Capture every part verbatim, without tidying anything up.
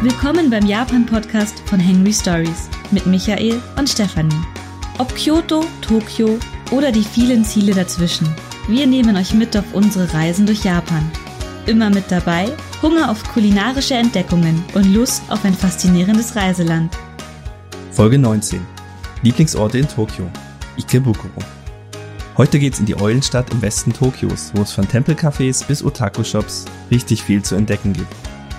Willkommen beim Japan-Podcast von Henry Stories mit Michael und Stefanie. Ob Kyoto, Tokio oder die vielen Ziele dazwischen, wir nehmen euch mit auf unsere Reisen durch Japan. Immer mit dabei Hunger auf kulinarische Entdeckungen und Lust auf ein faszinierendes Reiseland. Folge neunzehn. Lieblingsorte in Tokio. Ikebukuro. Heute geht's in die Eulenstadt im Westen Tokios, wo es von Tempelcafés bis Otaku-Shops richtig viel zu entdecken gibt.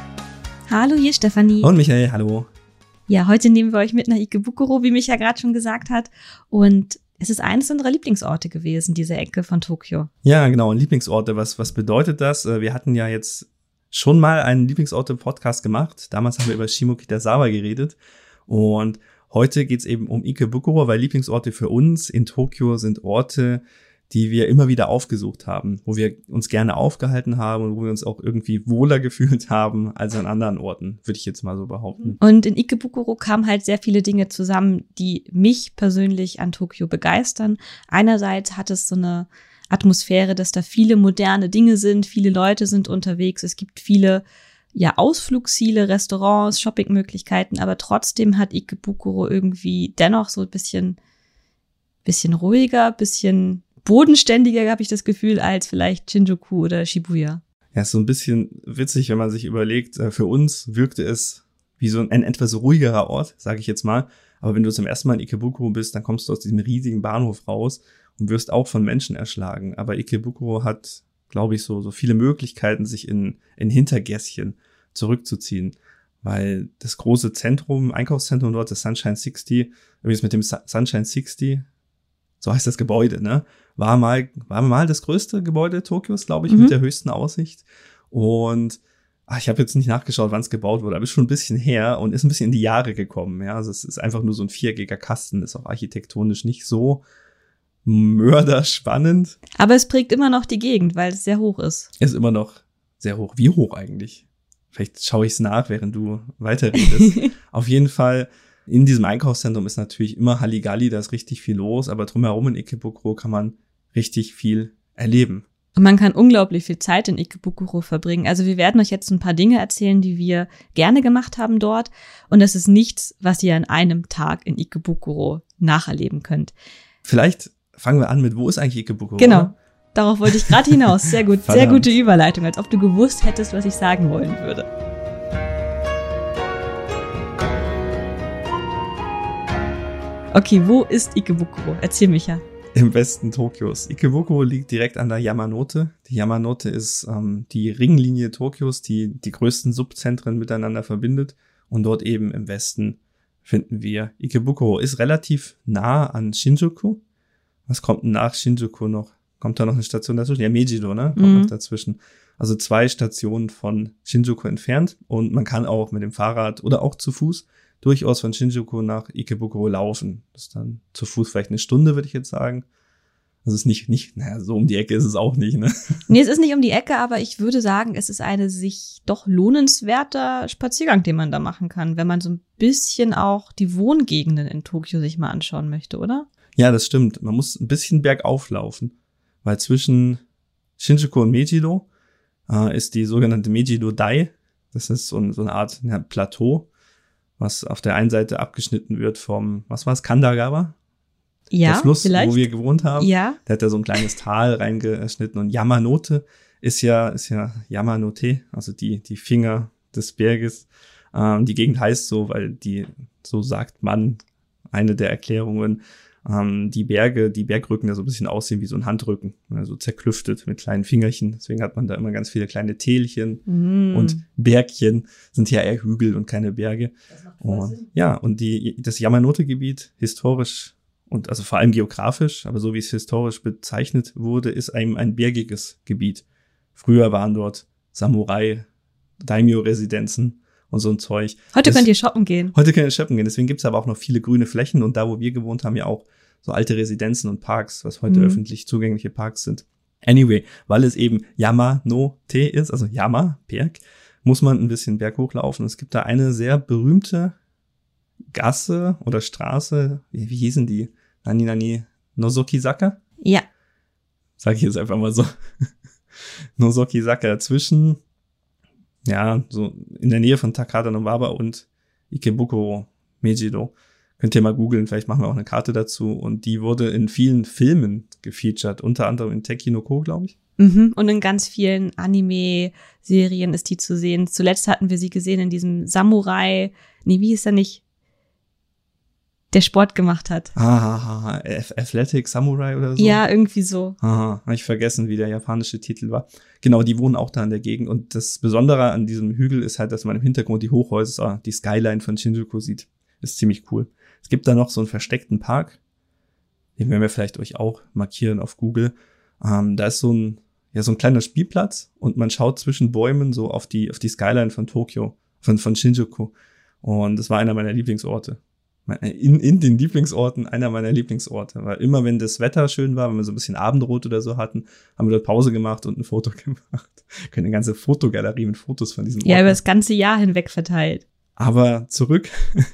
Hallo, hier Stefanie. Und Michael, hallo. Ja, heute nehmen wir euch mit nach Ikebukuro, wie Micha gerade schon gesagt hat. Und es ist eines unserer Lieblingsorte gewesen, diese Ecke von Tokio. Ja, genau, Lieblingsorte. Was, was bedeutet das? Wir hatten ja jetzt schon mal einen Lieblingsorte-Podcast gemacht. Damals haben wir über Shimokitazawa geredet. Und heute geht's eben um Ikebukuro, weil Lieblingsorte für uns in Tokio sind Orte, die wir immer wieder aufgesucht haben, wo wir uns gerne aufgehalten haben und wo wir uns auch irgendwie wohler gefühlt haben als an anderen Orten, würde ich jetzt mal so behaupten. Und in Ikebukuro kamen halt sehr viele Dinge zusammen, die mich persönlich an Tokio begeistern. Einerseits hat es so eine Atmosphäre, dass da viele moderne Dinge sind, viele Leute sind unterwegs, es gibt viele ja Ausflugsziele, Restaurants, Shoppingmöglichkeiten, aber trotzdem hat Ikebukuro irgendwie dennoch so ein bisschen, bisschen ruhiger, bisschen bodenständiger, habe ich das Gefühl, als vielleicht Shinjuku oder Shibuya. Ja, ist so ein bisschen witzig, wenn man sich überlegt, für uns wirkte es wie so ein, ein etwas ruhigerer Ort, sage ich jetzt mal. Aber wenn du zum ersten Mal in Ikebukuro bist, dann kommst du aus diesem riesigen Bahnhof raus und wirst auch von Menschen erschlagen. Aber Ikebukuro hat, glaube ich, so so viele Möglichkeiten, sich in in Hintergässchen zurückzuziehen. Weil das große Zentrum, Einkaufszentrum dort, das Sunshine sechzig, übrigens mit dem Su- Sunshine sechzig, so heißt das Gebäude, ne? War mal, war mal das größte Gebäude Tokios, glaube ich, mhm. mit der höchsten Aussicht. Und ach, ich habe jetzt nicht nachgeschaut, wann es gebaut wurde, aber ist schon ein bisschen her und ist ein bisschen in die Jahre gekommen. Ja, also es ist einfach nur so ein viereckiger Kasten, ist auch architektonisch nicht so mörderspannend. Aber es prägt immer noch die Gegend, weil es sehr hoch ist. Ist immer noch sehr hoch. Wie hoch eigentlich? Vielleicht schaue ich es nach, während du weiterredest. Auf jeden Fall. In diesem Einkaufszentrum ist natürlich immer Halligalli, da ist richtig viel los, aber drumherum in Ikebukuro kann man richtig viel erleben. Und man kann unglaublich viel Zeit in Ikebukuro verbringen. Also wir werden euch jetzt ein paar Dinge erzählen, die wir gerne gemacht haben dort. Und das ist nichts, was ihr an einem Tag in Ikebukuro nacherleben könnt. Vielleicht fangen wir an mit, wo ist eigentlich Ikebukuro? Genau, oder? Darauf wollte ich gerade hinaus. Sehr gut, sehr gute Überleitung, als ob du gewusst hättest, was ich sagen wollen würde. Okay, wo ist Ikebukuro? Erzähl mich ja. Im Westen Tokios. Ikebukuro liegt direkt an der Yamanote. Die Yamanote ist ähm, die Ringlinie Tokios, die die größten Subzentren miteinander verbindet. Und dort eben im Westen finden wir Ikebukuro. Ist relativ nah an Shinjuku. Was kommt denn nach Shinjuku noch? Kommt da noch eine Station dazwischen? Ja, Meijido, ne? Kommt mhm. noch dazwischen. Also zwei Stationen von Shinjuku entfernt. Und man kann auch mit dem Fahrrad oder auch zu Fuß durchaus von Shinjuku nach Ikebukuro laufen. Das ist dann zu Fuß vielleicht eine Stunde, würde ich jetzt sagen. Das ist nicht, nicht, naja, so um die Ecke ist es auch nicht, ne? Nee, es ist nicht um die Ecke, aber ich würde sagen, es ist eine sich doch lohnenswerter Spaziergang, den man da machen kann, wenn man so ein bisschen auch die Wohngegenden in Tokio sich mal anschauen möchte, oder? Ja, das stimmt. Man muss ein bisschen bergauf laufen, weil zwischen Shinjuku und Meijido äh, ist die sogenannte Meijido-dai. Das ist so, ein, so eine Art ja, Plateau, was auf der einen Seite abgeschnitten wird vom, was war es, Kandagawa? Ja, der Fluss, vielleicht. Wo wir gewohnt haben. Ja. Der hat da so ein kleines Tal reingeschnitten und Yamanote ist ja, ist ja Yamanote, also die, die Finger des Berges. Ähm, die Gegend heißt so, weil die, so sagt man, eine der Erklärungen, ähm, die Berge, die Bergrücken da so ein bisschen aussehen wie so ein Handrücken, also zerklüftet mit kleinen Fingerchen. Deswegen hat man da immer ganz viele kleine Tälchen mm. und Bergchen, sind ja eher Hügel und keine Berge. Das macht voll und, Sinn. Ja, und die, das Yamanote-Gebiet, historisch und also vor allem geografisch, aber so wie es historisch bezeichnet wurde, ist einem ein bergiges Gebiet. Früher waren dort Samurai, Daimyo-Residenzen und so ein Zeug. Heute das, könnt ihr shoppen gehen. Heute könnt ihr shoppen gehen, deswegen gibt's aber auch noch viele grüne Flächen und da, wo wir gewohnt haben, ja auch so alte Residenzen und Parks, was heute mhm. öffentlich zugängliche Parks sind. Anyway, weil es eben Yamanote ist, also Yama, Berg, muss man ein bisschen berghoch laufen. Es gibt da eine sehr berühmte Gasse oder Straße, wie, wie hießen die? Nani Nani Nozokizaka? Ja. Sag ich jetzt einfach mal so. Nozokizaka zwischen ja, so in der Nähe von Takata Nobaba und Ikebukuro Mejido. Könnt ihr mal googeln, vielleicht machen wir auch eine Karte dazu. Und die wurde in vielen Filmen gefeatured, unter anderem in Tekki no Ko, glaube ich. Mhm. Und in ganz vielen Anime-Serien ist die zu sehen. Zuletzt hatten wir sie gesehen in diesem Samurai, nee, wie hieß er nicht, der Sport gemacht hat. Ah, Athletic Samurai oder so? Ja, irgendwie so. Aha, habe ich vergessen, wie der japanische Titel war. Genau, die wohnen auch da in der Gegend. Und das Besondere an diesem Hügel ist halt, dass man im Hintergrund die Hochhäuser, die Skyline von Shinjuku sieht. Ist ziemlich cool. Es gibt da noch so einen versteckten Park, den werden wir vielleicht euch auch markieren auf Google. Ähm, da ist so ein, ja, so ein kleiner Spielplatz und man schaut zwischen Bäumen so auf die, auf die Skyline von Tokio, von, von Shinjuku. Und das war einer meiner Lieblingsorte. In, in den Lieblingsorten einer meiner Lieblingsorte. Weil immer, wenn das Wetter schön war, wenn wir so ein bisschen Abendrot oder so hatten, haben wir dort Pause gemacht und ein Foto gemacht. Können eine ganze Fotogalerie mit Fotos von diesem Ort. Ja, über das ganze Jahr hinweg verteilt. Aber zurück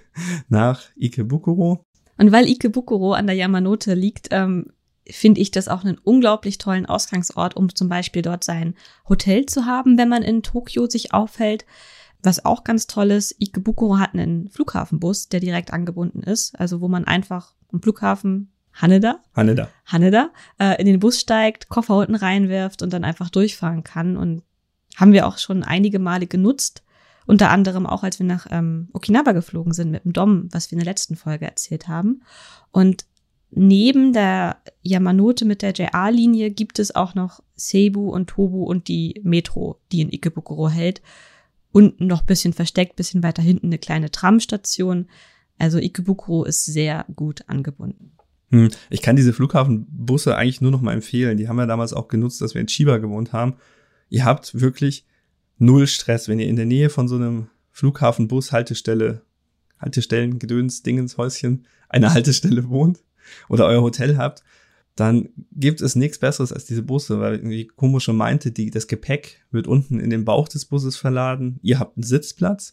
nach Ikebukuro. Und weil Ikebukuro an der Yamanote liegt, ähm, finde ich das auch einen unglaublich tollen Ausgangsort, um zum Beispiel dort sein Hotel zu haben, wenn man in Tokio sich aufhält. Was auch ganz toll ist, Ikebukuro hat einen Flughafenbus, der direkt angebunden ist, also wo man einfach am Flughafen Haneda, Haneda, Haneda äh, in den Bus steigt, Koffer unten reinwirft und dann einfach durchfahren kann. Und haben wir auch schon einige Male genutzt, unter anderem auch, als wir nach ähm, Okinawa geflogen sind mit dem Dom, was wir in der letzten Folge erzählt haben. Und neben der Yamanote mit der J R-Linie gibt es auch noch Seibu und Tobu und die Metro, die in Ikebukuro hält. Unten noch ein bisschen versteckt, bisschen weiter hinten eine kleine Tramstation. Also Ikebukuro ist sehr gut angebunden. Hm, ich kann diese Flughafenbusse eigentlich nur noch mal empfehlen. Die haben wir damals auch genutzt, dass wir in Chiba gewohnt haben. Ihr habt wirklich null Stress, wenn ihr in der Nähe von so einem Flughafenbus Haltestelle, Haltestellen, Gedöns, Dingens, Häuschen, eine Haltestelle wohnt oder euer Hotel habt, dann gibt es nichts Besseres als diese Busse, weil wie Kumo schon meinte, die, das Gepäck wird unten in den Bauch des Busses verladen. Ihr habt einen Sitzplatz.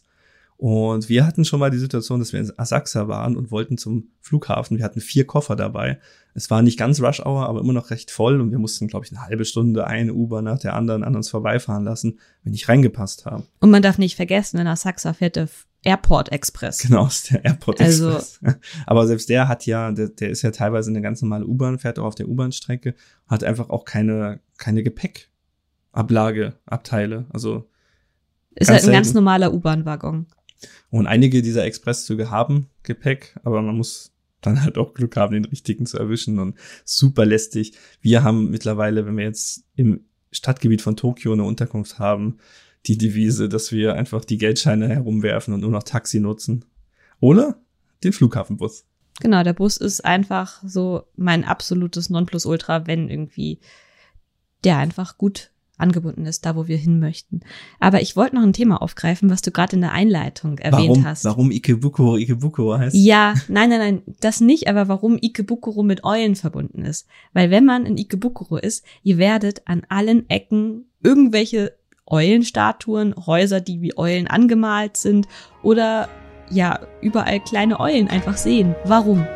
Und wir hatten schon mal die Situation, dass wir in Asakusa waren und wollten zum Flughafen. Wir hatten vier Koffer dabei. Es war nicht ganz Rush Hour, aber immer noch recht voll. Und wir mussten, glaube ich, eine halbe Stunde eine U-Bahn nach der anderen an uns vorbeifahren lassen, wenn nicht reingepasst haben. Und man darf nicht vergessen, in Asakusa fährt der Airport Express. Genau, ist der Airport Express. Also, aber selbst der hat ja, der, der ist ja teilweise eine ganz normale U-Bahn, fährt auch auf der U-Bahn-Strecke, hat einfach auch keine, keine Gepäckablage, Abteile. Also ist halt ein ganz normaler U-Bahn-Waggon. Und einige dieser Expresszüge haben Gepäck, aber man muss dann halt auch Glück haben, den richtigen zu erwischen und super lästig. Wir haben mittlerweile, wenn wir jetzt im Stadtgebiet von Tokio eine Unterkunft haben, die Devise, dass wir einfach die Geldscheine herumwerfen und nur noch Taxi nutzen. Oder den Flughafenbus. Genau, der Bus ist einfach so mein absolutes Nonplusultra, wenn irgendwie der einfach gut angebunden ist, da wo wir hin möchten. Aber ich wollte noch ein Thema aufgreifen, was du gerade in der Einleitung erwähnt warum, hast. Warum Ikebukuro Ikebukuro heißt? Ja, nein, nein, nein, das nicht, aber warum Ikebukuro mit Eulen verbunden ist. Weil wenn man in Ikebukuro ist, ihr werdet an allen Ecken irgendwelche Eulenstatuen, Häuser, die wie Eulen angemalt sind oder ja, überall kleine Eulen einfach sehen. Warum?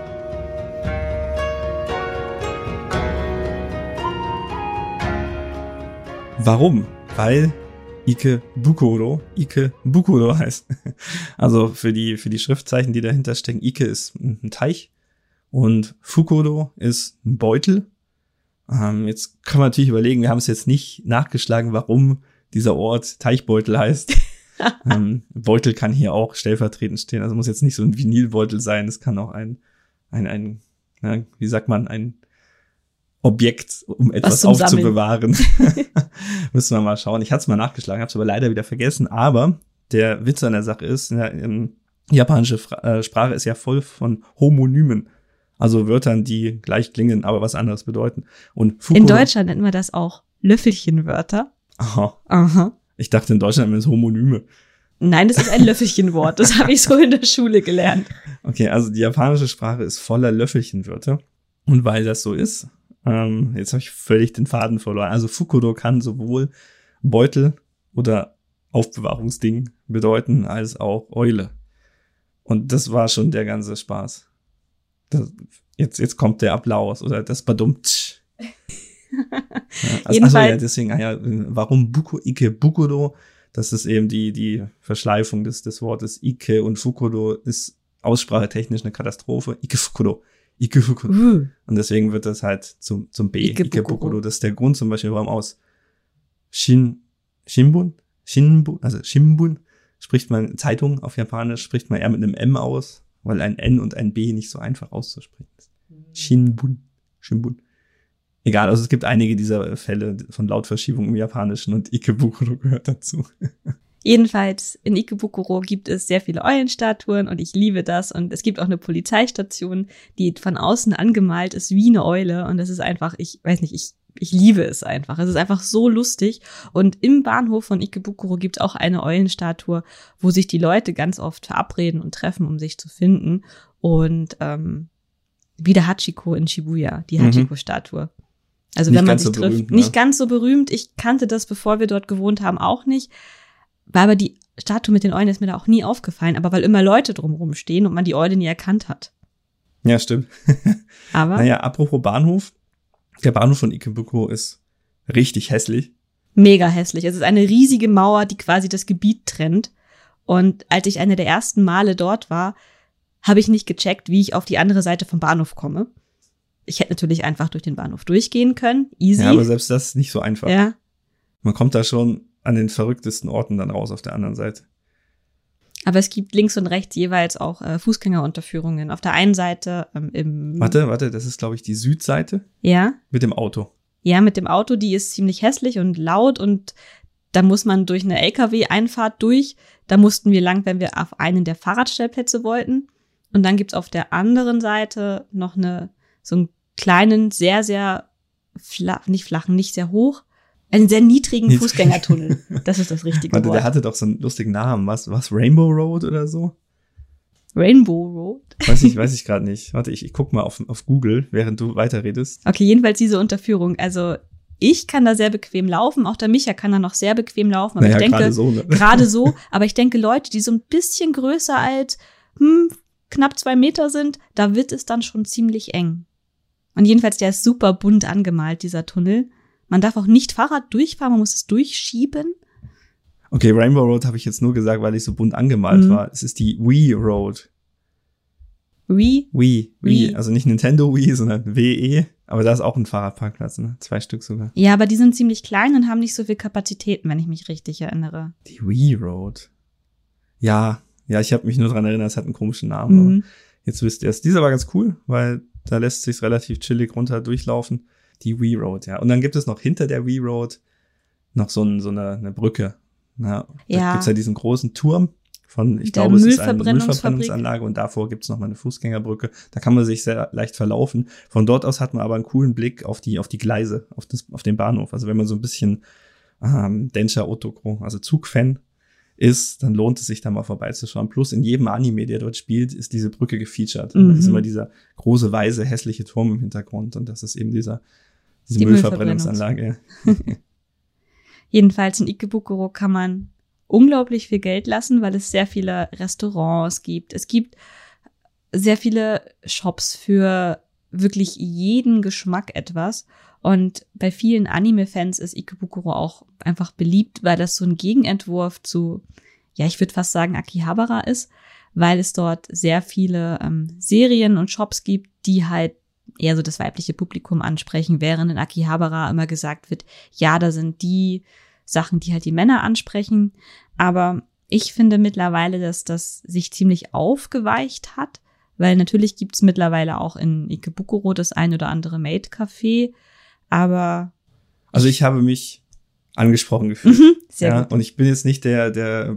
Warum? Weil Ikebukuro Ikebukuro heißt. Also für die für die Schriftzeichen, die dahinter stecken. Ike ist ein Teich und Fukuro ist ein Beutel. Ähm, jetzt kann man natürlich überlegen, wir haben es jetzt nicht nachgeschlagen, warum dieser Ort Teichbeutel heißt. ähm, Beutel kann hier auch stellvertretend stehen. Also muss jetzt nicht so ein Vinylbeutel sein. Es kann auch ein ein ein na, wie sagt man ein Objekt, um etwas aufzubewahren. Müssen wir mal schauen. Ich hatte es mal nachgeschlagen, habe es aber leider wieder vergessen. Aber der Witz an der Sache ist, ja, ähm, die japanische Fra- äh, Sprache ist ja voll von Homonymen. Also Wörtern, die gleich klingen, aber was anderes bedeuten. Und Fukuro, in Deutschland nennt man das auch Löffelchenwörter. Aha. Aha. Ich dachte, in Deutschland nennt man es Homonyme. Nein, das ist ein Löffelchenwort. Das habe ich so in der Schule gelernt. Okay, also die japanische Sprache ist voller Löffelchenwörter. Und weil das so ist, ähm, jetzt habe ich völlig den Faden verloren. Also Fukuro kann sowohl Beutel oder Aufbewahrungsding bedeuten, als auch Eule. Und das war schon der ganze Spaß. Das, jetzt, jetzt kommt der Applaus oder das Badumtsch. Ja, also, Jedenfalls. also ja, deswegen, ah ja, warum Buko Ikebukuro? Das ist eben die, die Verschleifung des, des Wortes Ike und Fukuro ist aussprachetechnisch eine Katastrophe. Ike Fukuro. Ike Fukuro. Uh. Und deswegen wird das halt zum, zum B. Ike, Ike Fukuro. Das ist der Grund zum Beispiel, warum aus Shin, Shinbun, Shinbun, also Shimbun, spricht man, Zeitung auf Japanisch, spricht man eher mit einem M aus, weil ein N und ein B nicht so einfach auszusprechen ist. Shinbun, Shinbun. Egal, also es gibt einige dieser Fälle von Lautverschiebung im Japanischen und Ikebukuro gehört dazu. Jedenfalls in Ikebukuro gibt es sehr viele Eulenstatuen und ich liebe das. Und es gibt auch eine Polizeistation, die von außen angemalt ist wie eine Eule. Und das ist einfach, ich weiß nicht, ich ich liebe es einfach. Es ist einfach so lustig. Und im Bahnhof von Ikebukuro gibt es auch eine Eulenstatue, wo sich die Leute ganz oft verabreden und treffen, um sich zu finden. Und ähm, wie der Hachiko in Shibuya, die Hachiko-Statue. Also nicht wenn man ganz sich so trifft, berühmt, nicht ne? ganz so berühmt. Ich kannte das, bevor wir dort gewohnt haben, auch nicht. War aber die Statue mit den Eulen ist mir da auch nie aufgefallen, aber weil immer Leute drumherum stehen und man die Eule nie erkannt hat. Ja, stimmt. Aber naja, apropos Bahnhof. Der Bahnhof von Ikebukuro ist richtig hässlich. Mega hässlich. Es ist eine riesige Mauer, die quasi das Gebiet trennt. Und als ich eine der ersten Male dort war, habe ich nicht gecheckt, wie ich auf die andere Seite vom Bahnhof komme. Ich hätte natürlich einfach durch den Bahnhof durchgehen können. Easy. Ja, aber selbst das ist nicht so einfach. Ja. Man kommt da schon an den verrücktesten Orten dann raus auf der anderen Seite. Aber es gibt links und rechts jeweils auch äh, Fußgängerunterführungen. Auf der einen Seite ähm, im... Warte, warte, das ist, glaube ich, die Südseite. Ja. Mit dem Auto. Ja, mit dem Auto, die ist ziemlich hässlich und laut und da muss man durch eine L K W-Einfahrt durch. Da mussten wir lang, wenn wir auf einen der Fahrradstellplätze wollten. Und dann gibt's auf der anderen Seite noch eine so einen kleinen, sehr, sehr flach, nicht flachen, nicht sehr hoch, einen sehr niedrigen Fußgängertunnel. Das ist das richtige Warte, Wort. der hatte doch so einen lustigen Namen. Was, was Rainbow Road oder so? Rainbow Road? Weiß ich, weiß ich gerade nicht. Warte, ich, ich guck mal auf, auf Google, während du weiterredest. Okay, jedenfalls diese Unterführung. Also ich kann da sehr bequem laufen, auch der Micha kann da noch sehr bequem laufen. Aber naja, ich denke, gerade so, ne? gerade so, aber ich denke, Leute, die so ein bisschen größer als hm, knapp zwei Meter sind, da wird es dann schon ziemlich eng. Und jedenfalls, der ist super bunt angemalt, dieser Tunnel. Man darf auch nicht Fahrrad durchfahren, man muss es durchschieben. Okay, Rainbow Road habe ich jetzt nur gesagt, weil ich so bunt angemalt Mhm. war. Es ist die Wii Road. Wii? Wii, Wii, Wii. also nicht Nintendo Wii, sondern W E. Aber da ist auch ein Fahrradparkplatz, ne? Zwei Stück sogar. Ja, aber die sind ziemlich klein und haben nicht so viel Kapazitäten, wenn ich mich richtig erinnere. Die Wii Road. Ja, ja, ich habe mich nur dran erinnert, es hat einen komischen Namen. Mhm. Aber jetzt wisst ihr es. Dieser war ganz cool, weil da lässt sich's relativ chillig runter durchlaufen. Die Wii Road, ja. Und dann gibt es noch hinter der Wii Road noch so, ein, so eine, eine Brücke. Na, da Ja. gibt's ja diesen großen Turm von, ich Der glaube, es ist eine Müllverbrennungsfabrik. Müllverbrennungsanlage und davor gibt's noch mal eine Fußgängerbrücke. Da kann man sich sehr leicht verlaufen. Von dort aus hat man aber einen coolen Blick auf die, auf die Gleise, auf, das, auf den Bahnhof. Also wenn man so ein bisschen ähm, Densha Otoko, also Zugfan ist, dann lohnt es sich da mal vorbeizuschauen. Plus in jedem Anime, der dort spielt, ist diese Brücke gefeatured. Mhm. Da ist immer dieser große, weiße, hässliche Turm im Hintergrund und das ist eben dieser diese Die Müllverbrennungsanlage. Jedenfalls in Ikebukuro kann man unglaublich viel Geld lassen, weil es sehr viele Restaurants gibt. Es gibt sehr viele Shops für wirklich jeden Geschmack etwas. Und bei vielen Anime-Fans ist Ikebukuro auch einfach beliebt, weil das so ein Gegenentwurf zu, ja, ich würde fast sagen, Akihabara ist, weil es dort sehr viele ähm, Serien und Shops gibt, die halt eher so das weibliche Publikum ansprechen, während in Akihabara immer gesagt wird, ja, da sind die Sachen, die halt die Männer ansprechen. Aber ich finde mittlerweile, dass das sich ziemlich aufgeweicht hat, weil natürlich gibt's mittlerweile auch in Ikebukuro das ein oder andere Maid-Café, aber Also ich habe mich angesprochen gefühlt. mhm, sehr ja, gut. und ich bin jetzt nicht der, der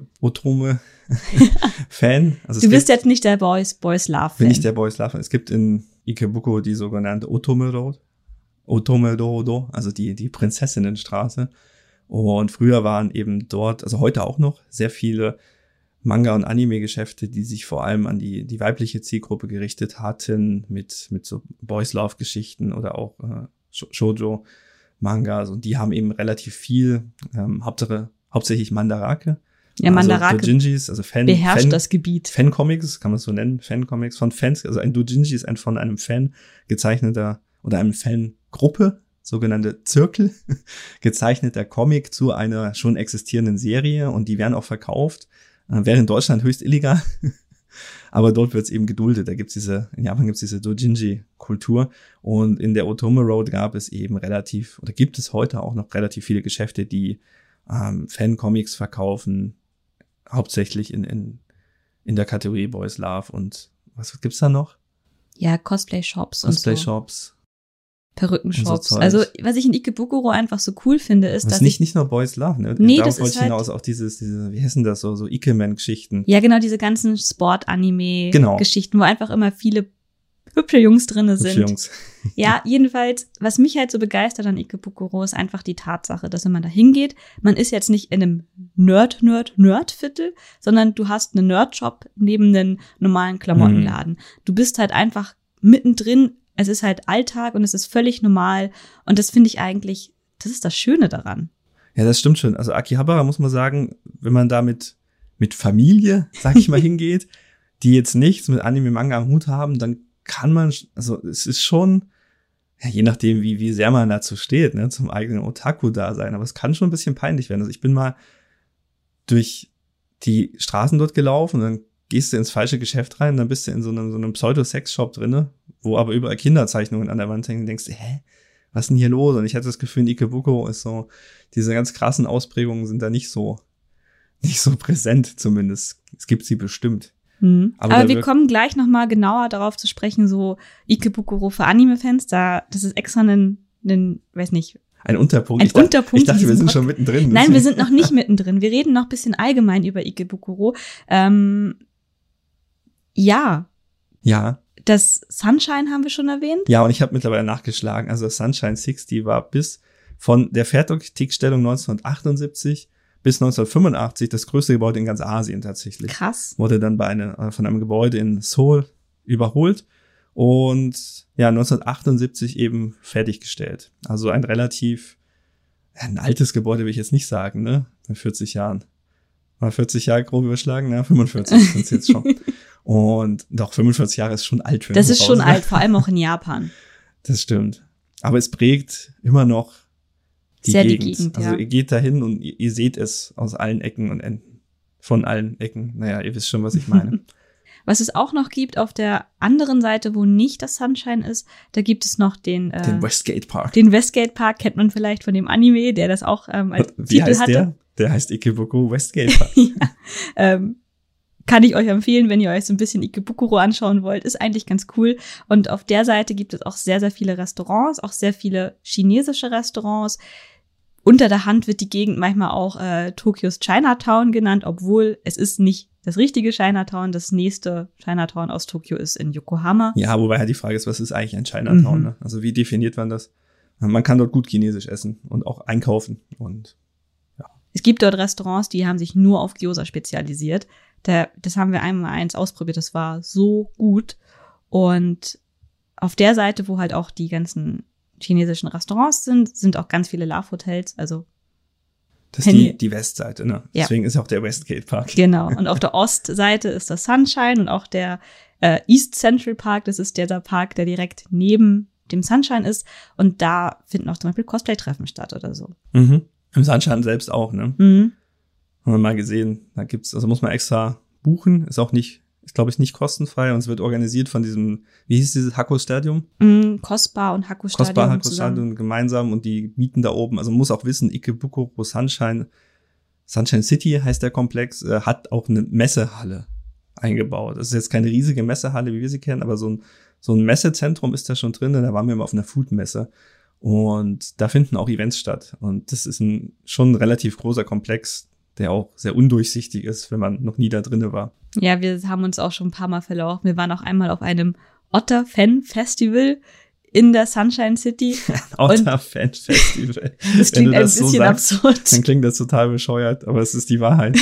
Otome-Fan. Also Du es bist gibt, jetzt nicht der Boys, Boys Love bin Fan. nicht der Boys Love. Es gibt in Ikebukuro die sogenannte Otome Road. Otome Road, also die, die Prinzessinnenstraße. Und früher waren eben dort, also heute auch noch, sehr viele Manga- und Anime-Geschäfte, die sich vor allem an die, die weibliche Zielgruppe gerichtet hatten, mit, mit so Boys-Love-Geschichten oder auch äh, Shoujo-Mangas. Und die haben eben relativ viel, ähm, Hauptsache, hauptsächlich Mandarake. Ja, Mandarake also Doujinjis, also Fan, beherrscht Fan, das Gebiet. Fan-Comics, kann man es so nennen, Fan-Comics von Fans. Also ein Doujinji ist ein von einem Fan gezeichneter oder einem Fangruppe sogenannte Zirkel, gezeichneter Comic zu einer schon existierenden Serie und die werden auch verkauft. Äh, wäre in Deutschland höchst illegal, aber dort wird es eben geduldet. Da gibt's diese, in Japan gibt's diese Doujinshi-Kultur und in der Otome Road gab es eben relativ, oder gibt es heute auch noch relativ viele Geschäfte, die ähm, Fan-Comics verkaufen, hauptsächlich in, in, in der Kategorie Boys Love und was gibt's da noch? Ja, Cosplay-Shops und so. Cosplay-Shops. Perückenshops. So also, was ich in Ikebukuro einfach so cool finde, ist, das dass ist nicht, ich, nicht nur Boys Love, ne? Nee, Darauf das wollte ist ich halt, hinaus, auch dieses, diese, wie heißen das, so, so Ikemen-Geschichten. Ja, genau, diese ganzen Sport-Anime-Geschichten, genau. Wo einfach immer viele hübsche Jungs drinne sind. Hübsche Jungs. Ja, jedenfalls, was mich halt so begeistert an Ikebukuro ist einfach die Tatsache, dass wenn man da hingeht, man ist jetzt nicht in einem Nerd-Nerd-Nerd-Viertel, sondern du hast einen Nerd-Shop neben einem normalen Klamottenladen. Mhm. Du bist halt einfach mittendrin. Es ist halt Alltag und es ist völlig normal. Und das finde ich eigentlich, das ist das Schöne daran. Ja, das stimmt schon. Also Akihabara muss man sagen, wenn man da mit, mit Familie, sag ich mal, hingeht, die jetzt nichts mit Anime, Manga am Hut haben, dann kann man, also es ist schon, ja, je nachdem, wie, wie sehr man dazu steht, ne, zum eigenen Otaku-Dasein. Aber es kann schon ein bisschen peinlich werden. Also ich bin mal durch die Straßen dort gelaufen und dann gehst du ins falsche Geschäft rein, dann bist du in so einem, so einem Pseudo-Sex-Shop drinne, wo aber überall Kinderzeichnungen an der Wand hängen und denkst, hä, was ist denn hier los? Und ich hatte das Gefühl, in Ikebukuro ist so, diese ganz krassen Ausprägungen sind da nicht so, nicht so präsent zumindest. Es gibt sie bestimmt. Mhm. Aber, aber wir kommen gleich nochmal genauer darauf zu sprechen, so Ikebukuro für Anime-Fans, da, das ist extra ein, ein, weiß nicht, Ein Unterpunkt. Ein ich dachte, Unterpunkt. Ich dachte, wir sind Podcast. schon mittendrin. Nein, wir sind noch nicht mittendrin. Wir reden noch ein bisschen allgemein über Ikebukuro. Ähm, ja. Ja. Das Sunshine haben wir schon erwähnt. Ja, und ich habe mittlerweile nachgeschlagen. Also das Sunshine sechzig war bis von der Fertigstellung neunzehnhundertachtundsiebzig bis neunzehnhundertfünfundachtzig das größte Gebäude in ganz Asien tatsächlich. Krass. Wurde dann bei einer, von einem Gebäude in Seoul überholt und ja, neunzehnhundertachtundsiebzig eben fertiggestellt. Also ein relativ, ja, ein altes Gebäude will ich jetzt nicht sagen, ne? Bei vierzig Jahren. Mal vierzig Jahre grob überschlagen, ne? fünfundvierzig sind es jetzt schon. Und doch, fünfundvierzig Jahre ist schon alt für ein Das ist Hochhaus, schon ne? alt, vor allem auch in Japan. Das stimmt. Aber es prägt immer noch die Sehr Gegend. die Gegend, also ja. ihr geht dahin und ihr, ihr seht es aus allen Ecken und Enden. Von allen Ecken. Naja, ihr wisst schon, was ich meine. Was es auch noch gibt auf der anderen Seite, wo nicht das Sunshine ist, da gibt es noch den äh, Den Westgate Park. Den Westgate Park kennt man vielleicht von dem Anime, der das auch ähm, als Wie Titel heißt hatte. der? Der heißt Ikebukuro Westgate Park. Ja, ähm, kann ich euch empfehlen, wenn ihr euch so ein bisschen Ikebukuro anschauen wollt. Ist eigentlich ganz cool. Und auf der Seite gibt es auch sehr, sehr viele Restaurants, auch sehr viele chinesische Restaurants. Unter der Hand wird die Gegend manchmal auch äh, Tokios Chinatown genannt, obwohl es ist nicht das richtige Chinatown. Das nächste Chinatown aus Tokio ist in Yokohama. Ja, wobei halt die Frage ist, was ist eigentlich ein Chinatown? Mhm. Ne? Also wie definiert man das? Man kann dort gut Chinesisch essen und auch einkaufen. Und ja. Es gibt dort Restaurants, die haben sich nur auf Gyoza spezialisiert. Da, das haben wir einmal eins ausprobiert. Das war so gut. Und auf der Seite, wo halt auch die ganzen chinesischen Restaurants sind, sind auch ganz viele Love-Hotels, also das ist die, die Westseite, ne? Ja. Deswegen ist auch der Westgate Park. Genau, und auf der Ostseite ist das Sunshine und auch der äh, East Central Park, das ist der Park, der direkt neben dem Sunshine ist und da finden auch zum Beispiel Cosplay-Treffen statt oder so. Mhm. Im Sunshine selbst auch, ne? Mhm. Haben wir mal gesehen, da gibt's, also muss man extra buchen, ist auch nicht, ist glaube ich nicht kostenfrei und es wird organisiert von diesem, wie hieß dieses Hakko-Stadium? Mhm, Cospa und Hakko-Stadium Cospa, Hakko-Stadium gemeinsam und die mieten da oben, also man muss auch wissen, Ikebukuro Sunshine, Sunshine City heißt der Komplex, äh, hat auch eine Messehalle eingebaut. Das ist jetzt keine riesige Messehalle, wie wir sie kennen, aber so ein, so ein Messezentrum ist da schon drin, da waren wir mal auf einer Food-Messe und da finden auch Events statt und das ist ein schon ein relativ großer Komplex, der auch sehr undurchsichtig ist, wenn man noch nie da drinne war. Ja, wir haben uns auch schon ein paar Mal verlaufen. Wir waren auch einmal auf einem Otter-Fan-Festival in der Sunshine City. Otter-Fan-Festival. Das klingt ein bisschen so sagst, absurd. Dann klingt das total bescheuert, aber es ist die Wahrheit.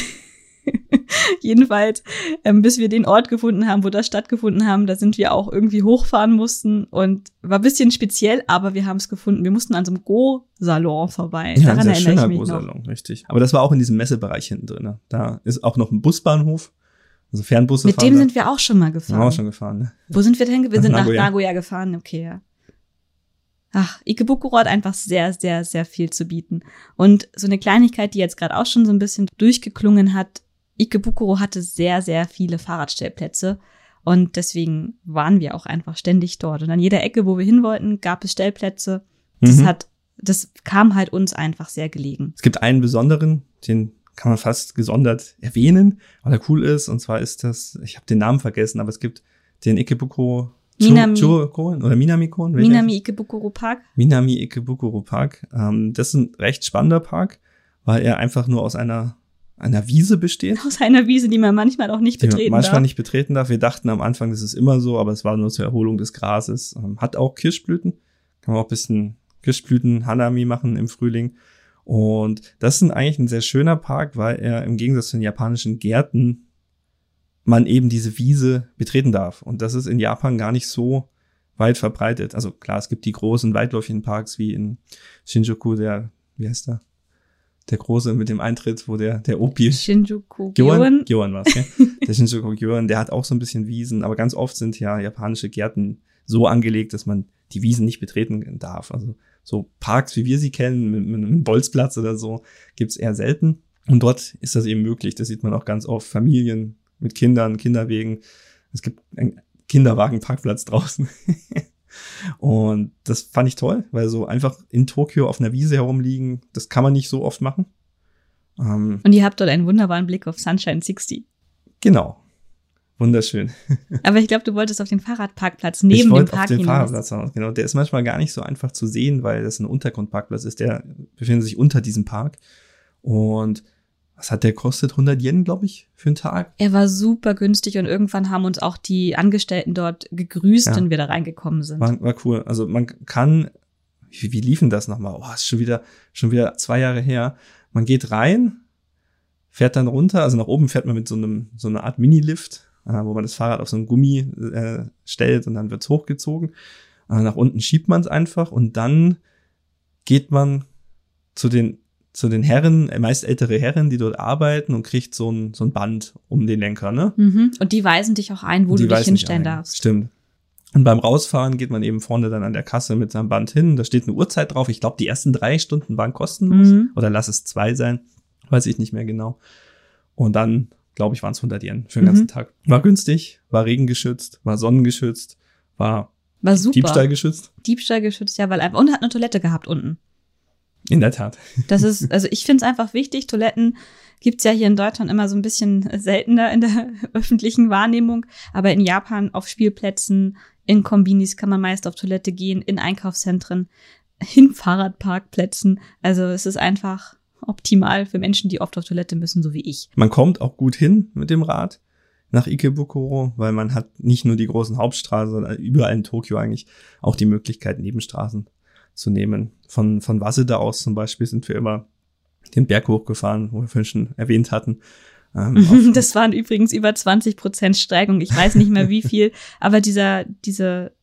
Jedenfalls, ähm, bis wir den Ort gefunden haben, wo das stattgefunden haben, da sind wir auch irgendwie hochfahren mussten und war ein bisschen speziell, aber wir haben es gefunden. Wir mussten an so einem Go-Salon vorbei. Ja, Daran ein sehr erinnere schöner ich mich Go-Salon, noch. richtig. Aber das war auch in diesem Messebereich hinten drin. Da ist auch noch ein Busbahnhof, also Fernbusse Mit fahren dem da. sind wir auch schon mal gefahren. Haben wir auch schon gefahren, ne? Wo sind wir denn? Wir Nach sind Nagoya. nach Nagoya gefahren, okay, ja. Ach, Ikebukuro hat einfach sehr, sehr, sehr viel zu bieten. Und so eine Kleinigkeit, die jetzt gerade auch schon so ein bisschen durchgeklungen hat, Ikebukuro hatte sehr, sehr viele Fahrradstellplätze und deswegen waren wir auch einfach ständig dort. Und an jeder Ecke, wo wir hin wollten, gab es Stellplätze. Das Mhm. hat, das kam halt uns einfach sehr gelegen. Es gibt einen besonderen, den kann man fast gesondert erwähnen, weil er cool ist. Und zwar ist das, ich habe den Namen vergessen, aber es gibt den Ikebukuro Minami. Chugoku oder Minami-Kon. Minami Ikebukuro Park. Minami Ikebukuro Park. Ähm, das ist ein recht spannender Park, weil er einfach nur aus einer einer Wiese besteht. Aus einer Wiese, die man manchmal auch nicht die man betreten manchmal darf. nicht betreten darf. Wir dachten am Anfang, das ist immer so, aber es war nur zur Erholung des Grases. Ähm, hat auch Kirschblüten. Kann man auch ein bisschen Kirschblüten-Hanami machen im Frühling. Und das ist eigentlich ein sehr schöner Park, weil er im Gegensatz zu den japanischen Gärten man eben diese Wiese betreten darf. Und das ist in Japan gar nicht so weit verbreitet. Also klar, es gibt die großen, weitläufigen Parks wie in Shinjuku, der, wie heißt der? Der große mit dem Eintritt, wo der, der Opi. Shinjuku Gyoen? Gyoen. Gyoen war's, gell? Der Shinjuku Gyoen, der hat auch so ein bisschen Wiesen, aber ganz oft sind ja japanische Gärten so angelegt, dass man die Wiesen nicht betreten darf. Also so Parks, wie wir sie kennen, mit, mit einem Bolzplatz oder so, gibt's eher selten. Und dort ist das eben möglich. Das sieht man auch ganz oft. Familien mit Kindern, Kinderwegen. Es gibt einen Kinderwagenparkplatz draußen. Und das fand ich toll, weil so einfach in Tokio auf einer Wiese herumliegen, das kann man nicht so oft machen. Ähm, Und ihr habt dort einen wunderbaren Blick auf Sunshine sechzig. genau. Wunderschön. Aber ich glaube, du wolltest auf den Fahrradparkplatz neben ich dem wollte Park auf den hinaus. Fahrradplatz raus. Genau, der ist manchmal gar nicht so einfach zu sehen, weil das ein Untergrundparkplatz ist. Der befindet sich unter diesem Park. Und was hat der gekostet? hundert Yen, glaube ich, für einen Tag. Er war super günstig und irgendwann haben uns auch die Angestellten dort gegrüßt, Ja. wenn wir da reingekommen sind. War, war cool. Also man kann, wie, wie lief denn das nochmal? Oh, ist schon wieder, schon wieder zwei Jahre her. Man geht rein, fährt dann runter, also nach oben fährt man mit so einem, so einer Art Minilift, äh, wo man das Fahrrad auf so einen Gummi äh, stellt und dann wird's hochgezogen. Äh, nach unten schiebt man es einfach und dann geht man zu den zu den Herren, äh, meist ältere Herren, die dort arbeiten und kriegt so ein so ein Band um den Lenker, ne? Mhm. Und die weisen dich auch ein, wo Die du dich weisen hinstellen nicht ein. darfst. Stimmt. Und beim Rausfahren geht man eben vorne dann an der Kasse mit seinem Band hin. Da steht eine Uhrzeit drauf. Ich glaube, die ersten drei Stunden waren kostenlos. Mhm. Oder lass es zwei sein. Weiß ich nicht mehr genau. Und dann, glaube ich, waren es hundert Yen für den Mhm. ganzen Tag. War günstig, war regengeschützt, war sonnengeschützt, war War super. Diebstahlgeschützt. Diebstahlgeschützt, ja, weil einfach, und hat eine Toilette gehabt unten. In der Tat. Das ist, also ich finde es einfach wichtig. Toiletten gibt's ja hier in Deutschland immer so ein bisschen seltener in der öffentlichen Wahrnehmung. Aber in Japan auf Spielplätzen, in Kombinis kann man meist auf Toilette gehen, in Einkaufszentren, in Fahrradparkplätzen. Also es ist einfach optimal für Menschen, die oft auf Toilette müssen, so wie ich. Man kommt auch gut hin mit dem Rad nach Ikebukuro, weil man hat nicht nur die großen Hauptstraßen, sondern überall in Tokio eigentlich auch die Möglichkeit, Nebenstraßen zu nehmen. Von, von Waseda aus zum Beispiel sind wir immer den Berg hochgefahren, wo wir vorhin schon erwähnt hatten. Ähm, auf- Das waren übrigens über zwanzig Prozent Steigung. Ich weiß nicht mehr wie viel, aber dieser, diese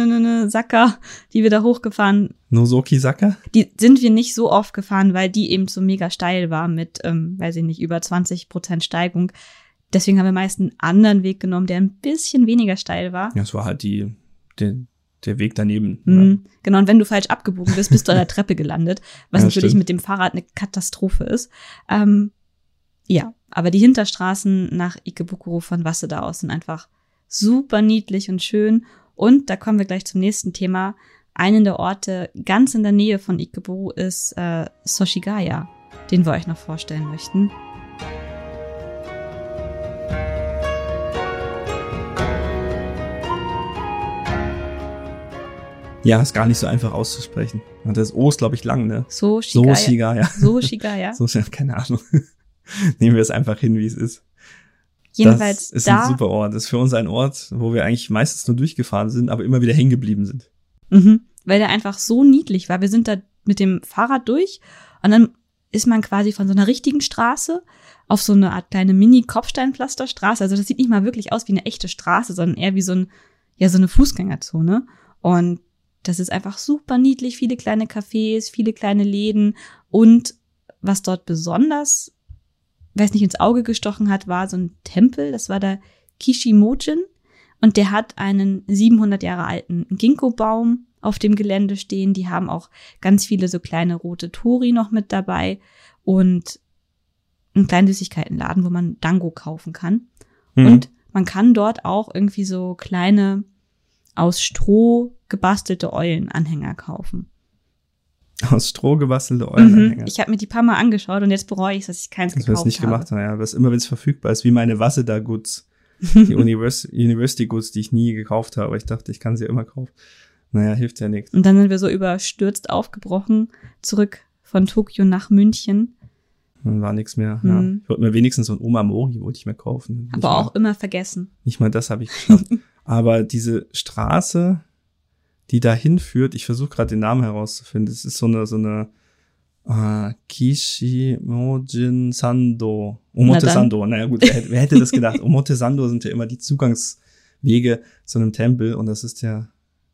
Sacker, die wir da hochgefahren, Nozoki-Saka? die sind wir nicht so oft gefahren, weil die eben so mega steil war mit, ähm, weiß ich nicht, über zwanzig Prozent Steigung. Deswegen haben wir meist einen anderen Weg genommen, der ein bisschen weniger steil war. Ja, es war halt die, der, der Weg daneben. Mhm. Genau, und wenn du falsch abgebogen bist, bist du an der Treppe gelandet, was Ja, natürlich stimmt. mit dem Fahrrad eine Katastrophe ist. Ähm, ja, aber die Hinterstraßen nach Ikebukuro von Waseda aus sind einfach super niedlich und schön. Und da kommen wir gleich zum nächsten Thema. Einen der Orte ganz in der Nähe von Ikebukuro ist äh, Soshigaya, den wir euch noch vorstellen möchten. Ja, ist gar nicht so einfach auszusprechen. Und das O ist, glaube ich, lang, ne? Soshigaya. Soshigaya. Soshigaya. So, keine Ahnung. Nehmen wir es einfach hin, wie es ist. Jedenfalls das ist da. ein super Ort. Das ist für uns ein Ort, wo wir eigentlich meistens nur durchgefahren sind, aber immer wieder hängen geblieben sind. Mhm, weil der einfach so niedlich war. Wir sind da mit dem Fahrrad durch und dann ist man quasi von so einer richtigen Straße auf so eine Art kleine Mini-Kopfsteinpflasterstraße. Also das sieht nicht mal wirklich aus wie eine echte Straße, sondern eher wie so ein, ja, so eine Fußgängerzone. Und das ist einfach super niedlich, viele kleine Cafés, viele kleine Läden. Und was dort besonders, weiß nicht, ins Auge gestochen hat, war so ein Tempel. Das war der Kishimojin. Und der hat einen siebenhundert Jahre alten Ginkgo-Baum auf dem Gelände stehen. Die haben auch ganz viele so kleine rote Tori noch mit dabei und einen kleinen Süßigkeitenladen, wo man Dango kaufen kann. Mhm. Und man kann dort auch irgendwie so kleine aus Stroh gebastelte Eulenanhänger kaufen. Aus Stroh gebastelte Eulenanhänger? Mhm. Ich habe mir die paar Mal angeschaut und jetzt bereue ich, dass ich keins das gekauft habe. Das wir es nicht gemacht haben, ja. Das immer, wenn es verfügbar ist, wie meine Waseda-Goods, die Univers- University-Goods, die ich nie gekauft habe. Aber ich dachte, ich kann sie ja immer kaufen. Naja, hilft ja nichts. Und dann sind wir so überstürzt aufgebrochen, zurück von Tokio nach München. Dann war nichts mehr. Mhm. Ja. Ich wollte mir wenigstens so ein Oma-Mori wollte ich mir kaufen. Aber nicht auch mal, immer vergessen. Nicht mal das habe ich geschafft. Aber diese Straße, die da hinführt, ich versuche gerade den Namen herauszufinden. Es ist so eine, so eine uh, Kishimojin Sando. Omotesando. Naja gut, wer hätte, wer hätte das gedacht? Omotesando sind ja immer die Zugangswege zu einem Tempel und das ist der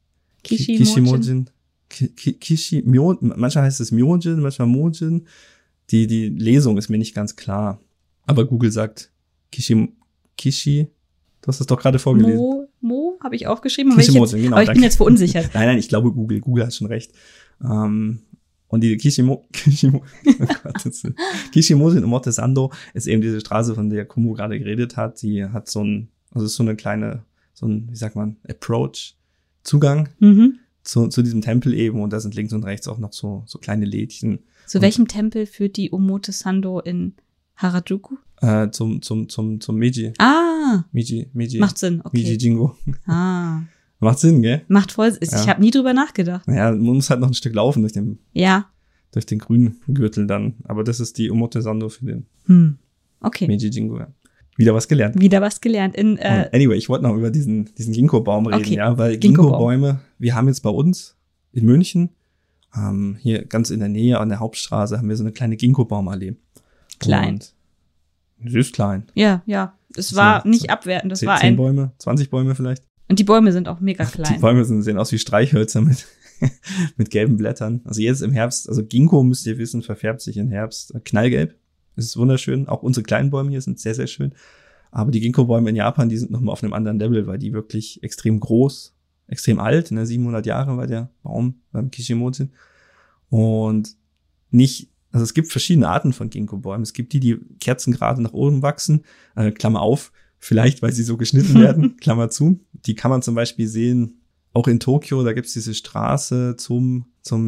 Kishimojin. Kishimojin. Manchmal heißt es Myojin, manchmal Mojin. Die, die Lesung ist mir nicht ganz klar. Aber Google sagt Kishi, Kishi, du hast es doch gerade vorgelesen. Mo, Mo habe ich aufgeschrieben, aber ich, jetzt, genau, aber ich bin jetzt verunsichert. Nein, nein, ich glaube Google. Google hat schon recht. Ähm, und die Kishimo, Kishimo, oh Gott, Kishimojin Omotesando ist eben diese Straße, von der Kumu gerade geredet hat. Die hat so ein, also ist so eine kleine, so ein, wie sagt man, Approach, Zugang mhm. zu, zu diesem Tempel eben. Und da sind links und rechts auch noch so, so kleine Lädchen. Zu welchem Tempel führt die Omotesando in Harajuku? Äh, zum, zum, zum, zum Meiji. Ah. Meiji, Meiji. Macht Sinn, okay. Meiji Jingo. Ah. Macht Sinn, gell? Macht voll Sinn. Ja. Ich habe nie drüber nachgedacht. Naja, man muss halt noch ein Stück laufen durch den, ja. durch den grünen Gürtel dann. Aber das ist die Omotesando für den hm. Okay. Meiji Jingo, ja. Wieder was gelernt. Wieder was gelernt. In, äh, anyway, ich wollte noch über diesen, diesen Ginkgo-Baum reden, okay. ja, weil Ginkgo-Bäume, wir haben jetzt bei uns in München, ähm, hier ganz in der Nähe an der Hauptstraße, haben wir so eine kleine Ginkgo-Baumallee. Klein. Und süß klein. Ja, ja. Es war so, nicht abwertend. Das zehn, war zehn ein. Bäume, zwanzig Bäume vielleicht. Und die Bäume sind auch mega klein. Die Bäume sind, sehen aus wie Streichhölzer mit, mit gelben Blättern. Also jetzt im Herbst, also Ginkgo, müsst ihr wissen, verfärbt sich im Herbst knallgelb. Das ist wunderschön. Auch unsere kleinen Bäume hier sind sehr, sehr schön. Aber die Ginkgo-Bäume in Japan, die sind nochmal auf einem anderen Level, weil die wirklich extrem groß, extrem alt, ne, siebenhundert Jahre war der Baum beim Kishimojin. Und nicht, also es gibt verschiedene Arten von Ginkgo-Bäumen. Es gibt die, die kerzengerade nach oben wachsen, äh, Klammer auf, vielleicht weil sie so geschnitten werden, Klammer zu. Die kann man zum Beispiel sehen, auch in Tokio, da gibt's diese Straße zum, zum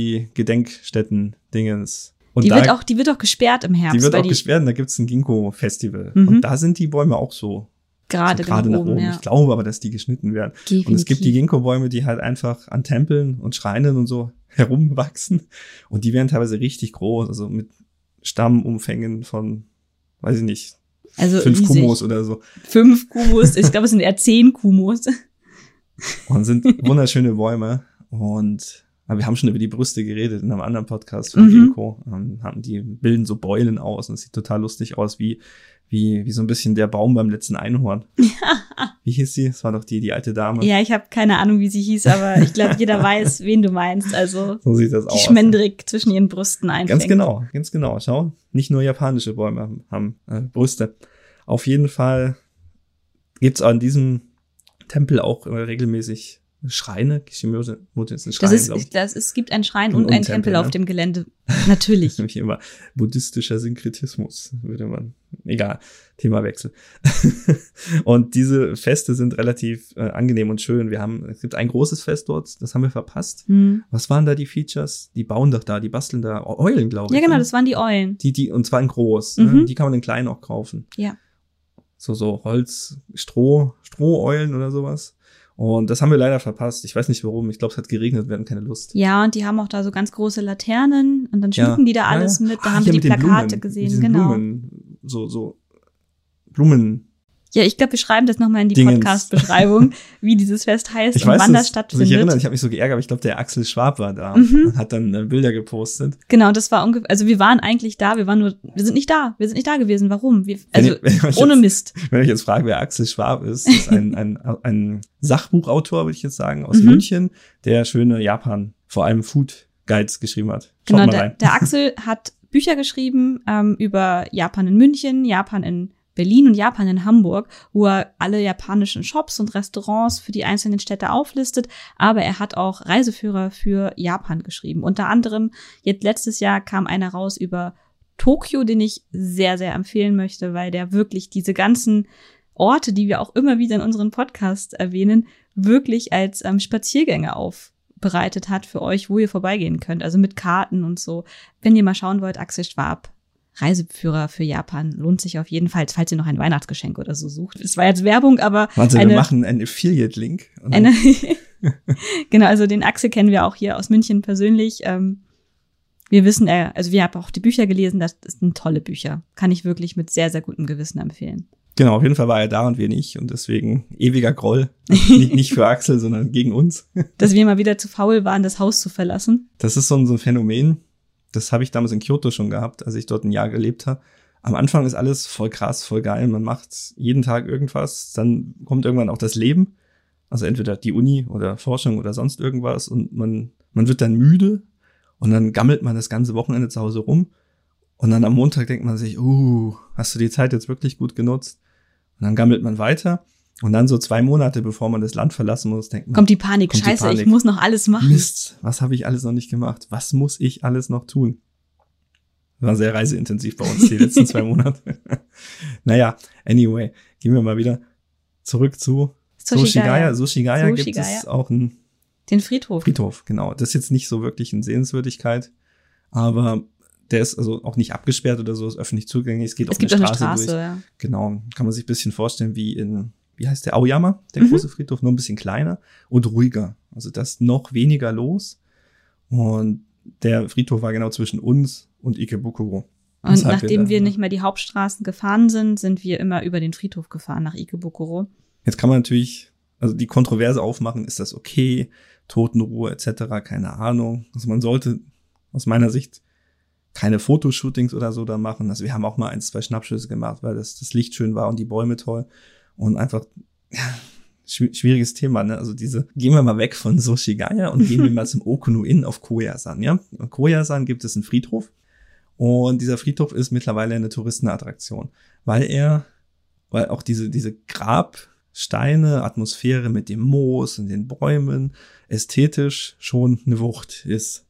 Meiji-Gedenkstätten-Dingens. Und die da, wird auch, die wird auch gesperrt im Herbst. Die wird weil auch die gesperrt, und da gibt's ein Ginkgo-Festival. Mhm. Und da sind die Bäume auch so. Gerade, so gerade nach nach oben, oben. ja. Ich glaube aber, dass die geschnitten werden. Definitiv. Und es gibt die Ginkgo-Bäume, die halt einfach an Tempeln und Schreinen und so herumwachsen. Und die werden teilweise richtig groß, also mit Stammumfängen von, weiß ich nicht, also fünf riesig. Kumos oder so. Fünf Kumos, ich glaube, es sind eher zehn Kumos. Und sind wunderschöne Bäume. Und aber wir haben schon über die Brüste geredet in einem anderen Podcast von mhm. Ginkgo. Ähm, haben die bilden so Beulen aus und es sieht total lustig aus, wie wie wie so ein bisschen der Baum beim letzten Einhorn. Ja. Wie hieß sie? Das war doch die die alte Dame. Ja, ich habe keine Ahnung, wie sie hieß, aber ich glaube, jeder weiß, wen du meinst. Also so sieht das die aus. Schmendrick zwischen ihren Brüsten einfängt. Ganz genau, ganz genau. Schau, nicht nur japanische Bäume haben, haben äh, Brüste. Auf jeden Fall gibt's an diesem Tempel auch äh, regelmäßig Schreine. Kishimojin ist ein Schrein, das ist, glaube ich. Das, es gibt einen Schrein und, und, und einen Tempel, Tempel auf ne? dem Gelände. Natürlich. Nämlich immer buddhistischer Synkretismus, würde man. Egal, Themawechsel. Und diese Feste sind relativ äh, angenehm und schön. Wir haben, es gibt ein großes Fest dort, das haben wir verpasst. Hm. Was waren da die Features? Die bauen doch da, die basteln da Eulen, glaube ich. Ja, genau, ne? das waren die Eulen. Die, die, und zwar in groß. Mhm. Ne? Die kann man in klein auch kaufen. Ja. So, so Holz, Stroh, Stroheulen oder sowas. Und das haben wir leider verpasst. Ich weiß nicht warum. Ich glaube, es hat geregnet, wir hatten keine Lust. Ja, und die haben auch da so ganz große Laternen und dann schmücken ja. die da alles ja, ja. mit. Da Ach, haben wir die Plakate Blumen, gesehen, genau. Blumen, so, so Blumen. Ja, ich glaube, wir schreiben das nochmal in die Dingens. Podcast-Beschreibung, wie dieses Fest heißt ich und weiß wann das, das stattfindet. Ich erinnere, ich habe mich so geärgert, aber ich glaube, der Axel Schwab war da mhm. und hat dann äh, Bilder gepostet. Genau, und das war ungefähr, also wir waren eigentlich da, wir waren nur, wir sind nicht da, wir sind nicht da gewesen. Warum? Wir, also wenn ich, wenn ohne jetzt, Mist. Wenn ich jetzt frage, wer Axel Schwab ist, ist ein, ein, ein Sachbuchautor, würde ich jetzt sagen, aus mhm. München, der schöne Japan, vor allem Food Guides geschrieben hat. Schaut genau, mal der, rein. der Axel hat Bücher geschrieben ähm, über Japan in München, Japan in Berlin und Japan in Hamburg, wo er alle japanischen Shops und Restaurants für die einzelnen Städte auflistet. Aber er hat auch Reiseführer für Japan geschrieben. Unter anderem, jetzt letztes Jahr kam einer raus über Tokio, den ich sehr, sehr empfehlen möchte, weil der wirklich diese ganzen Orte, die wir auch immer wieder in unserem Podcast erwähnen, wirklich als ähm, Spaziergänge aufbereitet hat für euch, wo ihr vorbeigehen könnt. Also mit Karten und so. Wenn ihr mal schauen wollt, Axel Schwab, Reiseführer für Japan, lohnt sich auf jeden Fall, falls ihr noch ein Weihnachtsgeschenk oder so sucht. Es war jetzt Werbung, aber Warte, eine, wir machen einen Affiliate-Link. Eine, genau, also den Axel kennen wir auch hier aus München persönlich. Ähm, wir wissen, er, also wir haben auch die Bücher gelesen, das sind tolle Bücher. Kann ich wirklich mit sehr, sehr gutem Gewissen empfehlen. Genau, auf jeden Fall war er da und wir nicht und deswegen ewiger Groll. nicht, nicht für Axel, sondern gegen uns. Dass wir mal wieder zu faul waren, das Haus zu verlassen. Das ist so ein, so ein Phänomen, das habe ich damals in Kyoto schon gehabt, als ich dort ein Jahr gelebt habe. Am Anfang ist alles voll krass, voll geil, man macht jeden Tag irgendwas, dann kommt irgendwann auch das Leben, also entweder die Uni oder Forschung oder sonst irgendwas und man, man wird dann müde und dann gammelt man das ganze Wochenende zu Hause rum. Und dann am Montag denkt man sich, uh, hast du die Zeit jetzt wirklich gut genutzt? Und dann gammelt man weiter. Und dann so zwei Monate, bevor man das Land verlassen muss, denkt man, kommt die Panik, kommt scheiße, die Panik. Ich muss noch alles machen. Mist, was habe ich alles noch nicht gemacht? Was muss ich alles noch tun? War sehr reiseintensiv bei uns die letzten zwei Monate. Naja, anyway, gehen wir mal wieder zurück zu Sushigaya. Sushigaya, Sushigaya gibt es auch einen Den Friedhof. Friedhof, genau. Das ist jetzt nicht so wirklich eine Sehenswürdigkeit, aber der ist also auch nicht abgesperrt oder so, ist öffentlich zugänglich. Es geht es auf gibt eine auch Straße, eine Straße durch. Ja. Genau, kann man sich ein bisschen vorstellen wie in, wie heißt der, Aoyama, der mhm. große Friedhof, nur ein bisschen kleiner und ruhiger. Also da ist noch weniger los. Und der Friedhof war genau zwischen uns und Ikebukuro. Und Deshalb nachdem wir, da, wir nicht mehr die Hauptstraßen gefahren sind, sind wir immer über den Friedhof gefahren nach Ikebukuro. Jetzt kann man natürlich, also die Kontroverse aufmachen, ist das okay, Totenruhe et cetera, keine Ahnung. Also man sollte aus meiner Sicht keine Fotoshootings oder so da machen. Also wir haben auch mal ein, zwei Schnappschüsse gemacht, weil das, das Licht schön war und die Bäume toll. Und einfach, ja, schwieriges Thema, ne? Also diese, gehen wir mal weg von Sushigaya und gehen wir mal zum Okuno-In auf Koyasan, ja? In Koyasan gibt es einen Friedhof. Und dieser Friedhof ist mittlerweile eine Touristenattraktion, weil er, weil auch diese, diese Grabsteine, Atmosphäre mit dem Moos und den Bäumen ästhetisch schon eine Wucht ist.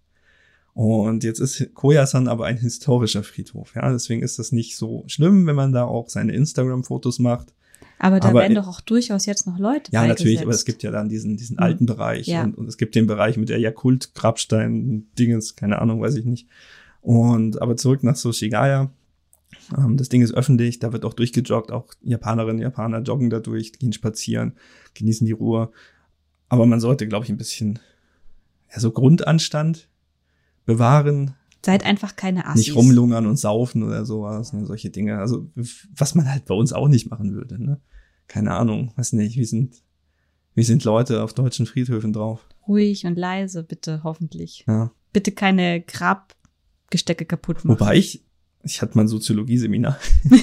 Und jetzt ist Koyasan aber ein historischer Friedhof, ja, deswegen ist das nicht so schlimm, wenn man da auch seine Instagram-Fotos macht. Aber da aber, werden doch auch durchaus jetzt noch Leute Ja, natürlich, aber es gibt ja dann diesen diesen mhm. alten Bereich ja. und, und es gibt den Bereich mit der Yakult-Grabstein-Dingens, keine Ahnung, weiß ich nicht. Und aber zurück nach Sushigaya. Ähm, das Ding ist öffentlich, da wird auch durchgejoggt, auch Japanerinnen, Japaner joggen da durch, gehen spazieren, genießen die Ruhe. Aber man sollte, glaube ich, ein bisschen ja, so Grundanstand bewahren. Seid einfach keine Assis. Nicht rumlungern und saufen oder sowas, ne, solche Dinge. Also was man halt bei uns auch nicht machen würde, ne? Keine Ahnung, weiß nicht, wie sind wie sind Leute auf deutschen Friedhöfen drauf? Ruhig und leise, bitte, hoffentlich. Ja. Bitte keine Grabgestecke kaputt machen. Wobei ich, ich hatte mal ein Soziologie-Seminar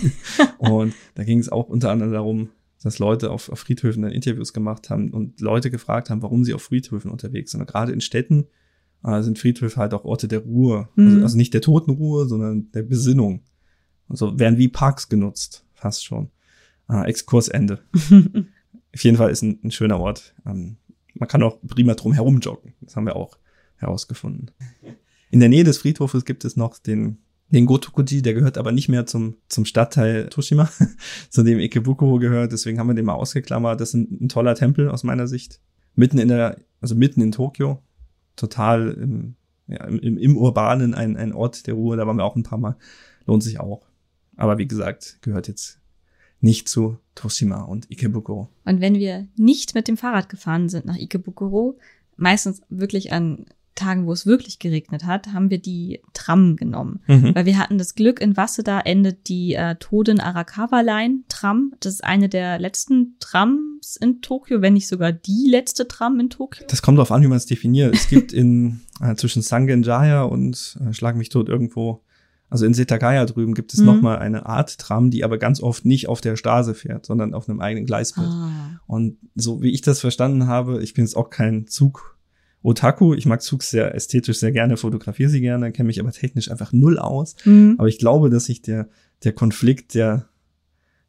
und da ging es auch unter anderem darum, dass Leute auf, auf Friedhöfen dann Interviews gemacht haben und Leute gefragt haben, warum sie auf Friedhöfen unterwegs sind. Und gerade in Städten äh, sind Friedhöfe halt auch Orte der Ruhe. Mhm. Also, also nicht der Totenruhe, sondern der Besinnung. Also werden wie Parks genutzt, fast schon. Äh, Exkursende. Auf jeden Fall ist ein, ein schöner Ort. Ähm, man kann auch prima drum herum joggen. Das haben wir auch herausgefunden. In der Nähe des Friedhofes gibt es noch den den Gotokuji, der gehört aber nicht mehr zum zum Stadtteil Toshima, zu dem Ikebukuro gehört. Deswegen haben wir den mal ausgeklammert. Das ist ein, ein toller Tempel aus meiner Sicht. Mitten in der, also mitten in Tokio. Total im, ja, im, im Urbanen ein, ein Ort der Ruhe. Da waren wir auch ein paar Mal. Lohnt sich auch. Aber wie gesagt, gehört jetzt nicht zu Toshima und Ikebukuro. Und wenn wir nicht mit dem Fahrrad gefahren sind nach Ikebukuro, meistens wirklich an Tagen, wo es wirklich geregnet hat, haben wir die Tram genommen. Mhm. Weil wir hatten das Glück, in Waseda endet die äh, Toden Arakawa Line Tram. Das ist eine der letzten Trams in Tokio, wenn nicht sogar die letzte Tram in Tokio. Das kommt darauf an, wie man es definiert. Es gibt in äh, zwischen Sangenjaya und äh, Schlag mich tot irgendwo, also in Setagaya drüben gibt es mhm. nochmal eine Art Tram, die aber ganz oft nicht auf der Straße fährt, sondern auf einem eigenen Gleisbett. Ah. Und so wie ich das verstanden habe, ich bin jetzt auch kein Zug Otaku, ich mag Zugs sehr ästhetisch sehr gerne, fotografiere sie gerne, kenne mich aber technisch einfach null aus. Mhm. Aber ich glaube, dass sich der der Konflikt der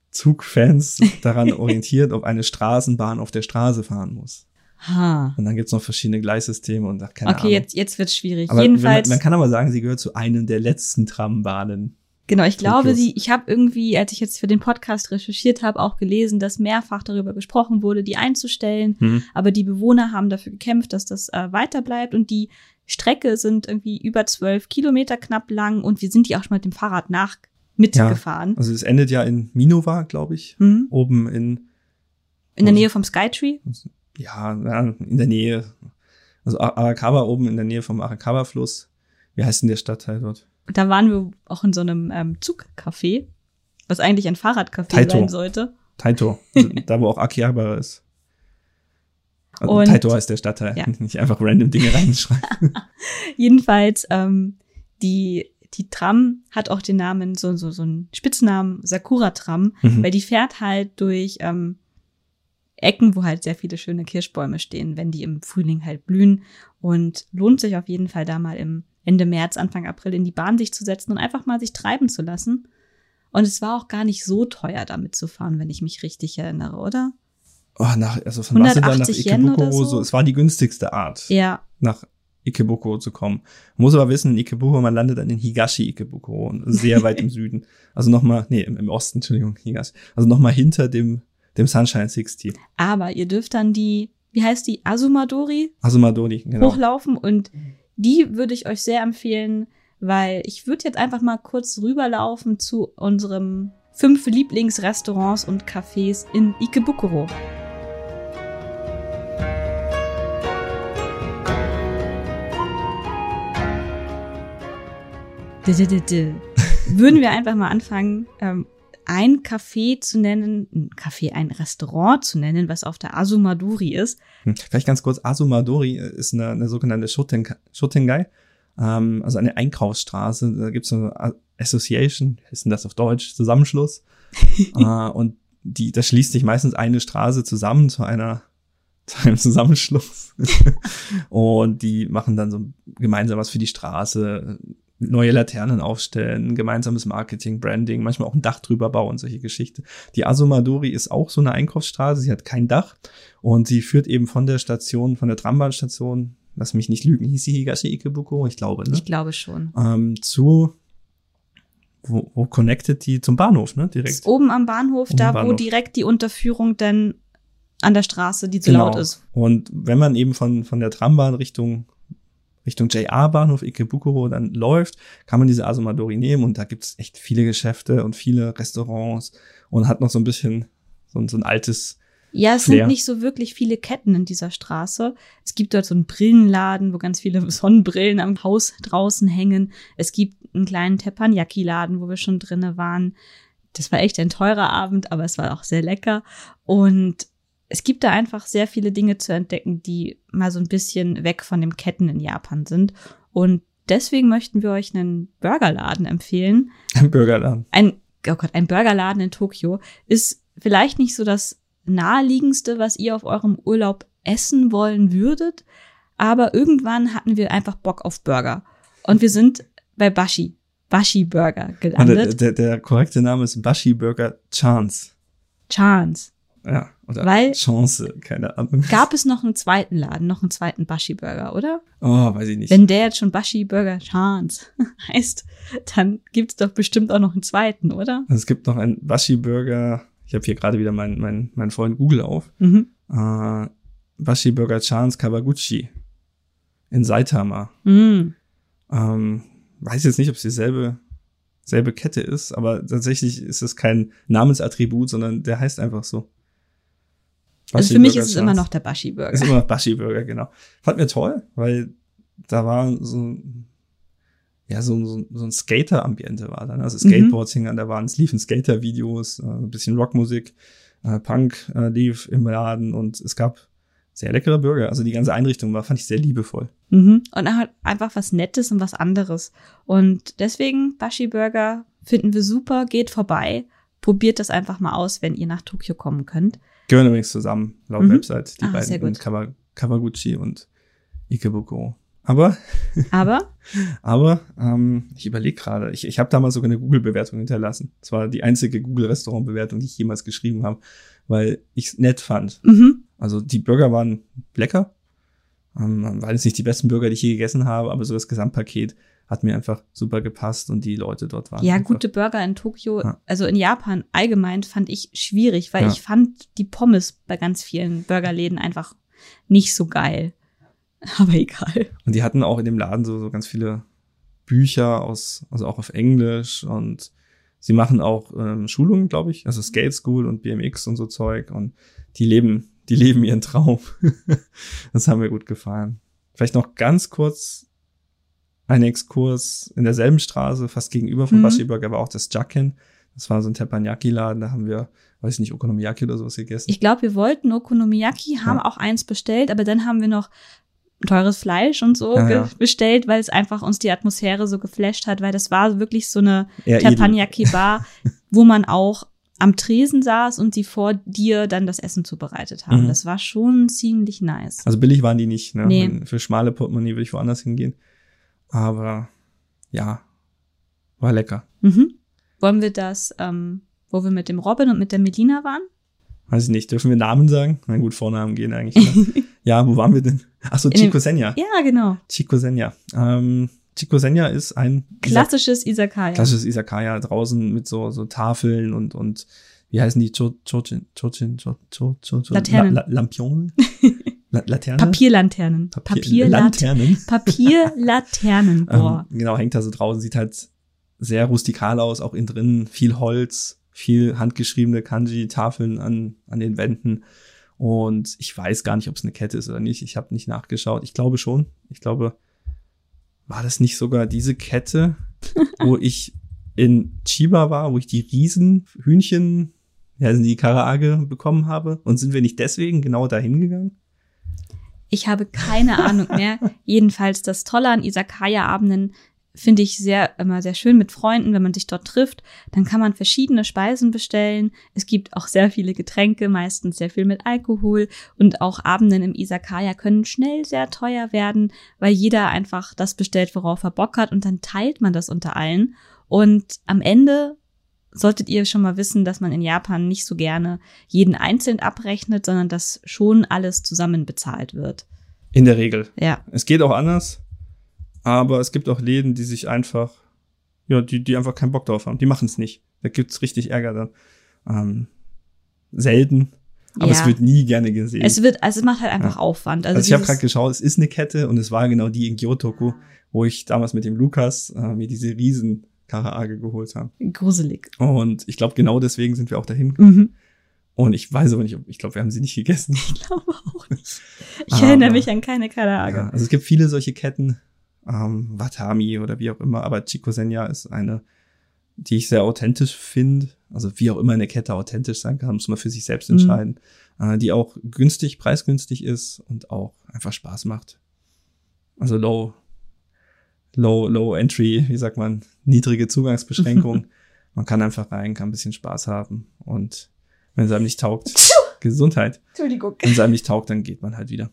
Zugfans daran orientiert, ob eine Straßenbahn auf der Straße fahren muss. Ha. Und dann gibt's noch verschiedene Gleissysteme und ach, keine okay, Ahnung. jetzt, jetzt wird's schwierig. Aber Jedenfalls. Man, man kann aber sagen, sie gehört zu einem der letzten Trambahnen. Genau, ich glaube, Tokios. sie, ich habe irgendwie, als ich jetzt für den Podcast recherchiert habe, auch gelesen, dass mehrfach darüber gesprochen wurde, die einzustellen. Hm. Aber die Bewohner haben dafür gekämpft, dass das äh, weiter bleibt. Und die Strecke sind irgendwie über zwölf Kilometer knapp lang. Und wir sind die auch schon mit dem Fahrrad nach mitgefahren. Ja, also es endet ja in Minova, glaube ich, Mhm. oben in In der Nähe vom Skytree. ja, ja, in der Nähe, also Arakawa oben in der Nähe vom Arakawa-Fluss. Wie heißt denn der Stadtteil dort? Da waren wir auch in so einem ähm, Zugcafé, was eigentlich ein Fahrradcafé Taito. sein sollte. Taito, also da wo auch Akihabara ist. Also Und- Taito heißt der Stadtteil, Ja. nicht einfach random Dinge reinschreiben. Jedenfalls, ähm, die, die Tram hat auch den Namen, so, so, so einen Spitznamen, Sakura-Tram, Mhm. weil die fährt halt durch ähm, Ecken, wo halt sehr viele schöne Kirschbäume stehen, wenn die im Frühling halt blühen. Und lohnt sich auf jeden Fall da mal im Ende März, Anfang April in die Bahn sich zu setzen und einfach mal sich treiben zu lassen. Und es war auch gar nicht so teuer, damit zu fahren, wenn ich mich richtig erinnere, oder? Oh, nach, also von Waseda nach hundertachtzig Yen Ikebukuro, oder so? so, es war die günstigste Art, Ja, nach Ikebukuro zu kommen. Man muss aber wissen, in Ikebukuro, man landet dann in Higashi Ikebukuro, sehr weit im Süden. Also nochmal, nee, im, im Osten, Entschuldigung, Higashi. Also nochmal hinter dem, dem Sunshine sixty. aber ihr dürft dann die, wie heißt die, Azumadori Asumadori, genau. hochlaufen und die würde ich euch sehr empfehlen, weil ich würde jetzt einfach mal kurz rüberlaufen zu unserem fünf Lieblingsrestaurants und Cafés in Ikebukuro. Dä, dä, dä, dä. Würden wir einfach mal anfangen, ähm, ein Café zu nennen, ein Café, ein Restaurant zu nennen, was auf der Azumadori ist. Hm. Vielleicht ganz kurz, Asumadori ist eine, eine sogenannte Shoten, Shotengai, ähm, also eine Einkaufsstraße. Da gibt es eine Association, wie heißt denn das auf Deutsch? Zusammenschluss. äh, und die, da schließt sich meistens eine Straße zusammen zu einer zu einem Zusammenschluss. Und die machen dann so gemeinsam was für die Straße, neue Laternen aufstellen, gemeinsames Marketing, Branding, manchmal auch ein Dach drüber bauen, solche Geschichten. Die Azumadori ist auch so eine Einkaufsstraße, sie hat kein Dach und sie führt eben von der Station, von der Trambahnstation, lass mich nicht lügen, hieß sie Higashi Ikebukuro, ich glaube, ne? Ich glaube schon. Ähm, zu, wo, wo connectet die zum Bahnhof, ne, direkt? Ist oben am Bahnhof, Oben da am wo Bahnhof. direkt die Unterführung dann an der Straße, die zu laut ist. Und wenn man eben von, von der Trambahn Richtung Richtung J R-Bahnhof Ikebukuro dann läuft, kann man diese Azumadori nehmen und da gibt's echt viele Geschäfte und viele Restaurants und hat noch so ein bisschen so, ein- so ein altes, Ja, es Flair. sind nicht so wirklich viele Ketten in dieser Straße. Es gibt dort so einen Brillenladen, wo ganz viele Sonnenbrillen am Haus draußen hängen. Es gibt einen kleinen Teppanyaki-Laden, wo wir schon drinne waren. Das war echt ein teurer Abend, aber es war auch sehr lecker. Und es gibt da einfach sehr viele Dinge zu entdecken, die mal so ein bisschen weg von den Ketten in Japan sind. Und deswegen möchten wir euch einen Burgerladen empfehlen. ein Burgerladen. Ein, oh Gott, ein Burgerladen in Tokio ist vielleicht nicht so das naheliegendste, was ihr auf eurem Urlaub essen wollen würdet, aber irgendwann hatten wir einfach Bock auf Burger. Und wir sind bei Bashi, Bashi Burger Und der, gelandet. der, der korrekte Name ist Bashi Burger Chance. Chance. Ja, oder Weil- Chance, keine Ahnung. Gab es noch einen zweiten Laden, noch einen zweiten Bashi Burger, oder? Oh, weiß ich nicht. Wenn der jetzt schon Bashi Burger Chance heißt, dann gibt's doch bestimmt auch noch einen zweiten, oder? Es gibt noch einen Bashi Burger, ich habe hier gerade wieder meinen mein, mein Freund Google auf. Mhm. Äh, Bashi Burger Chance Kawaguchi in Saitama. Mm. Ähm, weiß jetzt nicht, ob es dieselbe selbe Kette ist, aber tatsächlich ist es kein Namensattribut, sondern der heißt einfach so. Also Bashi für mich Burger ist es Chance. immer noch der Bashi Burger. Ist immer noch Bashi Burger, genau. Fand mir toll, weil da war so ja so, so, so ein Skater-Ambiente war dann. Also Skateboards hingen an der Wand, es liefen Skater-Videos, äh, ein bisschen Rockmusik, äh, Punk äh, lief im Laden und es gab sehr leckere Burger. Also die ganze Einrichtung war, fand ich sehr liebevoll. Mhm. Und er hat einfach was Nettes und was anderes. Und deswegen, Bashi Burger finden wir super, geht vorbei. Probiert das einfach mal aus, wenn ihr nach Tokio kommen könnt. Gehören übrigens zusammen, laut Mhm. Website, die Ah, sehr beiden, gut. Kawa, Kawaguchi und Ikebukuro. Aber, Aber? aber ähm, ich überlege gerade, ich, ich habe damals sogar eine Google-Bewertung hinterlassen. Das war die einzige Google-Restaurant-Bewertung, die ich jemals geschrieben habe, weil ich es nett fand. Mhm. Also die Burger waren lecker. Ähm, waren jetzt nicht die besten Burger, die ich je gegessen habe, aber so das Gesamtpaket hat mir einfach super gepasst und die Leute dort waren. Ja, einfach, gute Burger in Tokio, Ja. also in Japan allgemein fand ich schwierig, weil Ja. ich fand die Pommes bei ganz vielen Burgerläden einfach nicht so geil. Aber egal. Und die hatten auch in dem Laden so, so ganz viele Bücher aus, also auch auf Englisch, und sie machen auch ähm, Schulungen, glaube ich, also Skate School und B M X und so Zeug, und die leben, die leben ihren Traum. Das hat mir gut gefallen. Vielleicht noch ganz kurz ein Exkurs in derselben Straße, fast gegenüber vom Mhm. Bashi Burger, war auch das Jakken. Das war so ein Teppanyaki-Laden, da haben wir, weiß ich nicht, Okonomiyaki oder sowas gegessen. Ich glaube, wir wollten Okonomiyaki, haben Ja. auch eins bestellt, aber dann haben wir noch teures Fleisch und so Ja, ge- ja. bestellt, weil es einfach uns die Atmosphäre so geflasht hat, weil das war wirklich so eine Eher edel. Teppanyaki-Bar, wo man auch am Tresen saß und sie vor dir dann das Essen zubereitet haben. Mhm. Das war schon ziemlich nice. Also billig waren die nicht, ne? Nee. Wenn- Für schmale Portemonnaie würde ich woanders hingehen. Aber ja, war lecker. Mhm. Wollen wir das, ähm, wo wir mit dem Robin und mit der Melina waren? Weiß ich nicht, dürfen wir Namen sagen? Na gut, Vornamen gehen eigentlich. Ne? Ja, wo waren wir denn? Ach so, In dem- Chico Senja. Ja, genau. Chico Senja. Ähm, Chico Senja ist ein Klassisches Izakaya. klassisches Izakaya draußen mit so, so Tafeln und, und wie heißen die? Cho- Chochin, Chochin, Cho- Cho- Cho- Cho- Laternen. La, La, Lampione? La, Laterne? Papierlanternen. Papier, Papierlat Lanternen. Papierlaternen. Boah. Ähm, genau, hängt da so draußen, sieht halt sehr rustikal aus, auch innen drin, viel Holz, viel handgeschriebene Kanji-Tafeln an, an den Wänden. Und ich weiß gar nicht, ob es eine Kette ist oder nicht. Ich habe nicht nachgeschaut. Ich glaube schon. Ich glaube, war das nicht sogar diese Kette, wo ich in Chiba war, wo ich die riesen Hühnchen, ja, die Karaage bekommen habe? Und sind wir nicht deswegen genau dahin gegangen? Ich habe keine Ahnung mehr. Jedenfalls das Tolle an Izakaya-Abenden finde ich sehr immer sehr schön mit Freunden, wenn man sich dort trifft. Dann kann man verschiedene Speisen bestellen. Es gibt auch sehr viele Getränke, meistens sehr viel mit Alkohol. Und auch Abenden im Izakaya können schnell sehr teuer werden, weil jeder einfach das bestellt, worauf er Bock hat. Und dann teilt man das unter allen. Und am Ende solltet ihr schon mal wissen, dass man in Japan nicht so gerne jeden einzeln abrechnet, sondern dass schon alles zusammen bezahlt wird. In der Regel. Ja. Es geht auch anders, aber es gibt auch Läden, die sich einfach, ja, die, die einfach keinen Bock drauf haben. Die machen es nicht. Da gibt's richtig Ärger dann. Ähm, selten, aber Ja. es wird nie gerne gesehen. Es wird, also es macht halt einfach Ja. Aufwand. Also, also ich habe dieses- gerade geschaut, es ist eine Kette und es war genau die in Gyotoku, wo ich damals mit dem Lukas äh, mir diese riesen Karaage geholt habe. gruselig. Und ich glaube, genau deswegen sind wir auch dahin. Mhm. Und ich weiß aber nicht, ob, ich glaube, wir haben sie nicht gegessen. Ich glaube auch nicht. Ich Aber- erinnere mich an keine Karaage. Ja, also es gibt viele solche Ketten, ähm, Watami oder wie auch immer, aber Chico Senja ist eine, die ich sehr authentisch finde. Also wie auch immer eine Kette authentisch sein kann, muss man für sich selbst Mhm. entscheiden. Äh, die auch günstig, preisgünstig ist und auch einfach Spaß macht. Also low, low, low entry, wie sagt man, niedrige Zugangsbeschränkung. Man kann einfach rein, kann ein bisschen Spaß haben und wenn es einem nicht taugt, Gesundheit. Entschuldigung. Wenn es einem nicht taugt, dann geht man halt wieder.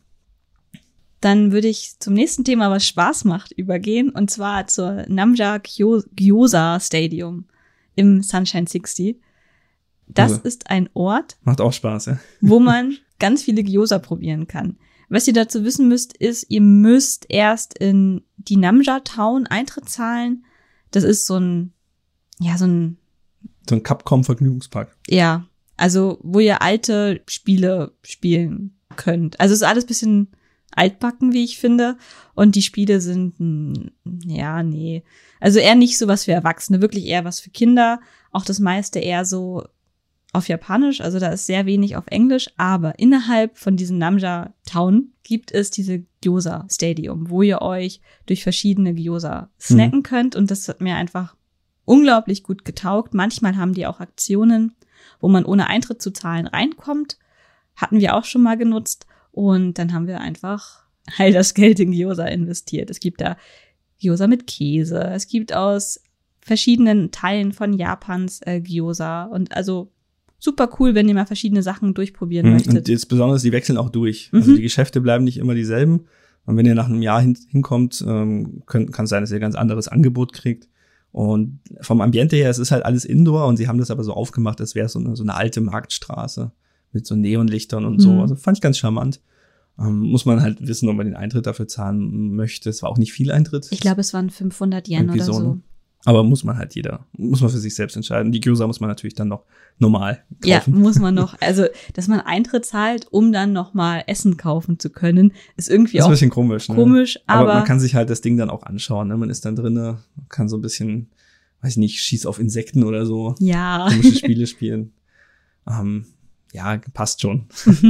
Dann würde ich zum nächsten Thema, was Spaß macht, übergehen. Und zwar zur Namja Gyo- Gyoza Stadium im Sunshine sechzig. Das Also. ist ein Ort, Macht auch Spaß, ja. wo man ganz viele Gyoza probieren kann. Was ihr dazu wissen müsst, ist, ihr müsst erst in die Namja Town Eintritt zahlen. Das ist so ein, ja, so ein, So ein Capcom-Vergnügungspark. ja, also wo ihr alte Spiele spielen könnt. Also es ist alles ein bisschen altbacken, wie ich finde. Und die Spiele sind, mm, ja, nee. Also eher nicht so was für Erwachsene, wirklich eher was für Kinder. Auch das meiste eher so auf Japanisch, also da ist sehr wenig auf Englisch. Aber innerhalb von diesem Namja Town gibt es diese Gyoza Stadium, wo ihr euch durch verschiedene Gyoza snacken könnt. Und das hat mir einfach unglaublich gut getaugt. Manchmal haben die auch Aktionen, wo man ohne Eintritt zu zahlen reinkommt. Hatten wir auch schon mal genutzt. Und dann haben wir einfach all das Geld in Gyoza investiert. Es gibt da Gyoza mit Käse. Es gibt aus verschiedenen Teilen von Japans äh, Gyoza. Und also super cool, wenn ihr mal verschiedene Sachen durchprobieren Mhm. möchtet. Und jetzt besonders, die wechseln auch durch. Also Mhm. die Geschäfte bleiben nicht immer dieselben, Und wenn ihr nach einem Jahr hin, hinkommt, ähm, könnt, kann es sein, dass ihr ein ganz anderes Angebot kriegt. Und vom Ambiente her, es ist halt alles Indoor und sie haben das aber so aufgemacht, als wäre es so eine, so eine alte Marktstraße mit so Neonlichtern und mhm. so. Also fand ich ganz charmant. Ähm, muss man halt wissen, ob man den Eintritt dafür zahlen möchte. Es war auch nicht viel Eintritt. Ich glaube, es waren fünfhundert Yen oder so. so. Ne? Aber muss man halt jeder, muss man für sich selbst entscheiden. Die Gyoza muss man natürlich dann noch normal kaufen. Ja, muss man noch. Also, dass man Eintritt zahlt, um dann noch mal Essen kaufen zu können, ist irgendwie das ist auch ein bisschen komisch. Ne? komisch. Aber, aber man kann sich halt das Ding dann auch anschauen. Ne? Man ist dann drinne, kann so ein bisschen, weiß ich nicht, schieß auf Insekten oder so. Ja. Komische Spiele spielen. Ähm, ja, passt schon.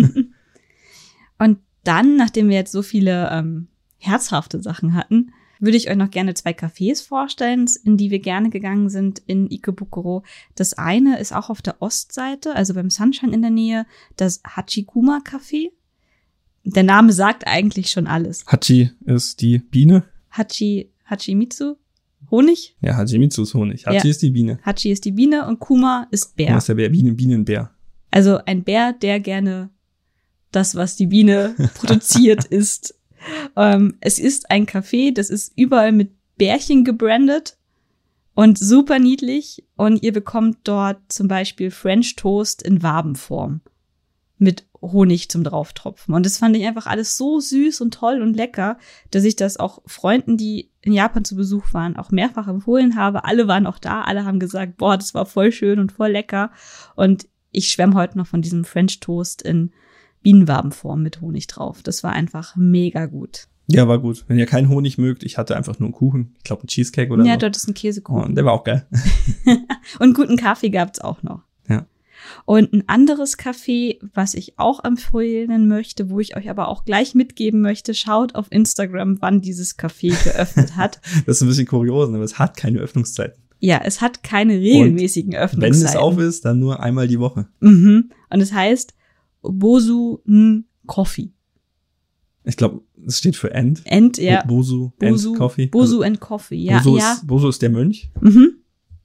Und dann, nachdem wir jetzt so viele ähm, herzhafte Sachen hatten, würde ich euch noch gerne zwei Cafés vorstellen, in die wir gerne gegangen sind in Ikebukuro. Das eine ist auch auf der Ostseite, also beim Sunshine in der Nähe, das Hachikuma Café. Der Name sagt eigentlich schon alles. Hachi ist die Biene. Hachi, Hachimitsu, Honig. Ja, Hachimitsu ist Honig. Hachi ja. ist die Biene. Hachi ist die Biene und Kuma ist Bär. Kuma ist der Bär, Bienen, Bienenbär. Also ein Bär, der gerne das, was die Biene produziert, isst. Ähm, es ist ein Café, das ist überall mit Bärchen gebrandet und super niedlich. Und ihr bekommt dort zum Beispiel French Toast in Wabenform mit Honig zum Drauftropfen. Und das fand ich einfach alles so süß und toll und lecker, dass ich das auch Freunden, die in Japan zu Besuch waren, auch mehrfach empfohlen habe. Alle waren auch da, alle haben gesagt, boah, das war voll schön und voll lecker. Und ich schwärme heute noch von diesem French Toast in Bienenwabenform mit Honig drauf. Das war einfach mega gut. Ja, war gut. Wenn ihr keinen Honig mögt, ich hatte einfach nur einen Kuchen. Ich glaube, einen Cheesecake oder ja, so. Ja, dort ist ein Käsekuchen. Oh, und der war auch geil. Und guten Kaffee gab's auch noch. Ja. Und ein anderes Café, was ich auch empfehlen möchte, wo ich euch aber auch gleich mitgeben möchte, schaut auf Instagram, wann dieses Café geöffnet hat. Das ist ein bisschen kurios, aber es hat keine Öffnungszeiten. Ja, es hat keine regelmäßigen und Öffnungszeiten. Wenn es auf ist, dann nur einmal die Woche. Mhm. Und es heißt Bosu n Coffee. Ich glaube, es steht für End. End, ja. Bosu, Bosu and Coffee. Bosu and Coffee, ja. Bosu, ja. Ist, Bosu ist der Mönch. Mhm.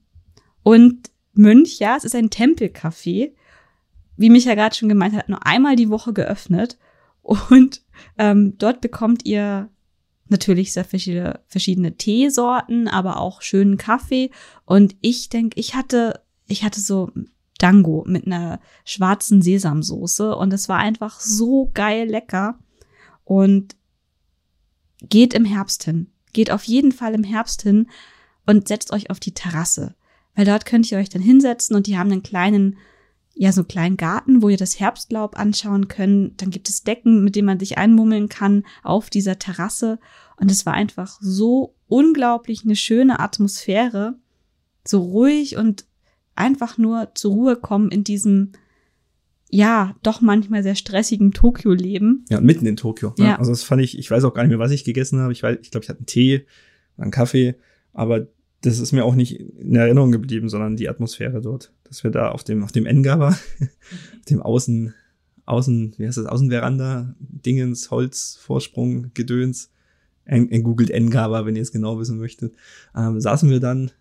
Und Mönch, ja, es ist ein Tempelcafé. Wie Micha gerade schon gemeint hat, nur einmal die Woche geöffnet. Und ähm, dort bekommt ihr natürlich sehr verschiedene, verschiedene Teesorten, aber auch schönen Kaffee. Und ich denke, ich hatte, ich hatte so Dango mit einer schwarzen Sesamsoße und es war einfach so geil lecker. Und geht im Herbst hin. Geht auf jeden Fall im Herbst hin und setzt euch auf die Terrasse. Weil dort könnt ihr euch dann hinsetzen und die haben einen kleinen, ja, so einen kleinen Garten, wo ihr das Herbstlaub anschauen könnt. Dann gibt es Decken, mit denen man sich einmummeln kann auf dieser Terrasse. Und es war einfach so unglaublich eine schöne Atmosphäre. So ruhig und einfach nur zur Ruhe kommen in diesem, ja, doch manchmal sehr stressigen Tokio-Leben. Ja, mitten in Tokio. Ne? Ja. Also das fand ich, ich weiß auch gar nicht mehr, was ich gegessen habe. Ich weiß, ich glaube, ich hatte einen Tee, einen Kaffee, aber das ist mir auch nicht in Erinnerung geblieben, sondern die Atmosphäre dort. Dass wir da auf dem, auf dem Enga war, auf dem Außen, Außen, wie heißt das, Außenveranda, Dingens, Holz, Vorsprung, Gedöns, en, en googelt Engaba, wenn ihr es genau wissen möchtet, ähm, saßen wir dann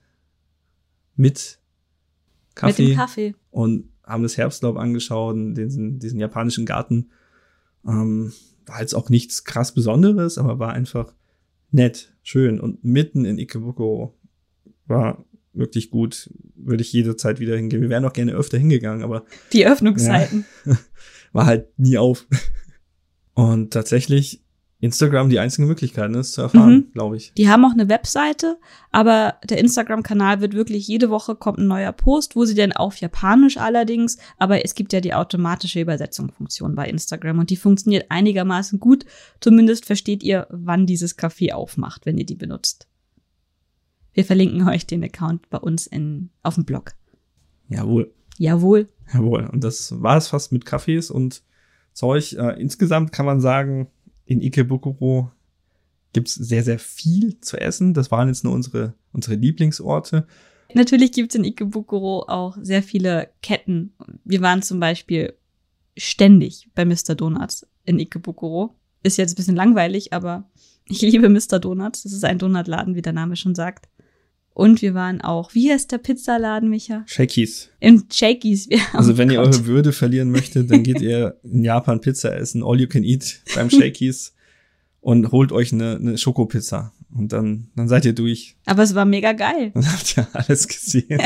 mit Kaffee, mit dem Kaffee und haben das Herbstlaub angeschaut, diesen, diesen japanischen Garten. Ähm, war jetzt auch nichts krass Besonderes, aber war einfach nett, schön und mitten in Ikebukuro. War wirklich gut, würde ich jederzeit wieder hingehen. Wir wären auch gerne öfter hingegangen, aber die Öffnungszeiten ja, war halt nie auf. Und tatsächlich Instagram die einzige Möglichkeit, das zu erfahren, mhm. glaube ich. Die haben auch eine Webseite, aber der Instagram-Kanal wird wirklich jede Woche kommt ein neuer Post, wo sie denn auf Japanisch allerdings, aber es gibt ja die automatische Übersetzungsfunktion bei Instagram und die funktioniert einigermaßen gut. Zumindest versteht ihr, wann dieses Café aufmacht, wenn ihr die benutzt. Wir verlinken euch den Account bei uns in, auf dem Blog. Jawohl. Jawohl. Jawohl. Und das war es fast mit Cafés und Zeug. Äh, insgesamt kann man sagen, in Ikebukuro gibt's sehr, sehr viel zu essen. Das waren jetzt nur unsere, unsere Lieblingsorte. Natürlich gibt's in Ikebukuro auch sehr viele Ketten. Wir waren zum Beispiel ständig bei Mister Donuts in Ikebukuro. Ist jetzt ein bisschen langweilig, aber ich liebe Mister Donuts. Das ist ein Donutladen, wie der Name schon sagt. Und wir waren auch, wie heißt der Pizzaladen, Micha? Shakey's. Im Shakey's. Ja, oh also wenn Gott. ihr eure Würde verlieren möchtet, dann geht ihr in Japan Pizza essen, all you can eat beim Shakey's. und holt euch eine, eine Schokopizza. Und dann, dann seid ihr durch. Aber es war mega geil. Dann habt ihr alles gesehen.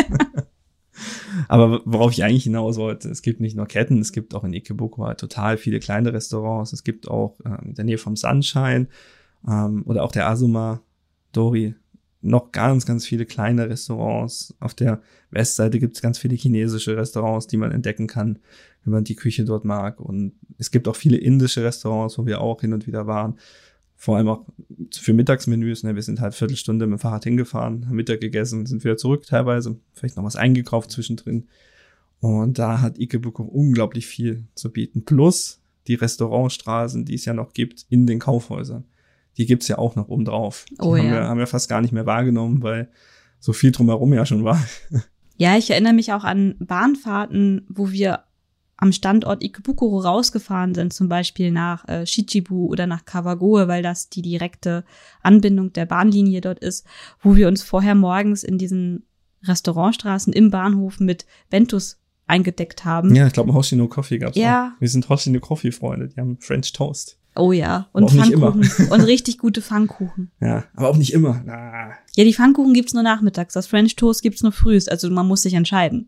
Aber worauf ich eigentlich hinaus wollte, es gibt nicht nur Ketten, es gibt auch in Ikebukuro halt total viele kleine Restaurants. Es gibt auch ähm, in der Nähe vom Sunshine ähm, oder auch der Azuma Dori noch ganz, ganz viele kleine Restaurants. Auf der Westseite gibt es ganz viele chinesische Restaurants, die man entdecken kann, wenn man die Küche dort mag. Und es gibt auch viele indische Restaurants, wo wir auch hin und wieder waren. Vor allem auch für Mittagsmenüs. Ne? Wir sind halt Viertelstunde mit dem Fahrrad hingefahren, haben Mittag gegessen, sind wieder zurück teilweise. Vielleicht noch was eingekauft zwischendrin. Und da hat Ikebukuro unglaublich viel zu bieten. Plus die Restaurantstraßen, die es ja noch gibt in den Kaufhäusern. Die gibt's ja auch noch oben drauf. Die oh, haben, ja. wir, haben wir fast gar nicht mehr wahrgenommen, weil so viel drumherum ja schon war. Ja, ich erinnere mich auch an Bahnfahrten, wo wir am Standort Ikebukuro rausgefahren sind, zum Beispiel nach äh, Shichibu oder nach Kawagoe, weil das die direkte Anbindung der Bahnlinie dort ist, wo wir uns vorher morgens in diesen Restaurantstraßen im Bahnhof mit Bentos eingedeckt haben. Ja, ich glaube, Hoshino Coffee gab's ja. auch. Wir sind Hoshino Coffee Freunde, die haben French Toast. Oh ja, und Pfannkuchen und richtig gute Pfannkuchen. Ja, aber auch nicht immer. Ah. Ja, die Pfannkuchen gibt's nur nachmittags, das French Toast gibt's nur frühs, also man muss sich entscheiden.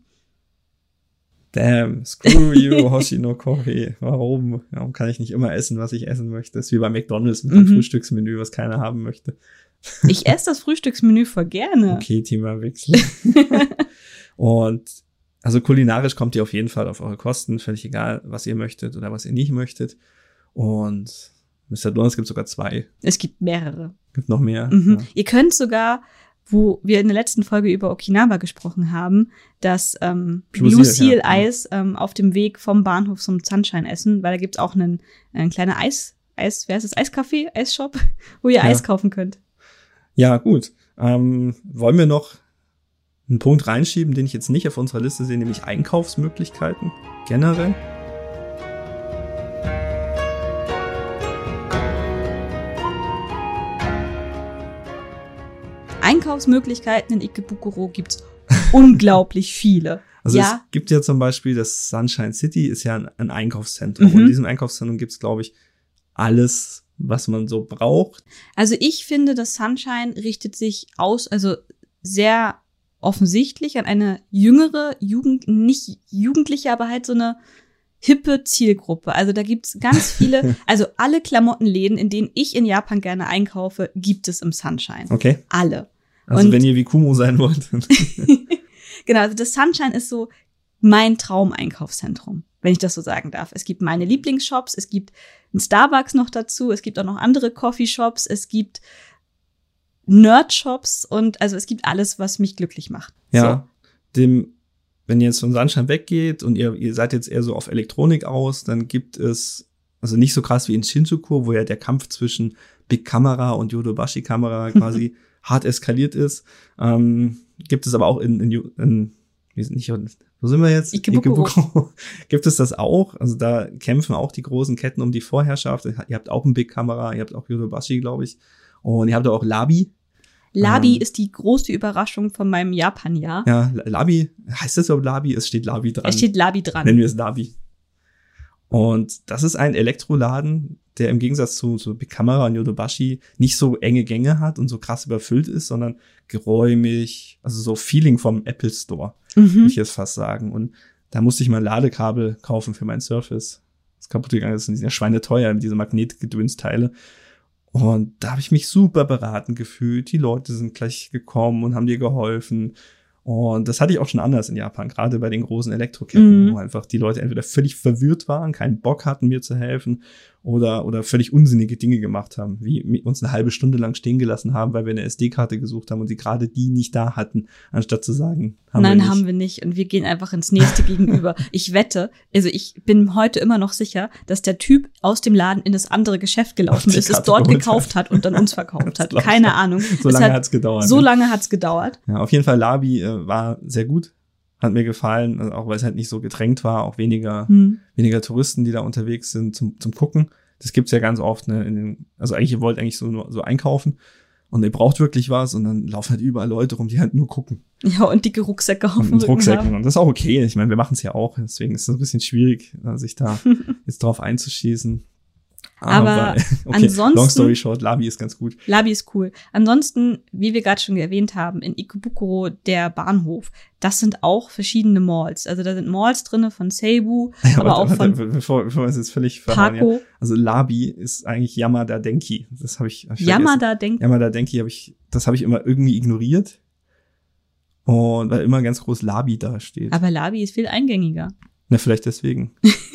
Damn, screw you, Hoshino Coffee. Warum? Warum kann ich nicht immer essen, was ich essen möchte? Das ist wie bei McDonald's mit dem mhm. Frühstücksmenü, was keiner haben möchte. Ich esse das Frühstücksmenü voll gerne. Okay, Themawechsel. Und also kulinarisch kommt ihr auf jeden Fall auf eure Kosten, völlig egal, was ihr möchtet oder was ihr nicht möchtet. Und Mister Donuts gibt sogar zwei. Es gibt mehrere. Gibt noch mehr. Mhm. Ja. Ihr könnt sogar, wo wir in der letzten Folge über Okinawa gesprochen haben, das ähm, Blue Seal Eis ja. ähm, auf dem Weg vom Bahnhof zum Sunshine essen, weil da gibt's auch einen, einen kleinen Eis, Eis, wer ist das? Eiscafé, Eisshop, wo ihr ja. Eis kaufen könnt. Ja, gut. Ähm, wollen wir noch einen Punkt reinschieben, den ich jetzt nicht auf unserer Liste sehe, nämlich Einkaufsmöglichkeiten generell? Einkaufsmöglichkeiten in Ikebukuro gibt's unglaublich viele. Also ja. es gibt ja zum Beispiel das Sunshine City, ist ja ein, ein Einkaufszentrum. Mhm. Und in diesem Einkaufszentrum gibt's, glaube ich, alles, was man so braucht. Also ich finde, das Sunshine richtet sich aus, also sehr offensichtlich an eine jüngere, Jugend, nicht jugendliche, aber halt so eine hippe Zielgruppe. Also da gibt's ganz viele, also alle Klamottenläden, in denen ich in Japan gerne einkaufe, gibt es im Sunshine. Okay. Alle. Also und wenn ihr wie Kumo sein wollt. Genau, also das Sunshine ist so mein Traumeinkaufszentrum, wenn ich das so sagen darf. Es gibt meine Lieblingsshops, es gibt ein Starbucks noch dazu, es gibt auch noch andere Coffeeshops, es gibt Nerdshops und also es gibt alles, was mich glücklich macht. Ja, so. dem Wenn ihr jetzt von Sunshine weggeht und ihr, ihr seid jetzt eher so auf Elektronik aus, dann gibt es, also nicht so krass wie in Shinjuku, wo ja der Kampf zwischen Big Camera und Yodobashi Kamera quasi hart eskaliert ist, ähm, gibt es aber auch in, in, in wir sind nicht, wo sind wir jetzt? Ikebukuro. Ikebukuro. Gibt es das auch? Also da kämpfen auch die großen Ketten um die Vorherrschaft. Ihr habt auch ein Big Camera, ihr habt auch Yodobashi, glaube ich. Und ihr habt auch Labi. Labi ähm, ist die große Überraschung von meinem Japan-Jahr. Ja, Labi, heißt das überhaupt Labi? Es steht Labi dran. Es steht Labi dran. Nennen wir es Labi. Und das ist ein Elektroladen, der im Gegensatz zu, zu Big Camera und Yodobashi nicht so enge Gänge hat und so krass überfüllt ist, sondern geräumig, also so Feeling vom Apple Store, mhm. würde ich jetzt fast sagen. Und da musste ich mal ein Ladekabel kaufen für mein Surface. Das ist kaputt gegangen, das sind ja schweineteuer, diese Magnetgedönsteile. Und da habe ich mich super beraten gefühlt. Die Leute sind gleich gekommen und haben dir geholfen. Und das hatte ich auch schon anders in Japan, gerade bei den großen Elektroketten, mhm. wo einfach die Leute entweder völlig verwirrt waren, keinen Bock hatten, mir zu helfen, oder oder völlig unsinnige Dinge gemacht haben, wie uns eine halbe Stunde lang stehen gelassen haben, weil wir eine S D-Karte gesucht haben und sie gerade die nicht da hatten, anstatt zu sagen, haben Nein, wir nicht. haben wir nicht. Und wir gehen einfach ins nächste gegenüber. Ich wette, also ich bin heute immer noch sicher, dass der Typ aus dem Laden in das andere Geschäft gelaufen ist, es dort gekauft hat und dann uns verkauft hat. Keine Ahnung. So lange hat's gedauert. So lange hat's gedauert. Ja, auf jeden Fall, Labi äh, war sehr gut. Hat mir gefallen, also auch weil es halt nicht so gedrängt war, auch weniger hm. weniger Touristen, die da unterwegs sind zum zum Gucken. Das gibt's ja ganz oft, ne, in den, also eigentlich, ihr wollt eigentlich so nur so einkaufen und ihr braucht wirklich was und dann laufen halt überall Leute rum, die halt nur gucken. Ja, und dicke Rucksäcke auf dem Rucksäcken. Und das ist auch okay. Ich meine, wir machen es ja auch, deswegen ist es ein bisschen schwierig, sich da jetzt drauf einzuschießen. Aber okay. ansonsten, long story short, Labi ist ganz gut. Labi ist cool. Ansonsten, wie wir gerade schon erwähnt haben, in Ikebukuro der Bahnhof, das sind auch verschiedene Malls. Also da sind Malls drinne von Seibu, Ja, aber auch von warte, bevor, bevor wir es jetzt völlig verhauen, Paco. ja. Also Labi ist eigentlich Yamada Denki. Das habe ich, hab ich Yamada Denki. Yamada Denki habe ich, das habe ich immer irgendwie ignoriert. Und weil immer ganz groß Labi da steht. Aber Labi ist viel eingängiger. Na, vielleicht deswegen.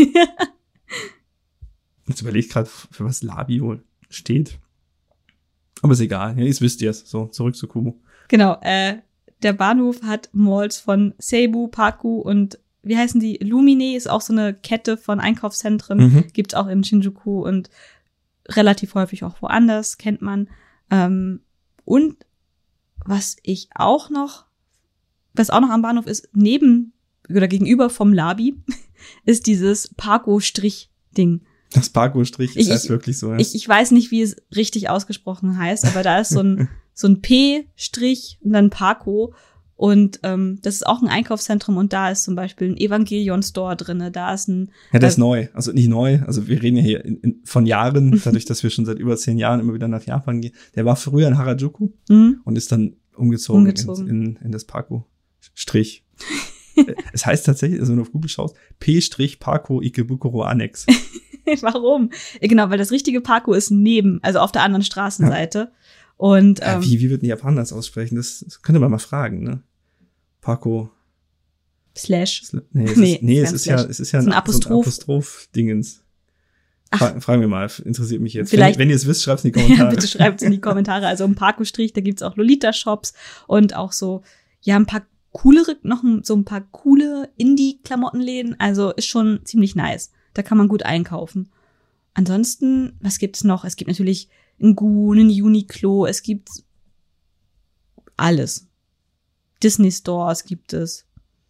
Jetzt überlege ich gerade, für was Labi wohl steht. Aber ist egal. Ja, jetzt wisst ihr es. So, zurück zu Kumu. Genau, äh, der Bahnhof hat Malls von Seibu, Paku und wie heißen die? Lumine ist auch so eine Kette von Einkaufszentren. Mhm. Gibt's auch in Shinjuku und relativ häufig auch woanders, kennt man. Ähm, und was ich auch noch, was auch noch am Bahnhof ist, neben oder gegenüber vom Labi, ist dieses Paco-Strich-Ding. Das Paco-Strich ist Ich- heißt wirklich so. Ja. Ich, ich weiß nicht, wie es richtig ausgesprochen heißt, aber da ist so ein, so ein P-Strich und dann Paco. Und ähm, das ist auch ein Einkaufszentrum und da ist zum Beispiel ein Evangelion-Store drinne, da ist ein Ja, der ist äh, neu. Also nicht neu. Also wir reden ja hier in, in, von Jahren, dadurch, dass wir schon seit über zehn Jahren immer wieder nach Japan gehen. Der war früher in Harajuku hm, und ist dann umgezogen, Umgezogen. In, in, in das Paco-Strich. Es heißt tatsächlich, also wenn du auf Google schaust, P-Paco Ikebukuro Annex. Warum? Ja, genau, weil das richtige Paco ist neben, also auf der anderen Straßenseite. Und Ja, ähm, wie, wie würden die Japaner das aussprechen? Das, das könnte man mal fragen, ne? Paco. Slash. Nee, es Nee, ist, nee, ist es kein ist ja, Slash. es ist ja So ein ein Apostroph. So ein Apostroph-Dingens. Ach. Fra fragen wir mal, interessiert mich jetzt. Vielleicht- wenn, wenn ihr es wisst, schreibt es in die Ja, Kommentare. bitte schreibt es in die Kommentare. Also im Paco-Strich, da gibt's auch Lolita-Shops und auch so, ja, ein paar coolere, noch ein- so ein paar coole Indie-Klamottenläden. Also ist schon ziemlich nice. Da kann man gut einkaufen. Ansonsten, was gibt's noch? Es gibt natürlich ein Gu, ein Uniqlo, es gibt alles. Disney-Stores gibt es.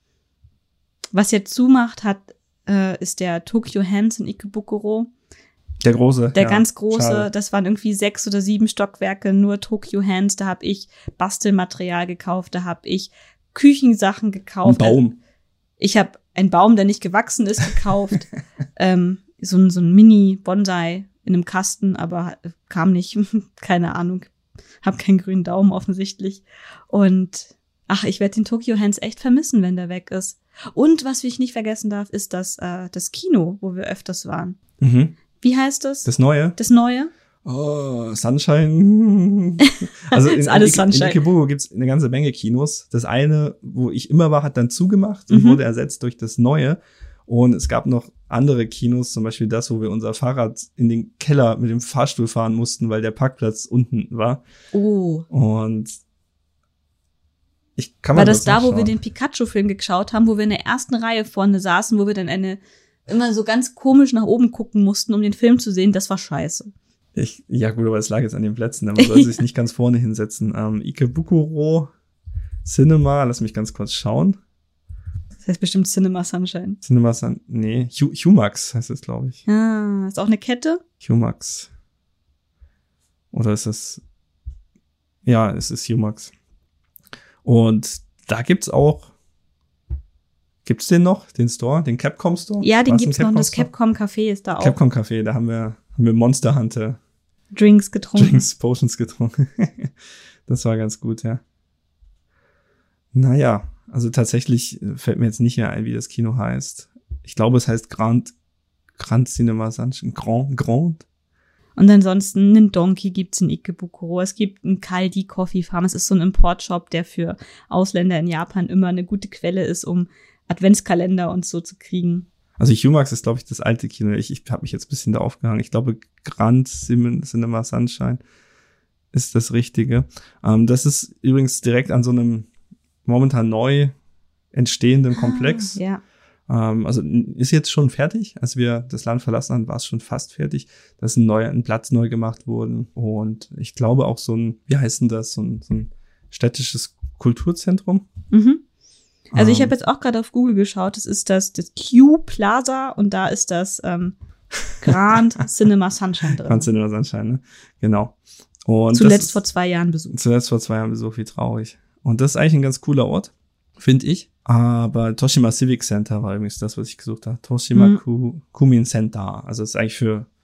Was jetzt zumacht hat, äh, ist der Tokyo Hands in Ikebukuro. Der große. Der ja, ganz große, schade. das waren irgendwie sechs oder sieben Stockwerke, nur Tokyo Hands. Da habe ich Bastelmaterial gekauft, da habe ich Küchensachen Ein gekauft. Baum. Ich habe einen Baum, der nicht gewachsen ist, gekauft. ähm, so ein, so ein Mini-Bonsai in einem Kasten, aber kam nicht. Keine Ahnung. Hab keinen grünen Daumen offensichtlich. Und ach, ich werde den Tokyo Hands echt vermissen, wenn der weg ist. Und was ich nicht vergessen darf, ist das, äh, das Kino, wo wir öfters waren. Mhm. Wie heißt das? Das Neue. Das Neue? Oh, Sunshine. Also in, Ist alles in, in Sunshine. Ikebukuro gibt's eine ganze Menge Kinos. Das eine, wo ich immer war, hat dann zugemacht und Mhm. wurde ersetzt durch das Neue. Und es gab noch andere Kinos, zum Beispiel das, wo wir unser Fahrrad in den Keller mit dem Fahrstuhl fahren mussten, weil der Parkplatz unten war. Oh. Und ich kann War mal das kurz da, wo wir nachschauen. den Pikachu-Film geschaut haben, wo wir in der ersten Reihe vorne saßen, wo wir dann eine immer so ganz komisch nach oben gucken mussten, um den Film zu sehen? Das war scheiße. Ich, ja gut, aber es lag jetzt an den Plätzen. Man soll sich nicht ganz vorne hinsetzen. Ähm, Ikebukuro Cinema, lass mich ganz kurz schauen. Das heißt bestimmt Cinema Sunshine. Cinema Sun, nee, Hu Humax heißt es, glaube ich. Ah, ist auch eine Kette? Humax. Oder ist es, ja, es ist Humax. Und da gibt's auch, gibt's den noch, den Store, den Capcom Store? Ja, den War's ein gibt's noch. Und das Store? Capcom Café ist da auch. Capcom Café, da haben wir, haben wir Monster Hunter Drinks getrunken. Drinks, Potions getrunken. Das war ganz gut, ja. Naja, also tatsächlich fällt mir jetzt nicht mehr ein, wie das Kino heißt. Ich glaube, es heißt Grand, Grand Cinema Sunshine. Grand, Grand. Und ansonsten einen Donkey gibt's in Ikebukuro. Es gibt einen Kaldi Coffee Farm. Es ist so ein Importshop, der für Ausländer in Japan immer eine gute Quelle ist, um Adventskalender und so zu kriegen. Also Humax ist, glaube ich, das alte Kino. Ich, ich habe mich jetzt ein bisschen da aufgehangen. Ich glaube, Grand Cinema Sunshine ist das Richtige. Ähm, das ist übrigens direkt an so einem momentan neu entstehenden Komplex. Ah, ja. Ähm, also ist jetzt schon fertig. Als wir das Land verlassen haben, war es schon fast fertig. Da ist ein neuer, ein Platz neu gemacht worden. Und ich glaube auch so ein, wie heißt denn das, so ein, so ein städtisches Kulturzentrum. Mhm. Also ich Ähm, habe jetzt auch gerade auf Google geschaut. Das ist das, das Q Plaza und da ist das ähm, Grand Cinema Sunshine drin. Grand Cinema Sunshine, ne? Genau. Und Zuletzt das ist, vor zwei Jahren besucht. Zuletzt vor zwei Jahren besucht, wie traurig. Und das ist eigentlich ein ganz cooler Ort, finde ich. Aber Toshima Civic Center war übrigens das, was ich gesucht habe. Toshima Mhm. Ku, Kumin Center. Also das ist eigentlich für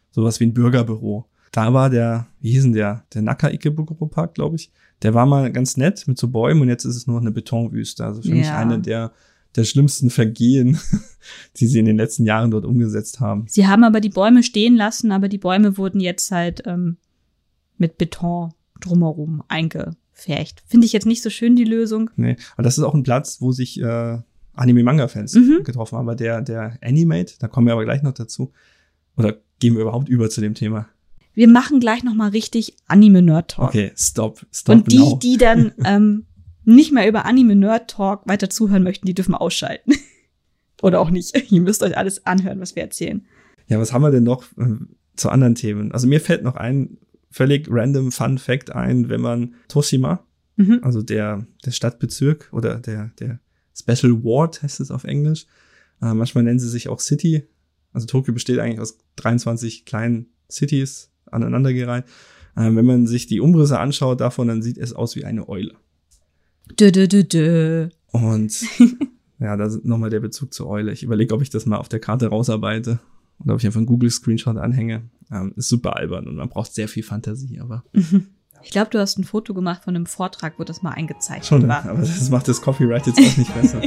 sowas wie ein Bürgerbüro. Da war der, wie hieß denn der, der Naka Ikebukuro Park, glaube ich. Der war mal ganz nett mit so Bäumen und jetzt ist es nur eine Betonwüste. Also für ja. mich eine der, der schlimmsten Vergehen, die sie in den letzten Jahren dort umgesetzt haben. Sie haben aber die Bäume stehen lassen, aber die Bäume wurden jetzt halt ähm, mit Beton drumherum eingefärbt. Finde ich jetzt nicht so schön, die Lösung. Nee, aber das ist auch ein Platz, wo sich äh, Anime-Manga-Fans mhm. getroffen haben. Aber der, der Animate, da kommen wir aber gleich noch dazu. Oder gehen wir überhaupt über zu dem Thema? Wir machen gleich noch mal richtig Anime-Nerd-Talk. Okay, stop, stop Und die, now. die dann ähm, nicht mehr über Anime-Nerd-Talk weiter zuhören möchten, die dürfen ausschalten. Oder auch nicht. Ihr müsst euch alles anhören, was wir erzählen. Ja, was haben wir denn noch äh, zu anderen Themen? Also mir fällt noch ein völlig random Fun Fact ein, wenn man Toshima, mhm. also der, der Stadtbezirk oder der, der Special Ward heißt es auf Englisch. Äh, manchmal nennen sie sich auch City. Also Tokio besteht eigentlich aus dreiundzwanzig kleinen Cities aneinandergereiht. Äh, wenn man sich die Umrisse anschaut davon, dann sieht es aus wie eine Eule. Dö, dö, dö, dö. Und ja, da ist nochmal der Bezug zur Eule. Ich überlege, ob ich das mal auf der Karte rausarbeite oder ob ich einfach einen Google-Screenshot anhänge. Ähm, ist super albern und man braucht sehr viel Fantasie, aber. Ich glaube, du hast ein Foto gemacht von einem Vortrag, wo das mal eingezeichnet Schon, war. Aber das macht das Copyright jetzt auch nicht besser.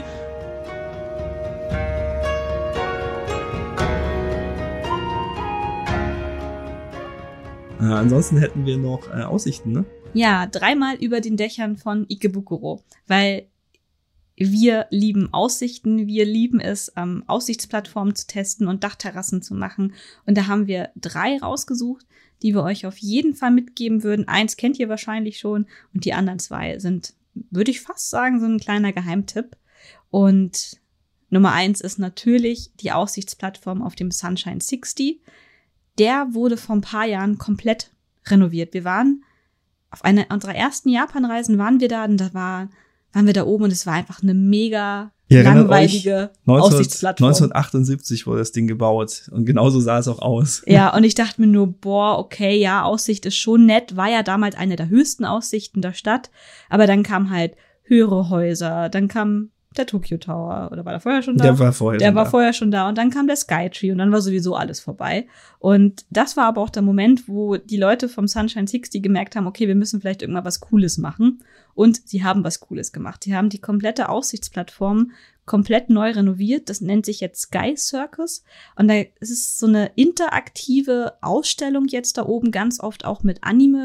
Äh, ansonsten hätten wir noch äh, Aussichten, ne? Ja, dreimal über den Dächern von Ikebukuro, weil wir lieben Aussichten, wir lieben es, ähm, Aussichtsplattformen zu testen und Dachterrassen zu machen. Und da haben wir drei rausgesucht, die wir euch auf jeden Fall mitgeben würden. Eins kennt ihr wahrscheinlich schon und die anderen zwei sind, würde ich fast sagen, so ein kleiner Geheimtipp. Und Nummer eins ist natürlich die Aussichtsplattform auf dem Sunshine sechzig. Der wurde vor ein paar Jahren komplett renoviert. Wir waren auf einer unserer ersten Japanreisen waren wir da und da war, waren wir da oben und es war einfach eine mega langweilige Aussichtsplattform. neunzehnhundertachtundsiebzig wurde das Ding gebaut und genauso sah es auch aus. Ja, und ich dachte mir nur, boah, okay, ja, Aussicht ist schon nett, war ja damals eine der höchsten Aussichten der Stadt, aber dann kam halt höhere Häuser, dann kam der Tokyo Tower, oder war der vorher schon da? Der war vorher der schon war da. vorher schon da und dann kam der Skytree und dann war sowieso alles vorbei. Und das war aber auch der Moment, wo die Leute vom Sunshine sechzig gemerkt haben, okay, wir müssen vielleicht irgendwann was Cooles machen. Und sie haben was Cooles gemacht. Sie haben die komplette Aussichtsplattform komplett neu renoviert. Das nennt sich jetzt Sky Circus. Und da ist es so eine interaktive Ausstellung jetzt da oben, ganz oft auch mit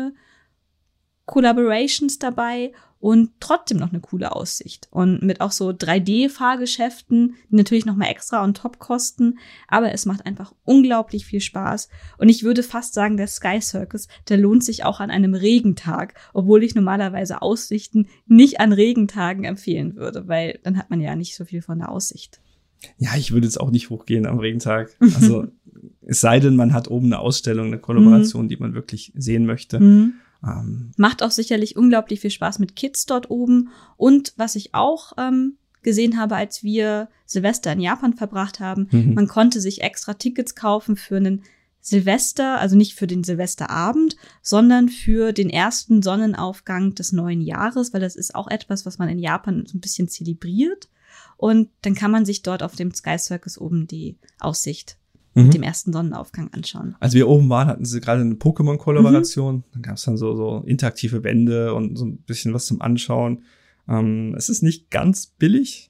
Anime-Collaborations dabei. Und trotzdem noch eine coole Aussicht. Und mit auch so drei D-Fahrgeschäften, die natürlich noch mal extra on top kosten. Aber es macht einfach unglaublich viel Spaß. Und ich würde fast sagen, der Sky Circus, der lohnt sich auch an einem Regentag. Obwohl ich normalerweise Aussichten nicht an Regentagen empfehlen würde. Weil dann hat man ja nicht so viel von der Aussicht. Ja, ich würde jetzt auch nicht hochgehen am Regentag. Also es sei denn, man hat oben eine Ausstellung, eine Kollaboration, mhm. die man wirklich sehen möchte. Mhm. Um. Macht auch sicherlich unglaublich viel Spaß mit Kids dort oben. Und was ich auch ähm, gesehen habe, als wir Silvester in Japan verbracht haben, mhm. man konnte sich extra Tickets kaufen für einen Silvester, also nicht für den Silvesterabend, sondern für den ersten Sonnenaufgang des neuen Jahres, weil das ist auch etwas, was man in Japan so ein bisschen zelebriert. Und dann kann man sich dort auf dem Sky Circus oben die Aussicht mit dem ersten Sonnenaufgang anschauen. Als wir oben waren, hatten sie gerade eine Pokémon-Kollaboration. Mhm. Dann gab es dann so, so interaktive Wände und so ein bisschen was zum Anschauen. Ähm, es ist nicht ganz billig.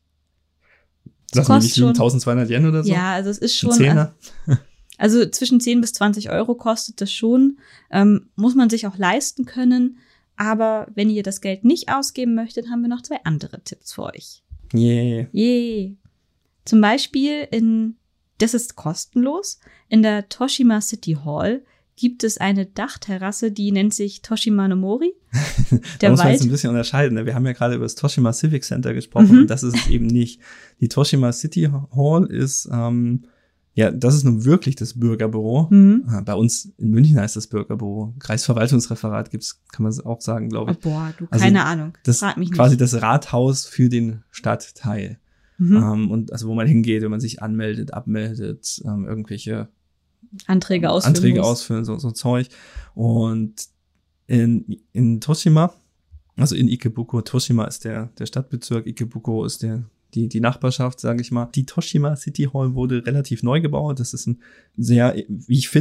Lassen wir nicht eintausendzweihundert Yen oder so? Ja, also es ist schon. Also, also zwischen zehn bis zwanzig Euro kostet das schon. Ähm, muss man sich auch leisten können. Aber wenn ihr das Geld nicht ausgeben möchtet, haben wir noch zwei andere Tipps für euch. Yeah. Yeah. Zum Beispiel in Das ist kostenlos. In der Toshima City Hall gibt es eine Dachterrasse, die nennt sich Toshima no Mori. Da muss man jetzt ein bisschen unterscheiden. Wir haben ja gerade über das Toshima Civic Center gesprochen mhm. und das ist es eben nicht. Die Toshima City Hall ist, ähm, ja, das ist nun wirklich das Bürgerbüro. Mhm. Bei uns in München heißt das Bürgerbüro. Kreisverwaltungsreferat gibt's, kann man auch sagen, glaube ich. Oh, boah, du, keine also, Ahnung. Das Frag mich nicht. Quasi das Rathaus für den Stadtteil. Mhm. Ähm, und also wo man hingeht, wenn man sich anmeldet, abmeldet, ähm, irgendwelche Anträge ausfüllen, Anträge ausfüllen so, so Zeug. Und in, in Toshima, also in Ikebukuro, Toshima ist der, der Stadtbezirk, Ikebukuro ist der, die, die Nachbarschaft, sage ich mal. Die Toshima City Hall wurde relativ neu gebaut. Das ist ein sehr, wie ich finde,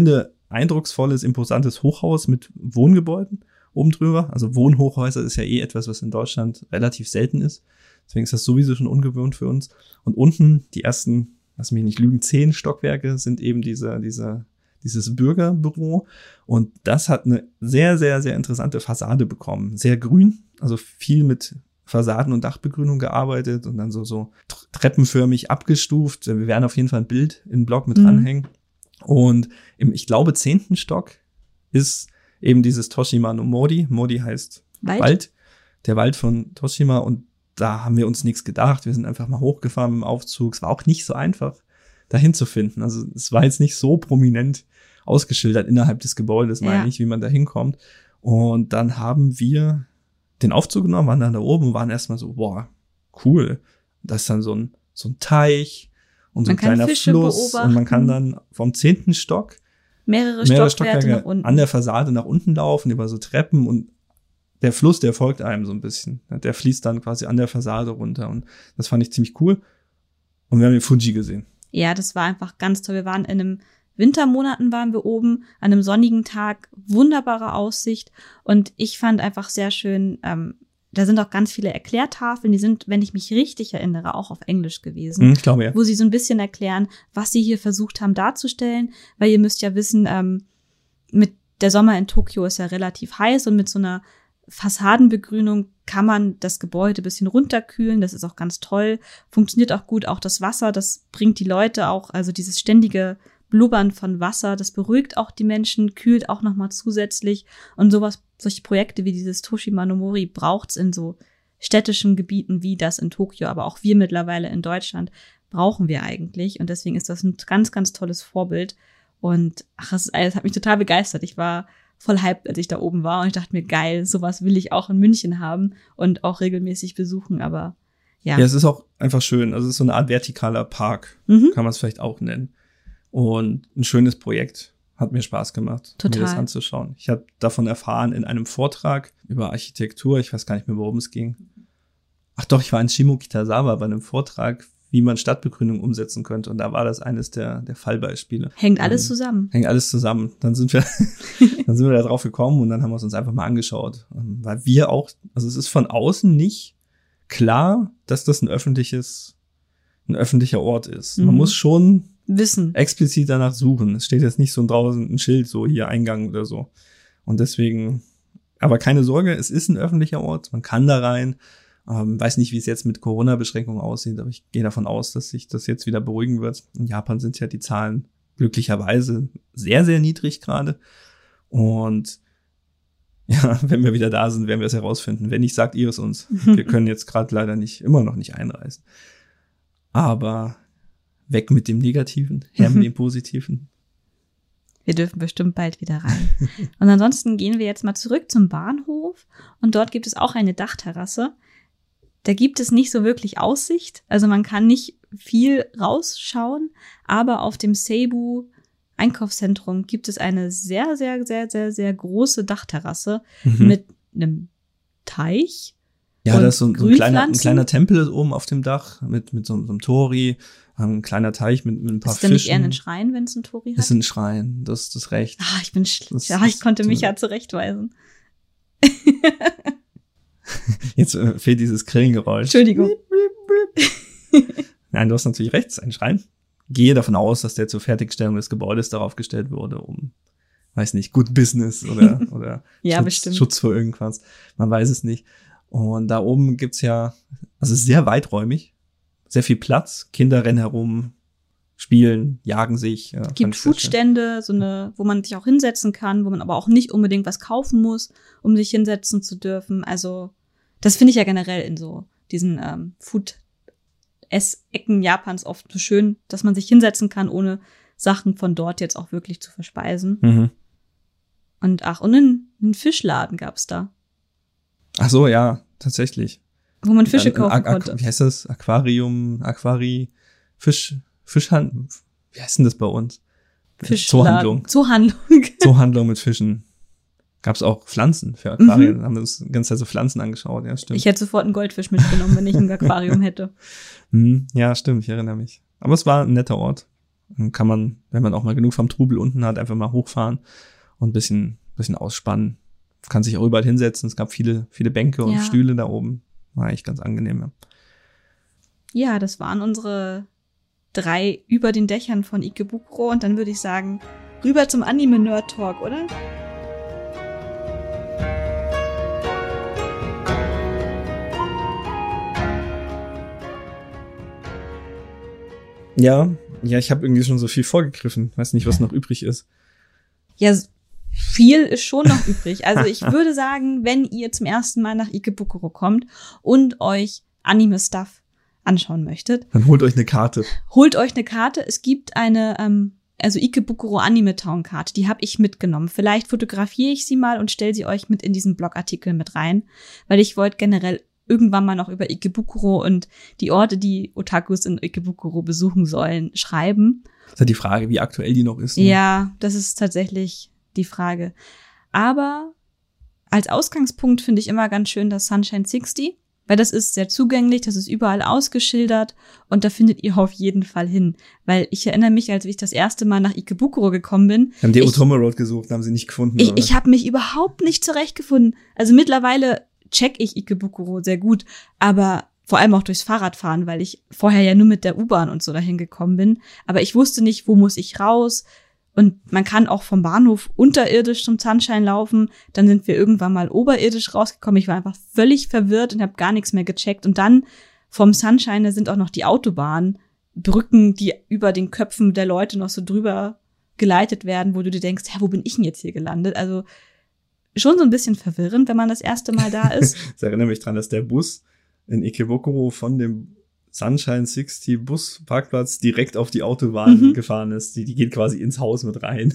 eindrucksvolles, imposantes Hochhaus mit Wohngebäuden oben drüber. Also Wohnhochhäuser ist ja eh etwas, was in Deutschland relativ selten ist. Deswegen ist das sowieso schon ungewöhnt für uns. Und unten die ersten, lass mich nicht lügen, zehn Stockwerke sind eben diese, diese, dieses Bürgerbüro. Und das hat eine sehr, sehr, sehr interessante Fassade bekommen. Sehr grün, also viel mit Fassaden- und Dachbegrünung gearbeitet und dann so, so treppenförmig abgestuft. Wir werden auf jeden Fall ein Bild in den Blog mit mhm. dranhängen. Und im, ich glaube, zehnten Stock ist eben dieses Toshima no Mori. Mori heißt Wald. Wald. Der Wald von Toshima. Und da haben wir uns nichts gedacht. Wir sind einfach mal hochgefahren mit dem Aufzug. Es war auch nicht so einfach, dahin zu finden. Also es war jetzt nicht so prominent ausgeschildert innerhalb des Gebäudes, meine ja. ich, wie man da hinkommt. Und dann haben wir den Aufzug genommen, waren dann da oben und waren erstmal so, boah, cool. Da ist dann so ein, so ein Teich und so ein kleiner Fische Fluss. Beobachten. Und man kann dann vom zehnten Stock mehrere, mehrere Stockwerke, Stockwerke nach unten. an der Fassade nach unten laufen, über so Treppen, und der Fluss, der folgt einem so ein bisschen. Der fließt dann quasi an der Fassade runter, und das fand ich ziemlich cool. Und wir haben den Fuji gesehen. Ja, das war einfach ganz toll. Wir waren in einem Wintermonaten waren wir oben, an einem sonnigen Tag, wunderbare Aussicht, und ich fand einfach sehr schön, ähm, da sind auch ganz viele Erklärtafeln, die sind, wenn ich mich richtig erinnere, auch auf Englisch gewesen, hm, ich glaube, ja. wo sie so ein bisschen erklären, was sie hier versucht haben darzustellen, weil ihr müsst ja wissen, ähm, mit der Sommer in Tokio ist ja relativ heiß, und mit so einer Fassadenbegrünung kann man das Gebäude ein bisschen runterkühlen, das ist auch ganz toll, funktioniert auch gut, auch das Wasser, das bringt die Leute auch, also dieses ständige Blubbern von Wasser, das beruhigt auch die Menschen, kühlt auch nochmal zusätzlich, und sowas, solche Projekte wie dieses Toshima no Mori braucht's in so städtischen Gebieten wie das in Tokio, aber auch wir mittlerweile in Deutschland brauchen wir eigentlich, und deswegen ist das ein ganz, ganz tolles Vorbild, und ach, es, es hat mich total begeistert. Ich war voll hyped, als ich da oben war, und ich dachte mir, geil, sowas will ich auch in München haben und auch regelmäßig besuchen, aber ja. Ja, es ist auch einfach schön, also es ist so eine Art vertikaler Park, mhm. kann man es vielleicht auch nennen. Und ein schönes Projekt. Hat mir Spaß gemacht, Total. mir das anzuschauen. Ich habe davon erfahren in einem Vortrag über Architektur. Ich weiß gar nicht mehr, worum es ging. Ach doch, ich war in Shimokitazawa bei einem Vortrag, wie man Stadtbegrünung umsetzen könnte. Und da war das eines der, der Fallbeispiele. Hängt alles ähm, zusammen. Hängt alles zusammen. Dann sind wir, dann sind wir da drauf gekommen, und dann haben wir es uns einfach mal angeschaut. Weil wir auch, also es ist von außen nicht klar, dass das ein öffentliches, ein öffentlicher Ort ist. Mhm. Man muss schon wissen. Explizit danach suchen. Es steht jetzt nicht so draußen ein Schild, so hier Eingang oder so. Und deswegen, aber keine Sorge, es ist ein öffentlicher Ort, man kann da rein. Ähm, weiß nicht, wie es jetzt mit Corona-Beschränkungen aussieht, aber ich gehe davon aus, dass sich das jetzt wieder beruhigen wird. In Japan sind ja die Zahlen glücklicherweise sehr, sehr niedrig gerade. Und ja, wenn wir wieder da sind, werden wir es herausfinden. Wenn nicht, sagt ihr es uns. Wir können jetzt gerade leider nicht, immer noch nicht einreisen. Aber weg mit dem Negativen, her mit dem Positiven. Wir dürfen bestimmt bald wieder rein. Und ansonsten gehen wir jetzt mal zurück zum Bahnhof. Und dort gibt es auch eine Dachterrasse. Da gibt es nicht so wirklich Aussicht. Also man kann nicht viel rausschauen. Aber auf dem Seibu Einkaufszentrum gibt es eine sehr, sehr, sehr, sehr, sehr große Dachterrasse mhm. mit einem Teich. Ja, da ist so ein, so ein, kleiner, ein kleiner Tempel oben auf dem Dach mit, mit so, so einem Tori, ein kleiner Teich mit, mit ein paar Fischen. Ist denn nicht eher ein Schrein, wenn es ein Tori hat? Ist ein Schrein, das ist das Recht. Ah, ich bin schlecht. Ja, ich konnte mich ja zurechtweisen. Jetzt äh, fehlt dieses Grillengeräusch. Entschuldigung. Nein, du hast natürlich recht, es ist ein Schrein. Gehe davon aus, dass der zur Fertigstellung des Gebäudes darauf gestellt wurde, um, weiß nicht, Good Business oder, oder ja, Schutz, bestimmt. Schutz vor irgendwas. Man weiß es nicht. Und da oben gibt's ja, also es ist sehr weiträumig, sehr viel Platz. Kinder rennen herum, spielen, jagen sich. Ja, gibt Foodstände, so eine, wo man sich auch hinsetzen kann, wo man aber auch nicht unbedingt was kaufen muss, um sich hinsetzen zu dürfen. Also das finde ich ja generell in so diesen ähm, Food-Ess-Ecken Japans oft so schön, dass man sich hinsetzen kann, ohne Sachen von dort jetzt auch wirklich zu verspeisen. Mhm. Und ach, und einen, einen Fischladen gab's da. Ach so, ja, tatsächlich. Wo man Fische Ein, kaufen ein, konnte. Wie heißt das? Aquarium, Aquari, Fisch, Fischhandlung. Wie heißt denn das bei uns? Fischhandlung. Zoohandlung. Zoohandlung mit Fischen. Gab es auch Pflanzen für Aquarien. Mhm. Haben wir uns die ganze Zeit so Pflanzen angeschaut. Ja, stimmt. Ich hätte sofort einen Goldfisch mitgenommen, wenn ich ein Aquarium hätte. Ja, stimmt. Ich erinnere mich. Aber es war ein netter Ort. Dann kann man, wenn man auch mal genug vom Trubel unten hat, einfach mal hochfahren und ein bisschen, bisschen ausspannen. Kann sich auch überall hinsetzen. Es gab viele, viele Bänke und ja. Stühle da oben. War eigentlich ganz angenehm. Ja. Ja, das waren unsere drei über den Dächern von Ikebukuro. Und dann würde ich sagen, rüber zum Anime-Nerd-Talk, oder? Ja, ja, ich habe irgendwie schon so viel vorgegriffen. Weiß nicht, was noch übrig ist. Ja, viel ist schon noch übrig. Also ich würde sagen, wenn ihr zum ersten Mal nach Ikebukuro kommt und euch Anime-Stuff anschauen möchtet, dann holt euch eine Karte. Holt euch eine Karte. Es gibt eine, ähm, also Ikebukuro Anime Town Karte, die habe ich mitgenommen. Vielleicht fotografiere ich sie mal und stelle sie euch mit in diesen Blogartikel mit rein, weil ich wollte generell irgendwann mal noch über Ikebukuro und die Orte, die Otakus in Ikebukuro besuchen sollen, schreiben. Das ist ja die Frage, wie aktuell die noch ist. Ne? Ja, das ist tatsächlich die Frage. Aber als Ausgangspunkt finde ich immer ganz schön das Sunshine sechzig, weil das ist sehr zugänglich, das ist überall ausgeschildert und da findet ihr auf jeden Fall hin. Weil ich erinnere mich, als ich das erste Mal nach Ikebukuro gekommen bin. Haben die ich, Otome Road gesucht, haben sie nicht gefunden. Ich, ich habe mich überhaupt nicht zurechtgefunden. Also mittlerweile check ich Ikebukuro sehr gut, aber vor allem auch durchs Fahrradfahren, weil ich vorher ja nur mit der U-Bahn und so dahin gekommen bin. Aber ich wusste nicht, wo muss ich raus. Und man kann auch vom Bahnhof unterirdisch zum Sunshine laufen. Dann sind wir irgendwann mal oberirdisch rausgekommen. Ich war einfach völlig verwirrt und habe gar nichts mehr gecheckt. Und dann vom Sunshine, da sind auch noch die Autobahnbrücken, die über den Köpfen der Leute noch so drüber geleitet werden, wo du dir denkst, hä, wo bin ich denn jetzt hier gelandet? Also schon so ein bisschen verwirrend, wenn man das erste Mal da ist. Ich erinnere mich dran, dass der Bus in Ikebukuro von dem Sunshine sechzig Busparkplatz direkt auf die Autobahn mhm. gefahren ist. Die, die geht quasi ins Haus mit rein.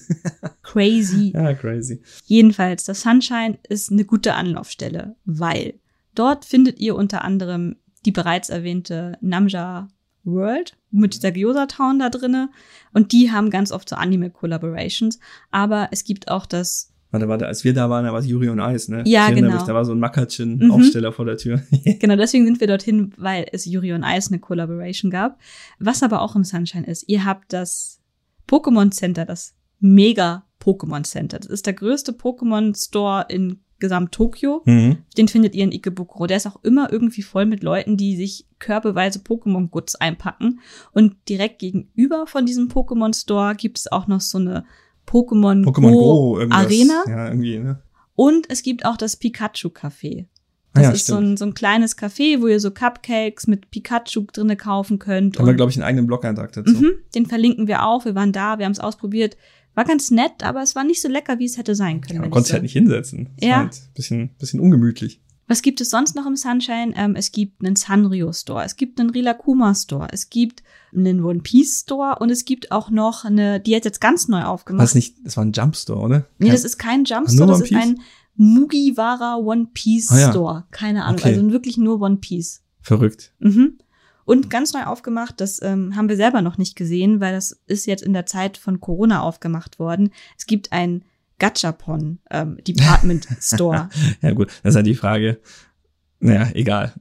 Crazy. Ja, crazy. Jedenfalls, das Sunshine ist eine gute Anlaufstelle, weil dort findet ihr unter anderem die bereits erwähnte Namja World mit dieser Gyoza Town da drinne. Und die haben ganz oft so Anime-Collaborations. Aber es gibt auch das Warte, warte, als wir da waren, da war es Yuri on Ice, ne? Ja, ich genau. Mich, da war so ein Makatschen-Aufsteller mhm. vor der Tür. Genau, deswegen sind wir dorthin, weil es Yuri on Ice eine Collaboration gab. Was aber auch im Sunshine ist, ihr habt das Pokémon Center, das Mega Pokémon Center. Das ist der größte Pokémon Store in gesamt Tokio. Mhm. Den findet ihr in Ikebukuro. Der ist auch immer irgendwie voll mit Leuten, die sich körbeweise Pokémon-Goods einpacken. Und direkt gegenüber von diesem Pokémon Store gibt es auch noch so eine Pokémon, Pokémon Go, Go Arena. Ja, irgendwie, ne? Und es gibt auch das Pikachu-Café. Das ja, ist so ein, so ein kleines Café, wo ihr so Cupcakes mit Pikachu drinne kaufen könnt. Da haben wir, glaube ich, einen eigenen Blog-Eintrag dazu. Mhm, den verlinken wir auch. Wir waren da, wir haben es ausprobiert. War ganz nett, aber es war nicht so lecker, wie es hätte sein können. Ja, man konnte sich halt nicht hinsetzen. Das ja. war halt ein bisschen, bisschen ungemütlich. Was gibt es sonst noch im Sunshine? Ähm, es gibt einen Sanrio-Store, es gibt einen Rilakuma-Store, es gibt einen One Piece-Store und es gibt auch noch eine, die hat jetzt ganz neu aufgemacht. War das nicht, das war ein Jump-Store, oder? Nee, kein, das ist kein Jump-Store, das ist ein Mugiwara One Piece-Store. Ah, ja. Keine Ahnung, okay. Also wirklich nur One Piece. Verrückt. Mhm. Und ganz neu aufgemacht, das ähm, haben wir selber noch nicht gesehen, weil das ist jetzt in der Zeit von Corona aufgemacht worden. Es gibt ein Gachapon ähm, Department Store. Ja gut, das ist halt die Frage. Naja, egal.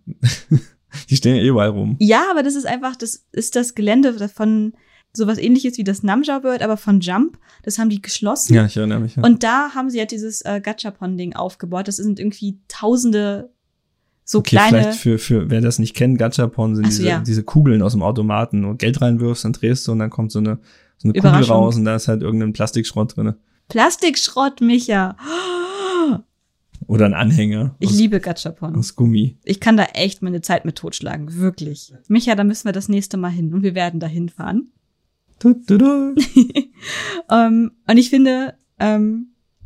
Die stehen ja eh überall rum. Ja, aber das ist einfach, das ist das Gelände von sowas ähnliches wie das Namja World, aber von Jump. Das haben die geschlossen. Ja, ich erinnere mich. Ja. Und da haben sie halt dieses äh, Gachapon-Ding aufgebaut. Das sind irgendwie tausende so okay, kleine. Vielleicht für, für wer das nicht kennt, Gachapon sind Ach so, diese, ja. diese Kugeln aus dem Automaten, wo du Geld reinwirfst, dann drehst du und dann kommt so eine, so eine Kugel raus und da ist halt irgendein Plastikschrott drin. Plastikschrott, Micha. Oder ein Anhänger. Ich aus, liebe Gachapon. Aus Gummi. Ich kann da echt meine Zeit mit totschlagen. Wirklich. Micha, da müssen wir das nächste Mal hin. Und wir werden da hinfahren. Du, du, du. um, und ich finde, ähm,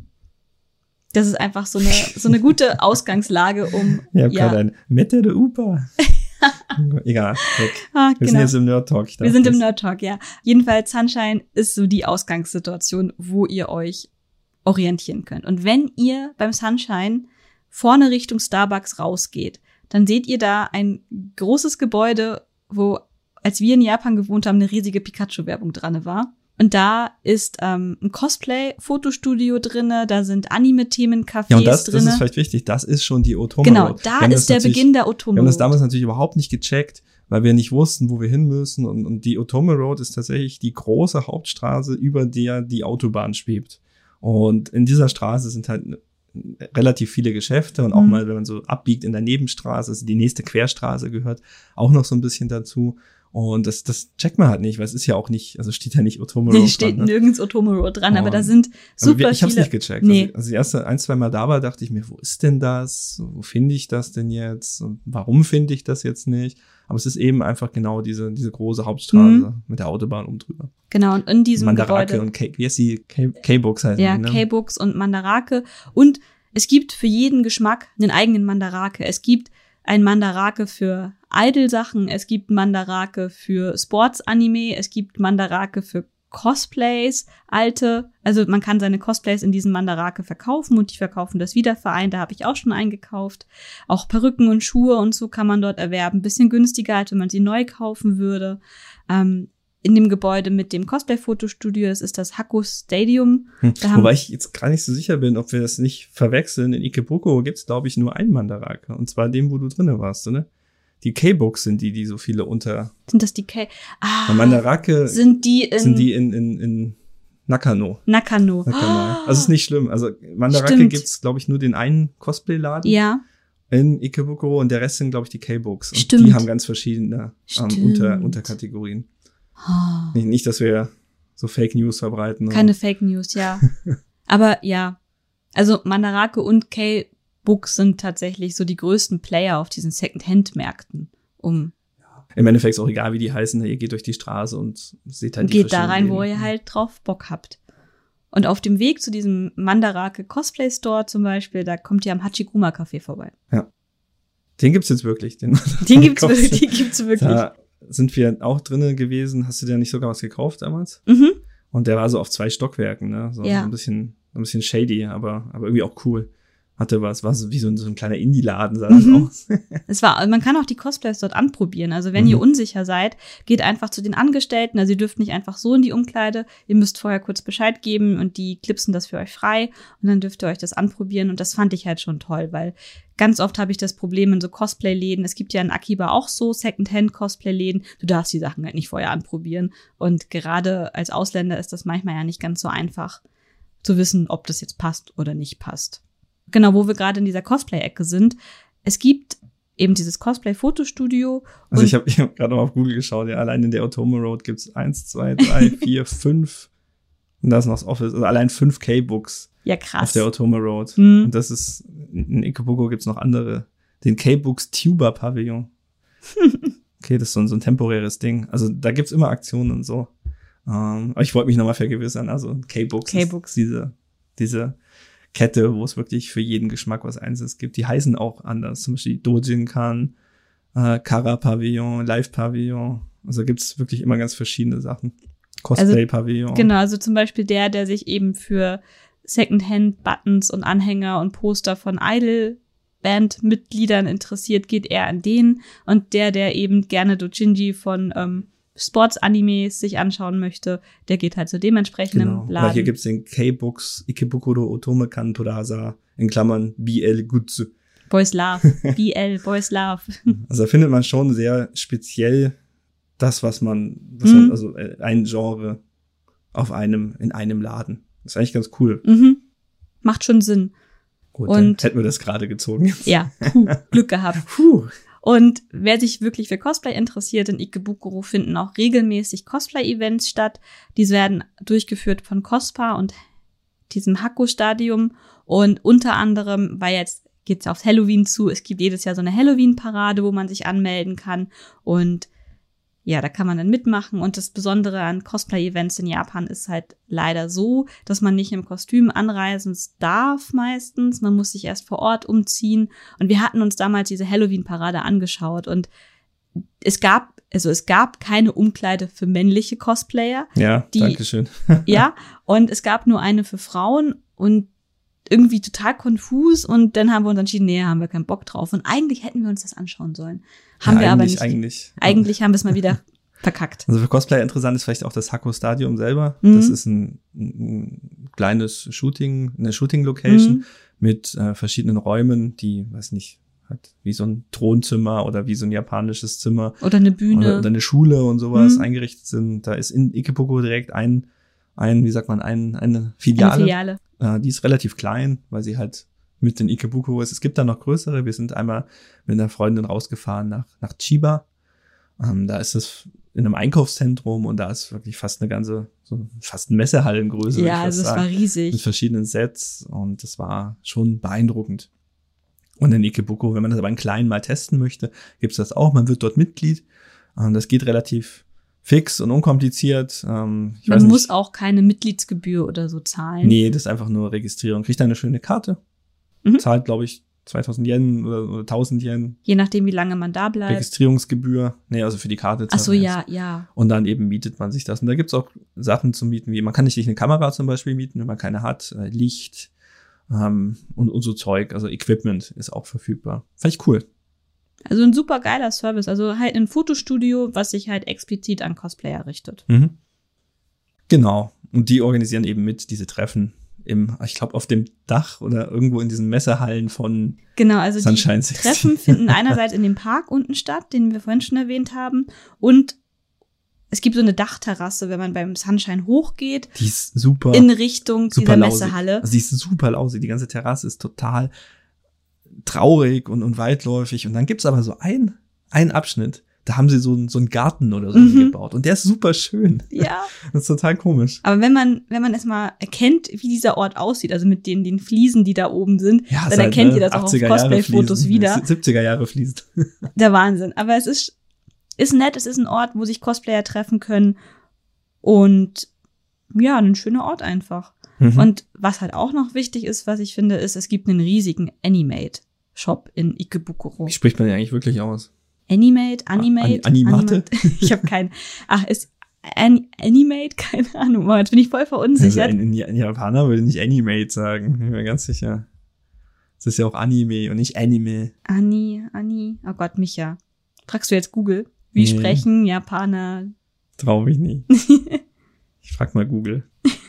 das ist einfach so eine, so eine gute Ausgangslage, um. Ich habe ja. gerade ein Mette de Upa. Egal. Ah, wir genau. sind jetzt im Nerd Talk. Wir sind das. im Nerd Talk, ja. Jedenfalls Sunshine ist so die Ausgangssituation, wo ihr euch orientieren könnt. Und wenn ihr beim Sunshine vorne Richtung Starbucks rausgeht, dann seht ihr da ein großes Gebäude, wo, als wir in Japan gewohnt haben, eine riesige Pikachu-Werbung dran war. Und da ist ähm, ein Cosplay-Fotostudio drinne, da sind Anime-Themen-Cafés ja, und das, drinne. Das ist vielleicht wichtig, das ist schon die Otome Genau, Road. da ist der Beginn der Otome Wir haben das Road. damals natürlich überhaupt nicht gecheckt, weil wir nicht wussten, wo wir hin müssen. Und, und die Otome Road ist tatsächlich die große Hauptstraße, über der die Autobahn schwebt. Und in dieser Straße sind halt relativ viele Geschäfte und auch mhm. mal, wenn man so abbiegt in der Nebenstraße, also die nächste Querstraße gehört auch noch so ein bisschen dazu. Und das, das checkt man halt nicht, weil es ist ja auch nicht, also steht ja nicht Otome Road dran. Steht ne? nirgends Otome Road dran, und, aber da sind super wir, ich hab's viele. Ich habe es nicht gecheckt. Nee. Also, also die erste ein, zwei Mal da war, dachte ich mir, wo ist denn das? Wo finde ich das denn jetzt? Und warum finde ich das jetzt nicht? Aber es ist eben einfach genau diese, diese große Hauptstraße mhm. mit der Autobahn oben drüber. Genau, und in diesem Mandarake Gebäude. Und K, wie heißt die? K-Books heißen ja, die, ne? K-Books und Mandarake. Und es gibt für jeden Geschmack einen eigenen Mandarake. Es gibt ein Mandarake für Idol-Sachen, es gibt Mandarake für Sports-Anime, es gibt Mandarake für Cosplays, alte. Also man kann seine Cosplays in diesem Mandarake verkaufen und die verkaufen das wieder Verein. Da habe ich auch schon eingekauft. Auch Perücken und Schuhe und so kann man dort erwerben. Bisschen günstiger, als wenn man sie neu kaufen würde. Ähm, in dem Gebäude mit dem Cosplay-Fotostudio, das ist das Hakko Stadium. Hm. Wobei ich jetzt gar nicht so sicher bin, ob wir das nicht verwechseln. In Ikebukuro gibt's, glaube ich, nur einen Mandarake. Und zwar dem, wo du drinne warst, ne? Die K-Books sind die, die so viele unter... Sind das die K... Ah, Mandarake sind die in... Sind die in, in, in Nakano. Nakano. Nakano. Also ist nicht schlimm. Also Mandarake Stimmt. gibt's, glaube ich, nur den einen Cosplay-Laden. Ja. In Ikebukuro und der Rest sind, glaube ich, die K-Books. Und Stimmt. die haben ganz verschiedene ähm, unter, Unterkategorien. Oh. Nicht, nicht, dass wir so Fake News verbreiten. Keine oder? Fake News, ja. Aber ja, also Mandarake und K-Books sind tatsächlich so die größten Player auf diesen Second-Hand-Märkten. Um Im Endeffekt ist auch egal, wie die heißen. Ihr geht durch die Straße und seht halt die Geht da rein, wo ihr halt drauf Bock habt. Und auf dem Weg zu diesem Mandarake Cosplay Store zum Beispiel, da kommt ihr am Hachiguma Café vorbei. Ja. Den gibt's jetzt wirklich. Den, den gibt's wirklich. Den gibt's wirklich. Da sind wir auch drinnen gewesen. Hast du dir nicht sogar was gekauft damals? Mhm. Und der war so auf zwei Stockwerken, ne? So, ja. so ein bisschen, ein bisschen shady, aber, aber irgendwie auch cool. Hatte was, war so wie so ein, so ein kleiner Indie-Laden, sah das mhm. aus. Es war, man kann auch die Cosplays dort anprobieren. Also wenn mhm. ihr unsicher seid, geht einfach zu den Angestellten. Also ihr dürft nicht einfach so in die Umkleide. Ihr müsst vorher kurz Bescheid geben und die klipsen das für euch frei. Und dann dürft ihr euch das anprobieren. Und das fand ich halt schon toll, weil ganz oft habe ich das Problem in so Cosplay-Läden. Es gibt ja in Akiba auch so Second-Hand-Cosplay-Läden. Du darfst die Sachen halt nicht vorher anprobieren. Und gerade als Ausländer ist das manchmal ja nicht ganz so einfach zu wissen, ob das jetzt passt oder nicht passt. Genau, wo wir gerade in dieser Cosplay-Ecke sind. Es gibt eben dieses Cosplay-Fotostudio. Also ich habe ich hab gerade mal auf Google geschaut, ja, allein in der Otome Road gibt's eins, zwei, drei, vier, fünf. Und da ist noch das Office, also allein fünf K-Books. Ja, krass. Auf der Otome Road. Mhm. Und das ist, in Ikebukuro gibt's noch andere. Den K-Books Tuber Pavillon. Okay, das ist so ein, so ein temporäres Ding. Also da gibt's immer Aktionen und so. Um, aber ich wollte mich nochmal vergewissern. Also K-Books, K-Books. ist diese, diese Kette, wo es wirklich für jeden Geschmack was Einzelnes gibt. Die heißen auch anders. Zum Beispiel Dojinkan, äh, Kara Pavillon, Live Pavillon. Also gibt's wirklich immer ganz verschiedene Sachen. Cosplay Pavillon. Also, genau, also zum Beispiel der, der sich eben für Secondhand-Buttons und Anhänger und Poster von Idol-Band-Mitgliedern interessiert, geht eher an den. Und der, der eben gerne Dojinji von ähm, Sports-Animes sich anschauen möchte, der geht halt zu dem entsprechenden genau. Laden. Aber hier gibt's den K-Books Ikebukuro Otome Kantorasa in Klammern B L Gutsu. Boys Love. B L, Boys Love. Also da findet man schon sehr speziell das, was man, was mhm. man also ein Genre auf einem, in einem Laden. Das ist eigentlich ganz cool. Mhm. Macht schon Sinn. Gut, und dann hätten wir das gerade gezogen. Ja, puh, Glück gehabt. Puh. Und wer sich wirklich für Cosplay interessiert, in Ikebukuro finden auch regelmäßig Cosplay-Events statt. Diese werden durchgeführt von Cospa und diesem Hakko-Stadium. Und unter anderem, weil jetzt geht's aufs Halloween zu, es gibt jedes Jahr so eine Halloween-Parade, wo man sich anmelden kann. Und ja, da kann man dann mitmachen. Und das Besondere an Cosplay-Events in Japan ist halt leider so, dass man nicht im Kostüm anreisen darf meistens. Man muss sich erst vor Ort umziehen. Und wir hatten uns damals diese Halloween-Parade angeschaut. Und es gab, also es gab keine Umkleide für männliche Cosplayer. Ja, die, danke schön. Ja, und es gab nur eine für Frauen. Und irgendwie total konfus. Und dann haben wir uns entschieden, nee, haben wir keinen Bock drauf. Und eigentlich hätten wir uns das anschauen sollen. Haben ja, wir aber nicht. Eigentlich, eigentlich haben wir es mal wieder verkackt. Also für Cosplayer interessant ist vielleicht auch das Hakko Stadium selber. Mhm. Das ist ein, ein kleines Shooting, eine Shooting-Location mhm. mit äh, verschiedenen Räumen, die, weiß nicht, halt wie so ein Thronzimmer oder wie so ein japanisches Zimmer. Oder eine Bühne. Oder, oder eine Schule und sowas Mhm. eingerichtet sind. Da ist in Ikebukuro direkt ein, ein, wie sagt man, ein, eine Filiale. Eine Filiale. Äh, die ist relativ klein, weil sie halt mit in Ikebukuro ist. Es gibt da noch größere. Wir sind einmal mit einer Freundin rausgefahren nach, nach Chiba. Ähm, da ist es in einem Einkaufszentrum und da ist wirklich fast eine ganze, so fast eine Messehallengröße. Ja, also es war mit riesig. verschiedenen Sets und das war schon beeindruckend. Und in Ikebukuro, wenn man das aber in klein mal testen möchte, gibt's das auch. Man wird dort Mitglied. Ähm, das geht relativ fix und unkompliziert. Ähm, ich Man weiß muss nicht, auch keine Mitgliedsgebühr oder so zahlen. Nee, das ist einfach nur Registrierung. Kriegt eine schöne Karte. Mhm. Zahlt, glaube ich, zweitausend Yen oder, oder tausend Yen. Je nachdem, wie lange man da bleibt. Registrierungsgebühr. Nee, also für die Karte. Ach so, zahlt man ja, jetzt. ja. Und dann eben mietet man sich das. Und da gibt's auch Sachen zum Mieten, wie man kann nicht eine Kamera zum Beispiel mieten, wenn man keine hat. Äh, Licht ähm, und, und so Zeug. Also Equipment ist auch verfügbar. Fand ich cool. Also ein super geiler Service. Also halt ein Fotostudio, was sich halt explizit an Cosplayer richtet. Mhm. Genau. Und die organisieren eben mit diese Treffen im, ich glaube, auf dem Dach oder irgendwo in diesen Messehallen von Genau, also Sunshine die sechzehn. Treffen finden einerseits in dem Park unten statt, den wir vorhin schon erwähnt haben. Und es gibt so eine Dachterrasse, wenn man beim Sunshine hochgeht, Die ist super, in Richtung super dieser lausig. Messehalle. Also die ist super lausig. Die ganze Terrasse ist total traurig und, und weitläufig. Und dann gibt's aber so ein, ein Abschnitt, da haben sie so, einen- so einen Garten oder so Mhm. gebaut. Und der ist super schön. Ja. Das ist total komisch. Aber wenn man, wenn man erstmal erkennt, wie dieser Ort aussieht, also mit den, den Fliesen, die da oben sind, Ja, dann ist halt, erkennt ne, ihr das auch auf achtziger Jahre Cosplay-Fotos Fliesen. wieder. siebziger Jahre fließt. Der Wahnsinn. Aber es ist, ist nett, es ist ein Ort, wo sich Cosplayer treffen können. Und ja, ein schöner Ort einfach. Mhm. Und was halt auch noch wichtig ist, was ich finde, ist, es gibt einen riesigen Animate-Shop in Ikebukuro. Wie spricht man den eigentlich wirklich aus? Animate, Animate, An- Animate? Ich habe keinen. Ach, ist An Animate? Keine Ahnung. Mann, jetzt bin ich voll Also verunsichert. ein, ein, ein Japaner würde nicht Animate sagen. Bin mir ganz sicher. Das ist ja auch Anime und nicht Anime. Ani, Ani. Oh Gott, Micha. Fragst du jetzt Google? Wie Nee. sprechen Japaner? Trau mich nie. Ich frag mal Google.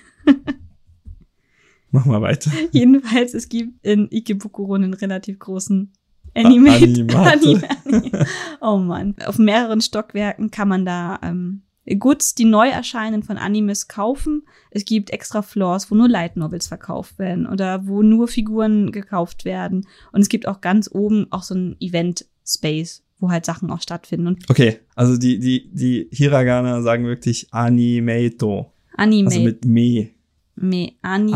Mach mal weiter. Jedenfalls, es gibt in Ikebukuro einen relativ großen Animate. Animate. Anime, Anime. Oh Mann. Auf mehreren Stockwerken kann man da ähm, Goods, die neu erscheinen von Animes kaufen. Es gibt extra Floors, wo nur Light Novels verkauft werden oder wo nur Figuren gekauft werden. Und es gibt auch ganz oben auch so ein Event-Space, wo halt Sachen auch stattfinden. Und Okay, also die, die, die Hiragana sagen wirklich Animeito. Anime, Also mit Me. me, Ani,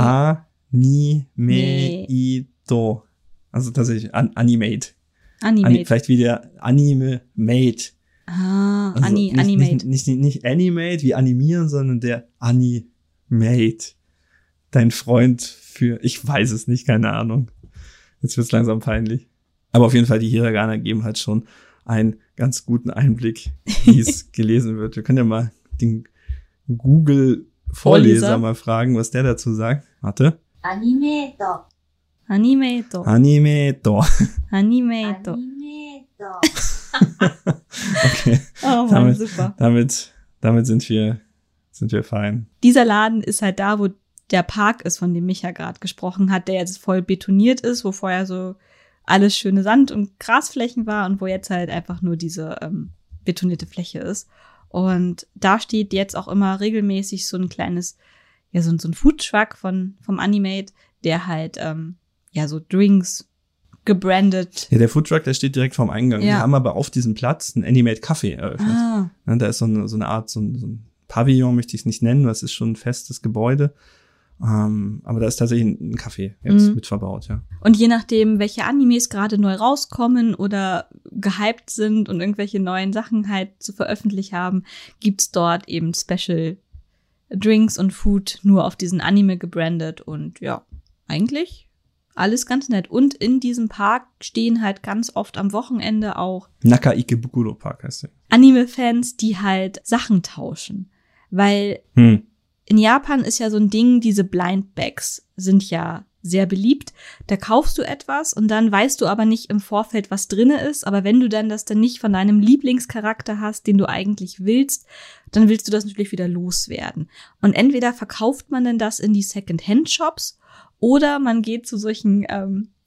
Animeito. Also tatsächlich an, Animate. Animate. Ani, vielleicht wie der Anime-Mate. ah, Also Ani, nicht, Animate. Nicht, nicht, nicht, nicht Animate wie animieren, sondern der Animate. Dein Freund für, ich weiß es nicht, keine Ahnung. Jetzt wird's langsam peinlich. Aber auf jeden Fall, die Hiragana geben halt schon einen ganz guten Einblick, wie es gelesen wird. Wir können ja mal den Google-Vorleser Vorleser. mal fragen, was der dazu sagt. Warte. Animeto. Animeto. Animeto. Animeto. Animeto. Okay, Oh Mann, Damit- super. damit, damit sind wir, sind wir fein. Dieser Laden ist halt da, wo der Park ist, von dem Micha gerade gesprochen hat, der jetzt voll betoniert ist, wo vorher so alles schöne Sand- und Grasflächen war und wo jetzt halt einfach nur diese ähm, betonierte Fläche ist. Und da steht jetzt auch immer regelmäßig so ein kleines, ja, so, ein- so ein Foodtruck von, vom Animate, der halt, ähm, ja, so Drinks gebrandet. Ja, der Foodtruck, der steht direkt vorm Eingang. Ja. Wir haben aber auf diesem Platz einen Animate Café eröffnet. Ah, Ne, Da ist so eine, so eine Art, so ein, so ein Pavillon, möchte ich es nicht nennen, das ist schon ein festes Gebäude. Ähm, aber da ist tatsächlich ein, ein Café jetzt Mhm. mit verbaut, ja. und je nachdem, welche Animes gerade neu rauskommen oder gehypt sind und irgendwelche neuen Sachen halt zu veröffentlichen haben, gibt's dort eben Special Drinks und Food nur auf diesen Anime gebrandet und ja, eigentlich alles ganz nett. Und in diesem Park stehen halt ganz oft am Wochenende auch Naka Ikebukuro Park heißt der. Anime-Fans, die halt Sachen tauschen. Weil Hm. in Japan ist ja so ein Ding, diese Blind Bags sind ja sehr beliebt. Da kaufst du etwas und dann weißt du aber nicht im Vorfeld, was drinne ist. Aber wenn du dann das dann nicht von deinem Lieblingscharakter hast, den du eigentlich willst, dann willst du das natürlich wieder loswerden. Und entweder verkauft man denn das in die Second-Hand-Shops oder man geht zu solchen ähm,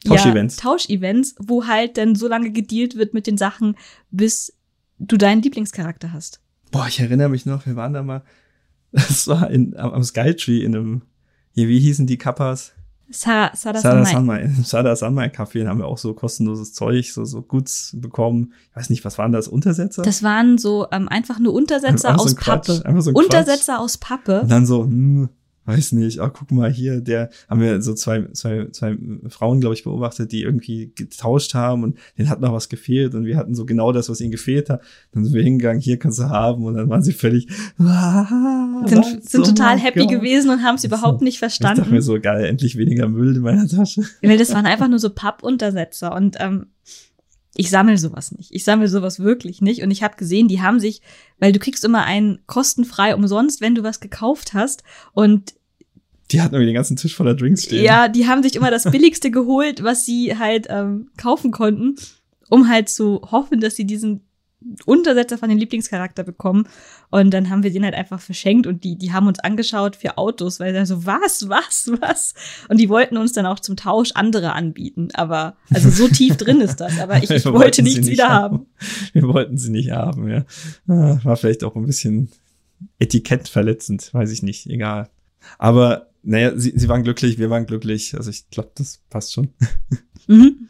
Tauschevents. Ja, Tauschevents, wo halt dann so lange gedealt wird mit den Sachen, bis du deinen Lieblingscharakter hast. Boah, ich erinnere mich noch, wir waren da mal, das war in, am, am Skytree in einem, hier, wie hießen die Kappas? Sa- Sada Sada Sanmai. Sanmai. Im Sada Sanmai Café haben wir auch so kostenloses Zeug, so, so Goods bekommen. Ich weiß nicht, was waren das? Untersetzer? Das waren so ähm, einfach nur Untersetzer Einfach so aus ein Quatsch, Pappe. einfach so ein Untersetzer aus Pappe. Und dann so, hm, weiß nicht, ach, guck mal hier, der, haben wir so zwei, zwei, zwei Frauen, glaube ich, beobachtet, die irgendwie getauscht haben und denen hat noch was gefehlt und wir hatten so genau das, was ihnen gefehlt hat. Dann sind wir hingegangen, hier kannst du haben und dann waren sie völlig, ah, sind, was? sind Oh total mein happy Gott. gewesen und haben es überhaupt nicht Ich dachte verstanden. mir so, geil, endlich weniger Müll in meiner Tasche. Weil das waren einfach nur so Pappuntersetzer und ähm, ich sammle sowas nicht. Ich sammle sowas wirklich nicht. Und ich habe gesehen, die haben sich, weil du kriegst immer einen kostenfrei umsonst, wenn du was gekauft hast. Und Die hatten irgendwie den ganzen Tisch voller Drinks stehen. ja, die haben sich immer das Billigste geholt, was sie halt ähm, kaufen konnten, um halt zu hoffen, dass sie diesen Untersetzer von den Lieblingscharakter bekommen. Und dann haben wir den halt einfach verschenkt und die, die haben uns angeschaut für Autos, weil sie so, was, was, was? Und die wollten uns dann auch zum Tausch andere anbieten. Aber, also so tief drin ist das. Aber ich, ich Wir wollte wollten sie nichts nicht wieder haben. Wir wollten sie nicht haben, ja. Ah, war vielleicht auch ein bisschen etikettverletzend, weiß ich nicht, egal. Aber, naja, sie, sie waren glücklich, wir waren glücklich. Also ich glaube, das passt schon. Mhm.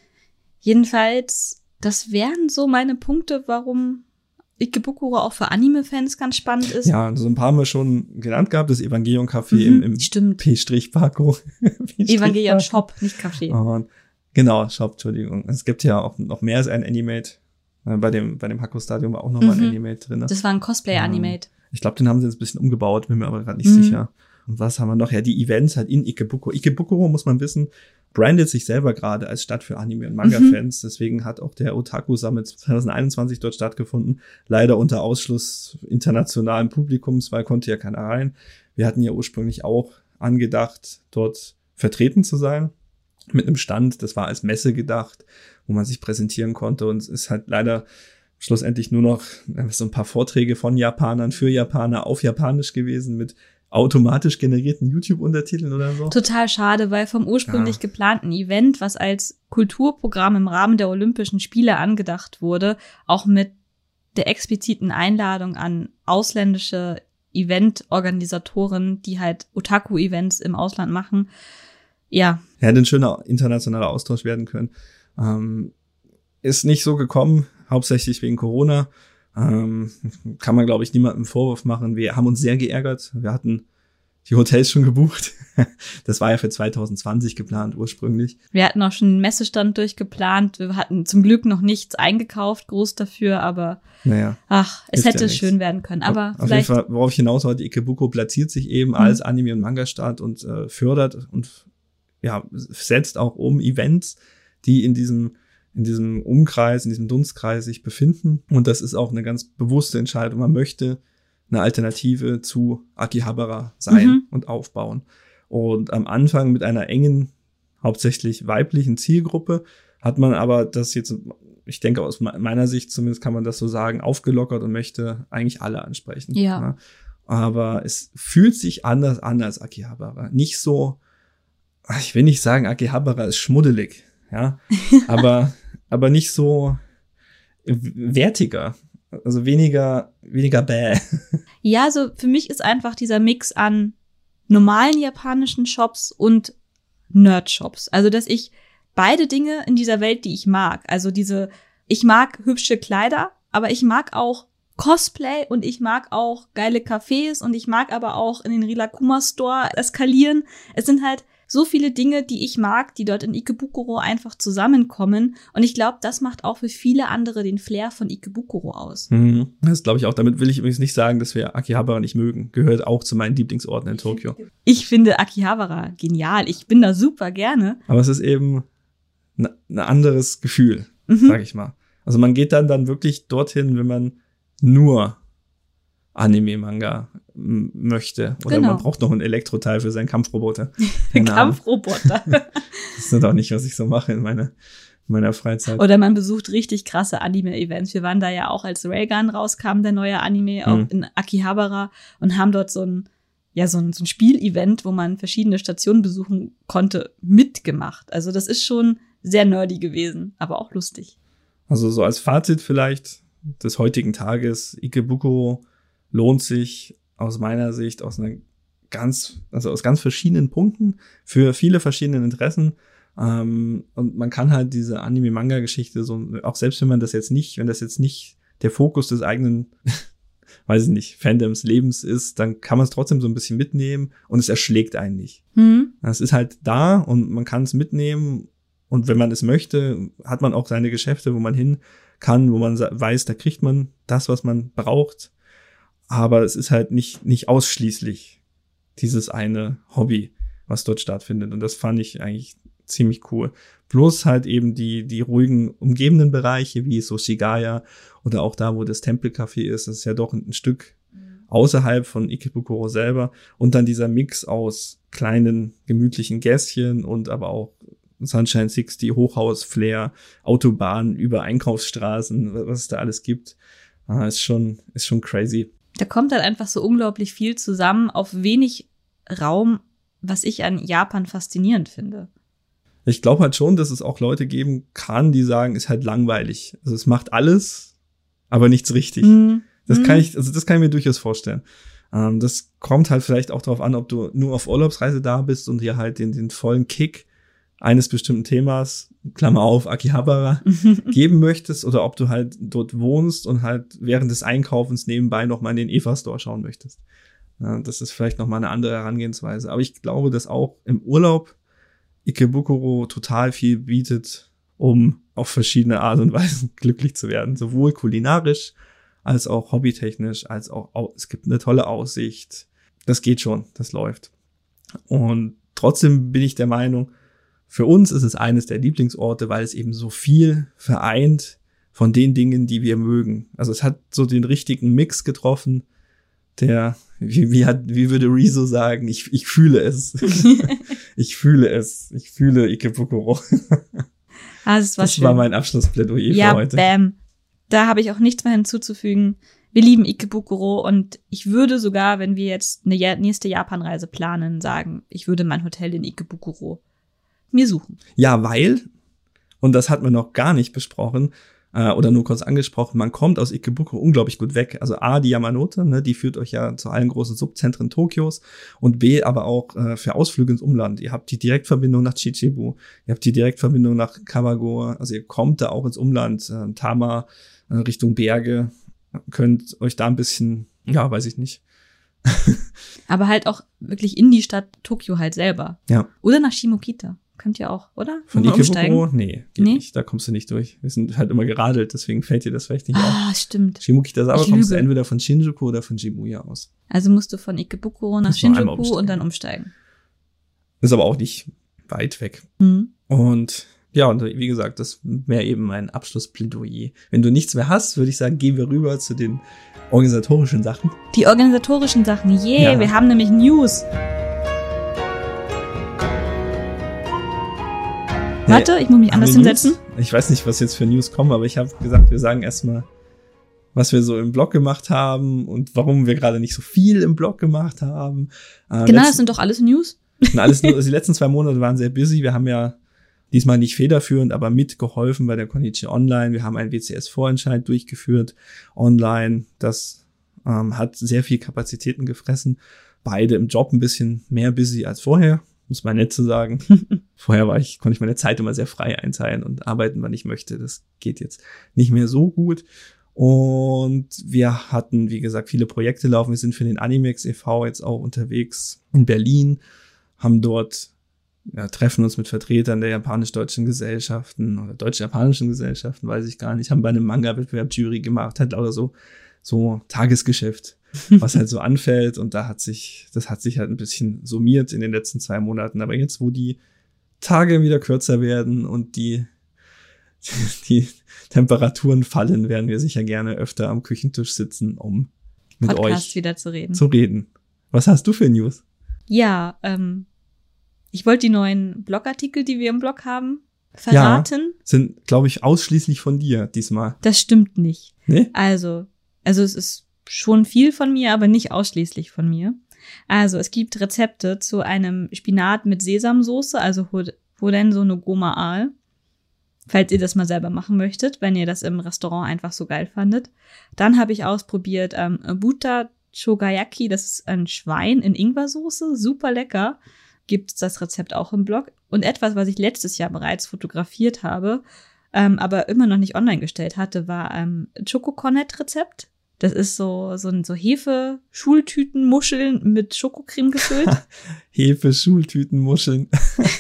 Jedenfalls, das wären so meine Punkte, warum Ikebukuro auch für Anime-Fans ganz spannend ist. Ja, so ein paar haben wir schon genannt gehabt, das Evangelion-Café Mhm, im, im stimmt. P-Paco. Evangelion Shop, nicht Café. Und, genau, Shop, Entschuldigung. Es gibt ja auch noch mehr als ein Animate. Äh, Bei dem, bei dem Hakko-Stadion war auch noch mal ein Mhm. Animate drin. Das war ein Cosplay-Animate. Ich glaube, den haben sie jetzt ein bisschen umgebaut, bin mir aber gerade nicht Mhm. sicher. Und was haben wir noch? Ja, die Events halt in Ikebukuro. Ikebukuro, muss man wissen, brandet sich selber gerade als Stadt für Anime- und Manga-Fans. Deswegen hat auch der Otaku Summit zwanzig einundzwanzig dort stattgefunden. Leider unter Ausschluss internationalen Publikums, weil konnte ja keiner rein. Wir hatten ja ursprünglich auch angedacht, dort vertreten zu sein. Mit einem Stand, das war als Messe gedacht, wo man sich präsentieren konnte. Und es ist halt leider schlussendlich nur noch so ein paar Vorträge von Japanern für Japaner auf Japanisch gewesen mit automatisch generierten YouTube-Untertiteln oder so. Total schade, weil vom ursprünglich Ja. geplanten Event, was als Kulturprogramm im Rahmen der Olympischen Spiele angedacht wurde, auch mit der expliziten Einladung an ausländische Event-Organisatoren, die halt Otaku-Events im Ausland machen. Ja, Ja, hätte ein schöner internationaler Austausch werden können. Ähm, ist nicht so gekommen, hauptsächlich wegen Corona. Ähm, kann man, glaube ich, niemandem einen Vorwurf machen. Wir haben uns sehr geärgert. Wir hatten die Hotels schon gebucht. Das war ja für zwanzig zwanzig geplant ursprünglich. wir hatten auch schon einen Messestand durchgeplant. Wir hatten zum Glück noch nichts eingekauft, groß dafür, aber Naja. ach, es Hilft ja hätte nichts. schön werden können. Aber Auf jeden vielleicht, Fall, worauf ich hinaus wollte, Ikebukuro platziert sich eben Mhm. als Anime- und Manga-Stadt und äh, fördert und ja, setzt auch um Events, die in diesem in diesem Umkreis, in diesem Dunstkreis sich befinden. Und das ist auch eine ganz bewusste Entscheidung. Man möchte eine Alternative zu Akihabara sein Mhm. und aufbauen. Und am Anfang mit einer engen, hauptsächlich weiblichen Zielgruppe hat man aber das jetzt, ich denke aus meiner Sicht zumindest kann man das so sagen, aufgelockert und möchte eigentlich alle ansprechen. Ja. Ne? Aber es fühlt sich anders an als Akihabara. Nicht so, ich will nicht sagen, Akihabara ist schmuddelig, ja, aber, aber nicht so wertiger, also weniger, weniger bäh. ja, so für mich ist einfach dieser Mix an normalen japanischen Shops und Nerd-Shops. Also, dass ich beide Dinge in dieser Welt, die ich mag, also diese, ich mag hübsche Kleider, aber ich mag auch Cosplay und ich mag auch geile Cafés und ich mag aber auch in den Rilakkuma Store eskalieren. Es sind halt so viele Dinge, die ich mag, die dort in Ikebukuro einfach zusammenkommen. Und ich glaube, das macht auch für viele andere den Flair von Ikebukuro aus. Mhm. Das glaube ich auch. Damit will ich übrigens nicht sagen, dass wir Akihabara nicht mögen. Gehört auch zu meinen Lieblingsorten in Tokio. Ich finde Akihabara genial. Ich bin da super gerne. Aber es ist eben ein ne anderes Gefühl, Mhm. sag ich mal. Also man geht dann dann wirklich dorthin, wenn man nur Anime-Manga m- möchte. Oder Genau. man braucht noch einen Elektroteil für seinen Kampfroboter. Ein Keine Ahnung. Kampfroboter. Das ist doch nicht, was ich so mache in meiner, in meiner Freizeit. Oder man besucht richtig krasse Anime-Events. Wir waren da ja auch, als Railgun rauskam, der neue Anime, auch Mhm. in Akihabara und haben dort so ein, ja, so ein, so ein Spielevent, wo man verschiedene Stationen besuchen konnte, mitgemacht. Also das ist schon sehr nerdy gewesen, aber auch lustig. Also so als Fazit vielleicht des heutigen Tages, Ikebukuro lohnt sich aus meiner Sicht aus einer ganz, also aus ganz verschiedenen Punkten für viele verschiedene Interessen. Ähm, und man kann halt diese Anime-Manga-Geschichte so, auch selbst wenn man das jetzt nicht, wenn das jetzt nicht der Fokus des eigenen, weiß ich nicht, Fandoms Lebens ist, dann kann man es trotzdem so ein bisschen mitnehmen und es erschlägt einen nicht. Hm. Es ist halt da und man kann es mitnehmen und wenn man es möchte, hat man auch seine Geschäfte, wo man hin kann, wo man weiß, da kriegt man das, was man braucht. Aber es ist halt nicht, nicht ausschließlich dieses eine Hobby, was dort stattfindet. Und das fand ich eigentlich ziemlich cool. Plus halt eben die, die ruhigen umgebenden Bereiche, wie so Shigaya oder auch da, wo das Tempelcafé ist. Das ist ja doch ein, ein Stück außerhalb von Ikebukuro selber. Und dann dieser Mix aus kleinen, gemütlichen Gässchen und aber auch Sunshine sechzig, Hochhaus, Flair, Autobahnen über Einkaufsstraßen, was es da alles gibt. Ah, ist schon, ist schon crazy. Da kommt halt einfach so unglaublich viel zusammen auf wenig Raum, was ich an Japan faszinierend finde. Ich glaube halt schon, dass es auch Leute geben kann, die sagen, ist halt langweilig. Also es macht alles, aber nichts richtig. Mm. Das mm. kann ich, also das kann ich mir durchaus vorstellen. Ähm, das kommt halt vielleicht auch darauf an, ob du nur auf Urlaubsreise da bist und dir halt den, den vollen Kick eines bestimmten Themas, Klammer auf, Akihabara, geben möchtest oder ob du halt dort wohnst und halt während des Einkaufens nebenbei noch mal in den Eva-Store schauen möchtest. Ja, das ist vielleicht noch mal eine andere Herangehensweise. Aber ich glaube, dass auch im Urlaub Ikebukuro total viel bietet, um auf verschiedene Art und Weisen glücklich zu werden. Sowohl kulinarisch als auch hobbytechnisch, als auch, es gibt eine tolle Aussicht. Das geht schon, das läuft. Und trotzdem bin ich der Meinung, für uns ist es eines der Lieblingsorte, weil es eben so viel vereint von den Dingen, die wir mögen. Also es hat so den richtigen Mix getroffen, der, wie, wie, hat, wie würde Rezo sagen, ich, ich fühle es. ich fühle es. Ich fühle Ikebukuro. Ah, das war das schön. war mein Abschlussplädoyer ja, für heute. Bam. Da habe ich auch nichts mehr hinzuzufügen. Wir lieben Ikebukuro und ich würde sogar, wenn wir jetzt eine nächste Japanreise planen, sagen, ich würde mein Hotel in Ikebukuro mir suchen. Ja, weil, und das hat man noch gar nicht besprochen, äh, oder nur kurz angesprochen, man kommt aus Ikebukuro unglaublich gut weg. Also A, die Yamanote, ne, die führt euch ja zu allen großen Subzentren Tokios und B, aber auch äh, für Ausflüge ins Umland. Ihr habt die Direktverbindung nach Chichibu, ihr habt die Direktverbindung nach Kawagoe, also ihr kommt da auch ins Umland, äh, Tama, äh, Richtung Berge, könnt euch da ein bisschen, ja, weiß ich nicht. Aber halt auch wirklich in die Stadt Tokio halt selber. Ja. Oder nach Shimokita. Könnt ihr auch, oder? Von Ikebukuro? Nee, geht nee? nicht. Da kommst du nicht durch. Wir sind halt immer geradelt, deswegen fällt dir das vielleicht nicht auf. Ah, stimmt. Shimokita aber ich kommst lüge. du entweder von Shinjuku oder von Shibuya aus. Also musst du von Ikebukuro nach Muss man einmal Shinjuku umsteigen. und dann umsteigen. Ist aber auch nicht weit weg. Mhm. Und ja, und wie gesagt, das wäre eben mein Abschlussplädoyer. Wenn du nichts mehr hast, würde ich sagen, gehen wir rüber zu den organisatorischen Sachen. Die organisatorischen Sachen, yeah, Ja. wir haben nämlich News. Warte, ich muss mich Haben anders wir hinsetzen. News? Ich weiß nicht, was jetzt für News kommen, aber ich habe gesagt, wir sagen erstmal, was wir so im Blog gemacht haben und warum wir gerade nicht so viel im Blog gemacht haben. Äh, Genau, das letzten, sind doch alles News. alles nur, also die letzten zwei Monate waren sehr busy. Wir haben ja diesmal nicht federführend, aber mitgeholfen bei der Konichi Online. Wir haben einen W C S-Vorentscheid durchgeführt online. Das ähm, hat sehr viel Kapazitäten gefressen. Beide im Job ein bisschen mehr busy als vorher, muss man nett zu sagen. Vorher war ich, konnte ich meine Zeit immer sehr frei einteilen und arbeiten, wann ich möchte. Das geht jetzt nicht mehr so gut. Und wir hatten, wie gesagt, viele Projekte laufen. Wir sind für den Animex e V jetzt auch unterwegs in Berlin, haben dort, ja, treffen uns mit Vertretern der japanisch-deutschen Gesellschaften oder deutsch-japanischen Gesellschaften, weiß ich gar nicht, haben bei einem Manga-Wettbewerb Jury gemacht, halt lauter so, so Tagesgeschäft, was halt so anfällt. Und da hat sich, das hat sich halt ein bisschen summiert in den letzten zwei Monaten. Aber jetzt, wo die Tage wieder kürzer werden und die, die Temperaturen fallen, werden wir sicher gerne öfter am Küchentisch sitzen, um mit Podcast euch wieder zu reden. zu reden. Was hast du für News? Ja, ähm, ich wollte die neuen Blogartikel, die wir im Blog haben, verraten. Ja, sind, glaube ich, ausschließlich von dir diesmal. Das stimmt nicht. Nee? Also, also es ist schon viel von mir, aber nicht ausschließlich von mir. Also es gibt Rezepte zu einem Spinat mit Sesamsoße, also Horenso no Goma Aal. Falls ihr das mal selber machen möchtet, wenn ihr das im Restaurant einfach so geil fandet. Dann habe ich ausprobiert ähm, Buta Chogayaki, das ist ein Schwein in Ingwersoße, super lecker. Gibt es das Rezept auch im Blog. Und etwas, was ich letztes Jahr bereits fotografiert habe, ähm, aber immer noch nicht online gestellt hatte, war ähm, Choco-Cornet-Rezept. Das ist so so, ein, so Hefe-Schultütenmuscheln mit Schokocreme gefüllt. Hefe-Schultütenmuscheln.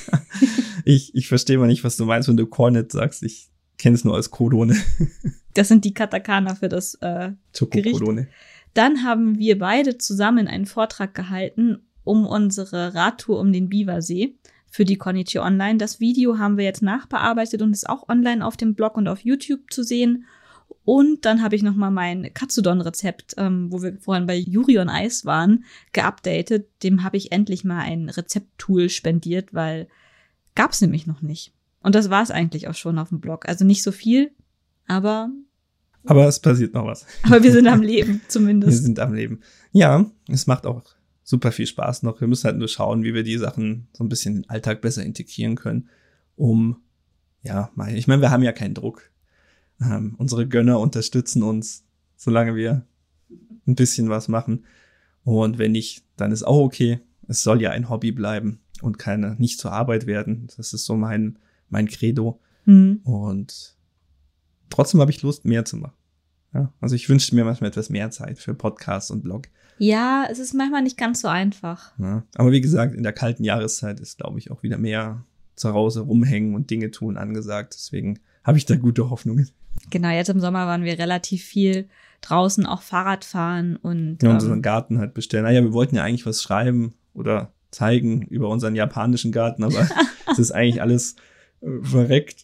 ich ich verstehe mal nicht, was du meinst, wenn du Cornet sagst. Ich kenne es nur als Kodone. Das sind die Katakana für das äh, Gericht. Dann haben wir beide zusammen einen Vortrag gehalten um unsere Radtour um den Biwasee für die Konichi Online. Das Video haben wir jetzt nachbearbeitet und ist auch online auf dem Blog und auf YouTube zu sehen. Und dann habe ich nochmal mein Katsudon-Rezept, ähm, wo wir vorhin bei Yuri on Ice waren, geupdatet. Dem habe ich endlich mal ein Rezepttool spendiert, weil gab's nämlich noch nicht. Und das war es eigentlich auch schon auf dem Blog. Also nicht so viel, aber... Aber es passiert noch was. Aber wir sind am Leben, zumindest. Wir sind am Leben. Ja, es macht auch super viel Spaß noch. Wir müssen halt nur schauen, wie wir die Sachen so ein bisschen in den Alltag besser integrieren können, um, ja, ich meine, wir haben ja keinen Druck. Ähm, unsere Gönner unterstützen uns, solange wir ein bisschen was machen. Und wenn nicht, dann ist auch okay. Es soll ja ein Hobby bleiben und keine, nicht zur Arbeit werden. Das ist so mein, mein Credo. Mhm. Und trotzdem habe ich Lust, mehr zu machen. Ja, also ich wünschte mir manchmal etwas mehr Zeit für Podcast und Blog. Ja, es ist manchmal nicht ganz so einfach. Ja, aber wie gesagt, in der kalten Jahreszeit ist, glaube ich, auch wieder mehr zu Hause rumhängen und Dinge tun angesagt. Deswegen habe ich da gute Hoffnungen. Genau, jetzt im Sommer waren wir relativ viel draußen, auch Fahrrad fahren und ja, ähm, unseren Garten halt bestellen. Naja, wir wollten ja eigentlich was schreiben oder zeigen über unseren japanischen Garten, aber es ist eigentlich alles äh, verreckt.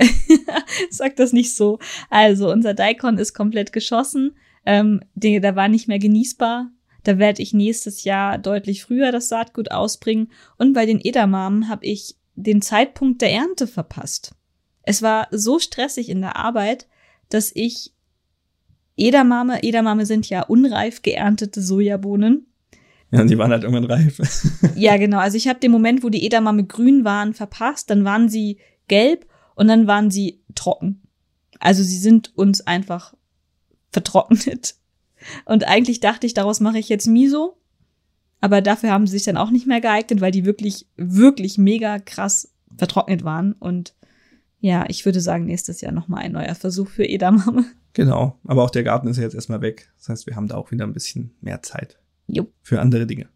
Sag das nicht so. Also, unser Daikon ist komplett geschossen. Ähm, der, der war nicht mehr genießbar. Da werde ich nächstes Jahr deutlich früher das Saatgut ausbringen. Und bei den Edamamen habe ich den Zeitpunkt der Ernte verpasst. Es war so stressig in der Arbeit, dass ich Edamame, Edamame sind ja unreif geerntete Sojabohnen. Ja, und die waren halt irgendwann reif. Ja, genau. Also ich habe den Moment, wo die Edamame grün waren, verpasst. Dann waren sie gelb und dann waren sie trocken. Also sie sind uns einfach vertrocknet. Und eigentlich dachte ich, daraus mache ich jetzt Miso. Aber dafür haben sie sich dann auch nicht mehr geeignet, weil die wirklich, wirklich mega krass vertrocknet waren. Und ja, ich würde sagen, nächstes Jahr nochmal ein neuer Versuch für Edamame. Genau, aber auch der Garten ist ja jetzt erstmal weg. Das heißt, wir haben da auch wieder ein bisschen mehr Zeit Jo. für andere Dinge.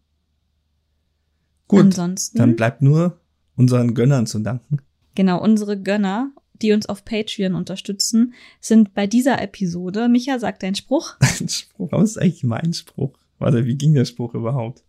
Gut, Ansonsten, dann bleibt nur unseren Gönnern zu danken. Genau, unsere Gönner, die uns auf Patreon unterstützen, sind bei dieser Episode, Micha, sag deinen Spruch. Ein Spruch, was ist eigentlich mein Spruch? Warte, wie ging der Spruch überhaupt?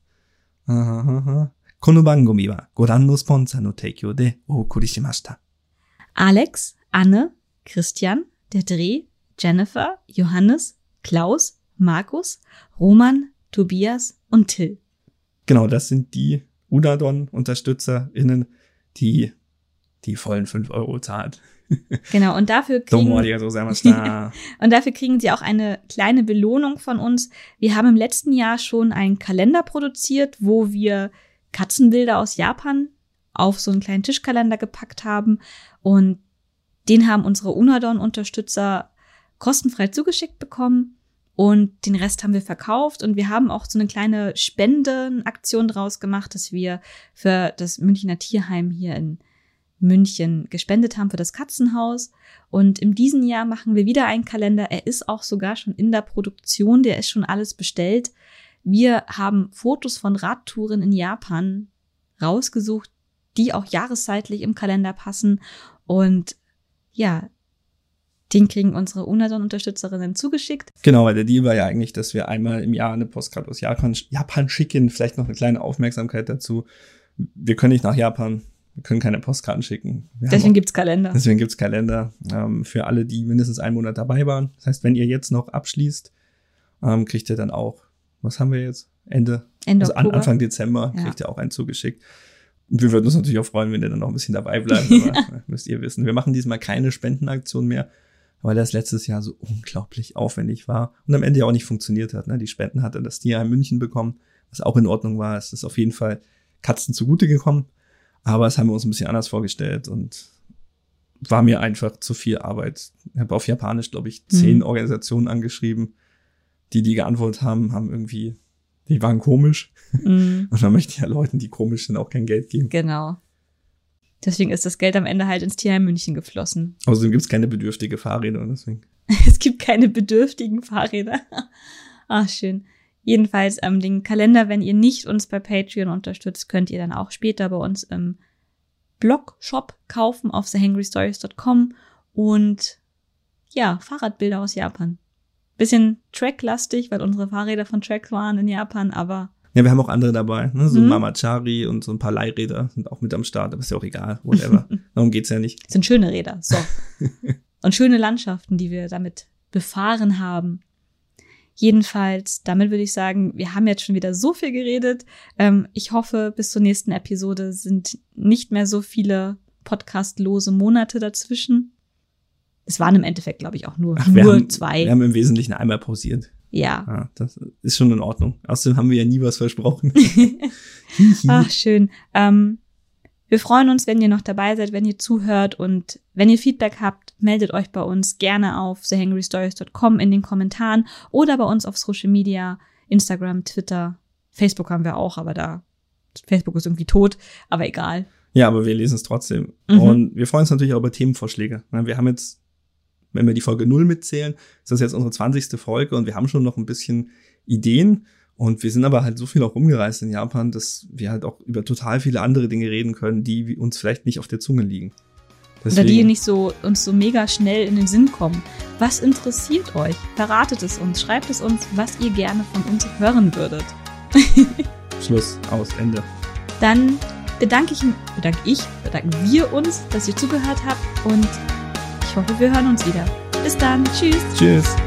Kono bangomi wa goran no sponsor no teikyo de ookuri shimashita. Alex, Anne, Christian, der Dreh, Jennifer, Johannes, Klaus, Markus, Roman, Tobias und Till. Genau, das sind die Udadon-UnterstützerInnen, die die vollen fünf Euro zahlt. Genau, und dafür kriegen, und dafür kriegen sie auch eine kleine Belohnung von uns. Wir haben im letzten Jahr schon einen Kalender produziert, wo wir Katzenbilder aus Japan auf so einen kleinen Tischkalender gepackt haben. Und den haben unsere Unadon-Unterstützer kostenfrei zugeschickt bekommen. Und den Rest haben wir verkauft. Und wir haben auch so eine kleine Spendenaktion draus gemacht, dass wir für das Münchner Tierheim hier in München gespendet haben für das Katzenhaus. Und in diesem Jahr machen wir wieder einen Kalender. Er ist auch sogar schon in der Produktion. Der ist schon alles bestellt. Wir haben Fotos von Radtouren in Japan rausgesucht, die auch jahreszeitlich im Kalender passen. Und ja, den kriegen unsere Unadon-Unterstützerinnen zugeschickt. Genau, weil der Deal war ja eigentlich, dass wir einmal im Jahr eine Postkarte aus Japan, Japan schicken. Vielleicht noch eine kleine Aufmerksamkeit dazu. Wir können nicht nach Japan. Wir können keine Postkarten schicken. Wir deswegen auch, gibt's Kalender. Deswegen gibt's Kalender ähm, für alle, die mindestens einen Monat dabei waren. Das heißt, wenn ihr jetzt noch abschließt, ähm, kriegt ihr dann auch, was haben wir jetzt? Ende, Ende also an, Oktober. Anfang Dezember Ja. kriegt ihr auch einen zugeschickt. Und wir würden uns natürlich auch freuen, wenn ihr dann noch ein bisschen dabei bleibt. Aber müsst ihr wissen, wir machen diesmal keine Spendenaktion mehr, weil das letztes Jahr so unglaublich aufwendig war und am Ende ja auch nicht funktioniert hat. Ne? Die Spenden hatte das Tierheim München bekommen, was auch in Ordnung war. Es ist auf jeden Fall Katzen zugute gekommen, aber das haben wir uns ein bisschen anders vorgestellt und war mir einfach zu viel Arbeit. Ich habe auf Japanisch, glaube ich, zehn mhm. Organisationen angeschrieben, die, die geantwortet haben, haben irgendwie, die waren komisch. Mhm. Und man möchte ja Leuten, die komisch sind, auch kein Geld geben. Genau. Deswegen ist das Geld am Ende halt ins Tierheim München geflossen. Außerdem gibt es keine bedürftige Fahrräder und deswegen. Es gibt keine bedürftigen Fahrräder. Ach, schön. Jedenfalls ähm, den Kalender, wenn ihr nicht uns bei Patreon unterstützt, könnt ihr dann auch später bei uns im Blog-Shop kaufen auf the hangry stories dot com und ja, Fahrradbilder aus Japan. Bisschen Track-lastig, weil unsere Fahrräder von Track waren in Japan, aber ja, wir haben auch andere dabei, ne? So ein mhm. Mamachari und so ein paar Leihräder sind auch mit am Start, aber ist ja auch egal, whatever. Darum geht's ja nicht. Das sind schöne Räder, so. Und schöne Landschaften, die wir damit befahren haben. Jedenfalls, damit würde ich sagen, wir haben jetzt schon wieder so viel geredet. Ähm, ich hoffe, bis zur nächsten Episode sind nicht mehr so viele podcastlose Monate dazwischen. Es waren im Endeffekt, glaube ich, auch nur, Ach, nur wir haben, zwei. Wir haben im Wesentlichen einmal pausiert. Ja. ja. Das ist schon in Ordnung. Außerdem haben wir ja nie was versprochen. Ach, schön. Ähm, wir freuen uns, wenn ihr noch dabei seid, wenn ihr zuhört und wenn ihr Feedback habt, meldet euch bei uns gerne auf the hangry stories dot com in den Kommentaren oder bei uns auf Social Media, Instagram, Twitter, Facebook haben wir auch, aber da, Facebook ist irgendwie tot, aber egal. Ja, aber wir lesen es trotzdem. Mhm. Und wir freuen uns natürlich auch über Themenvorschläge. Wir haben jetzt, wenn wir die Folge null mitzählen, ist das jetzt unsere zwanzigste Folge und wir haben schon noch ein bisschen Ideen. Und wir sind aber halt so viel auch rumgereist in Japan, dass wir halt auch über total viele andere Dinge reden können, die uns vielleicht nicht auf der Zunge liegen. Deswegen. Oder die nicht so uns so mega schnell in den Sinn kommen. Was interessiert euch? Verratet es uns, schreibt es uns, was ihr gerne von uns hören würdet. Schluss, aus, Ende. Dann bedanke ich, bedanke ich, bedanken wir uns, dass ihr zugehört habt und ich hoffe, wir hören uns wieder. Bis dann, tschüss. Tschüss.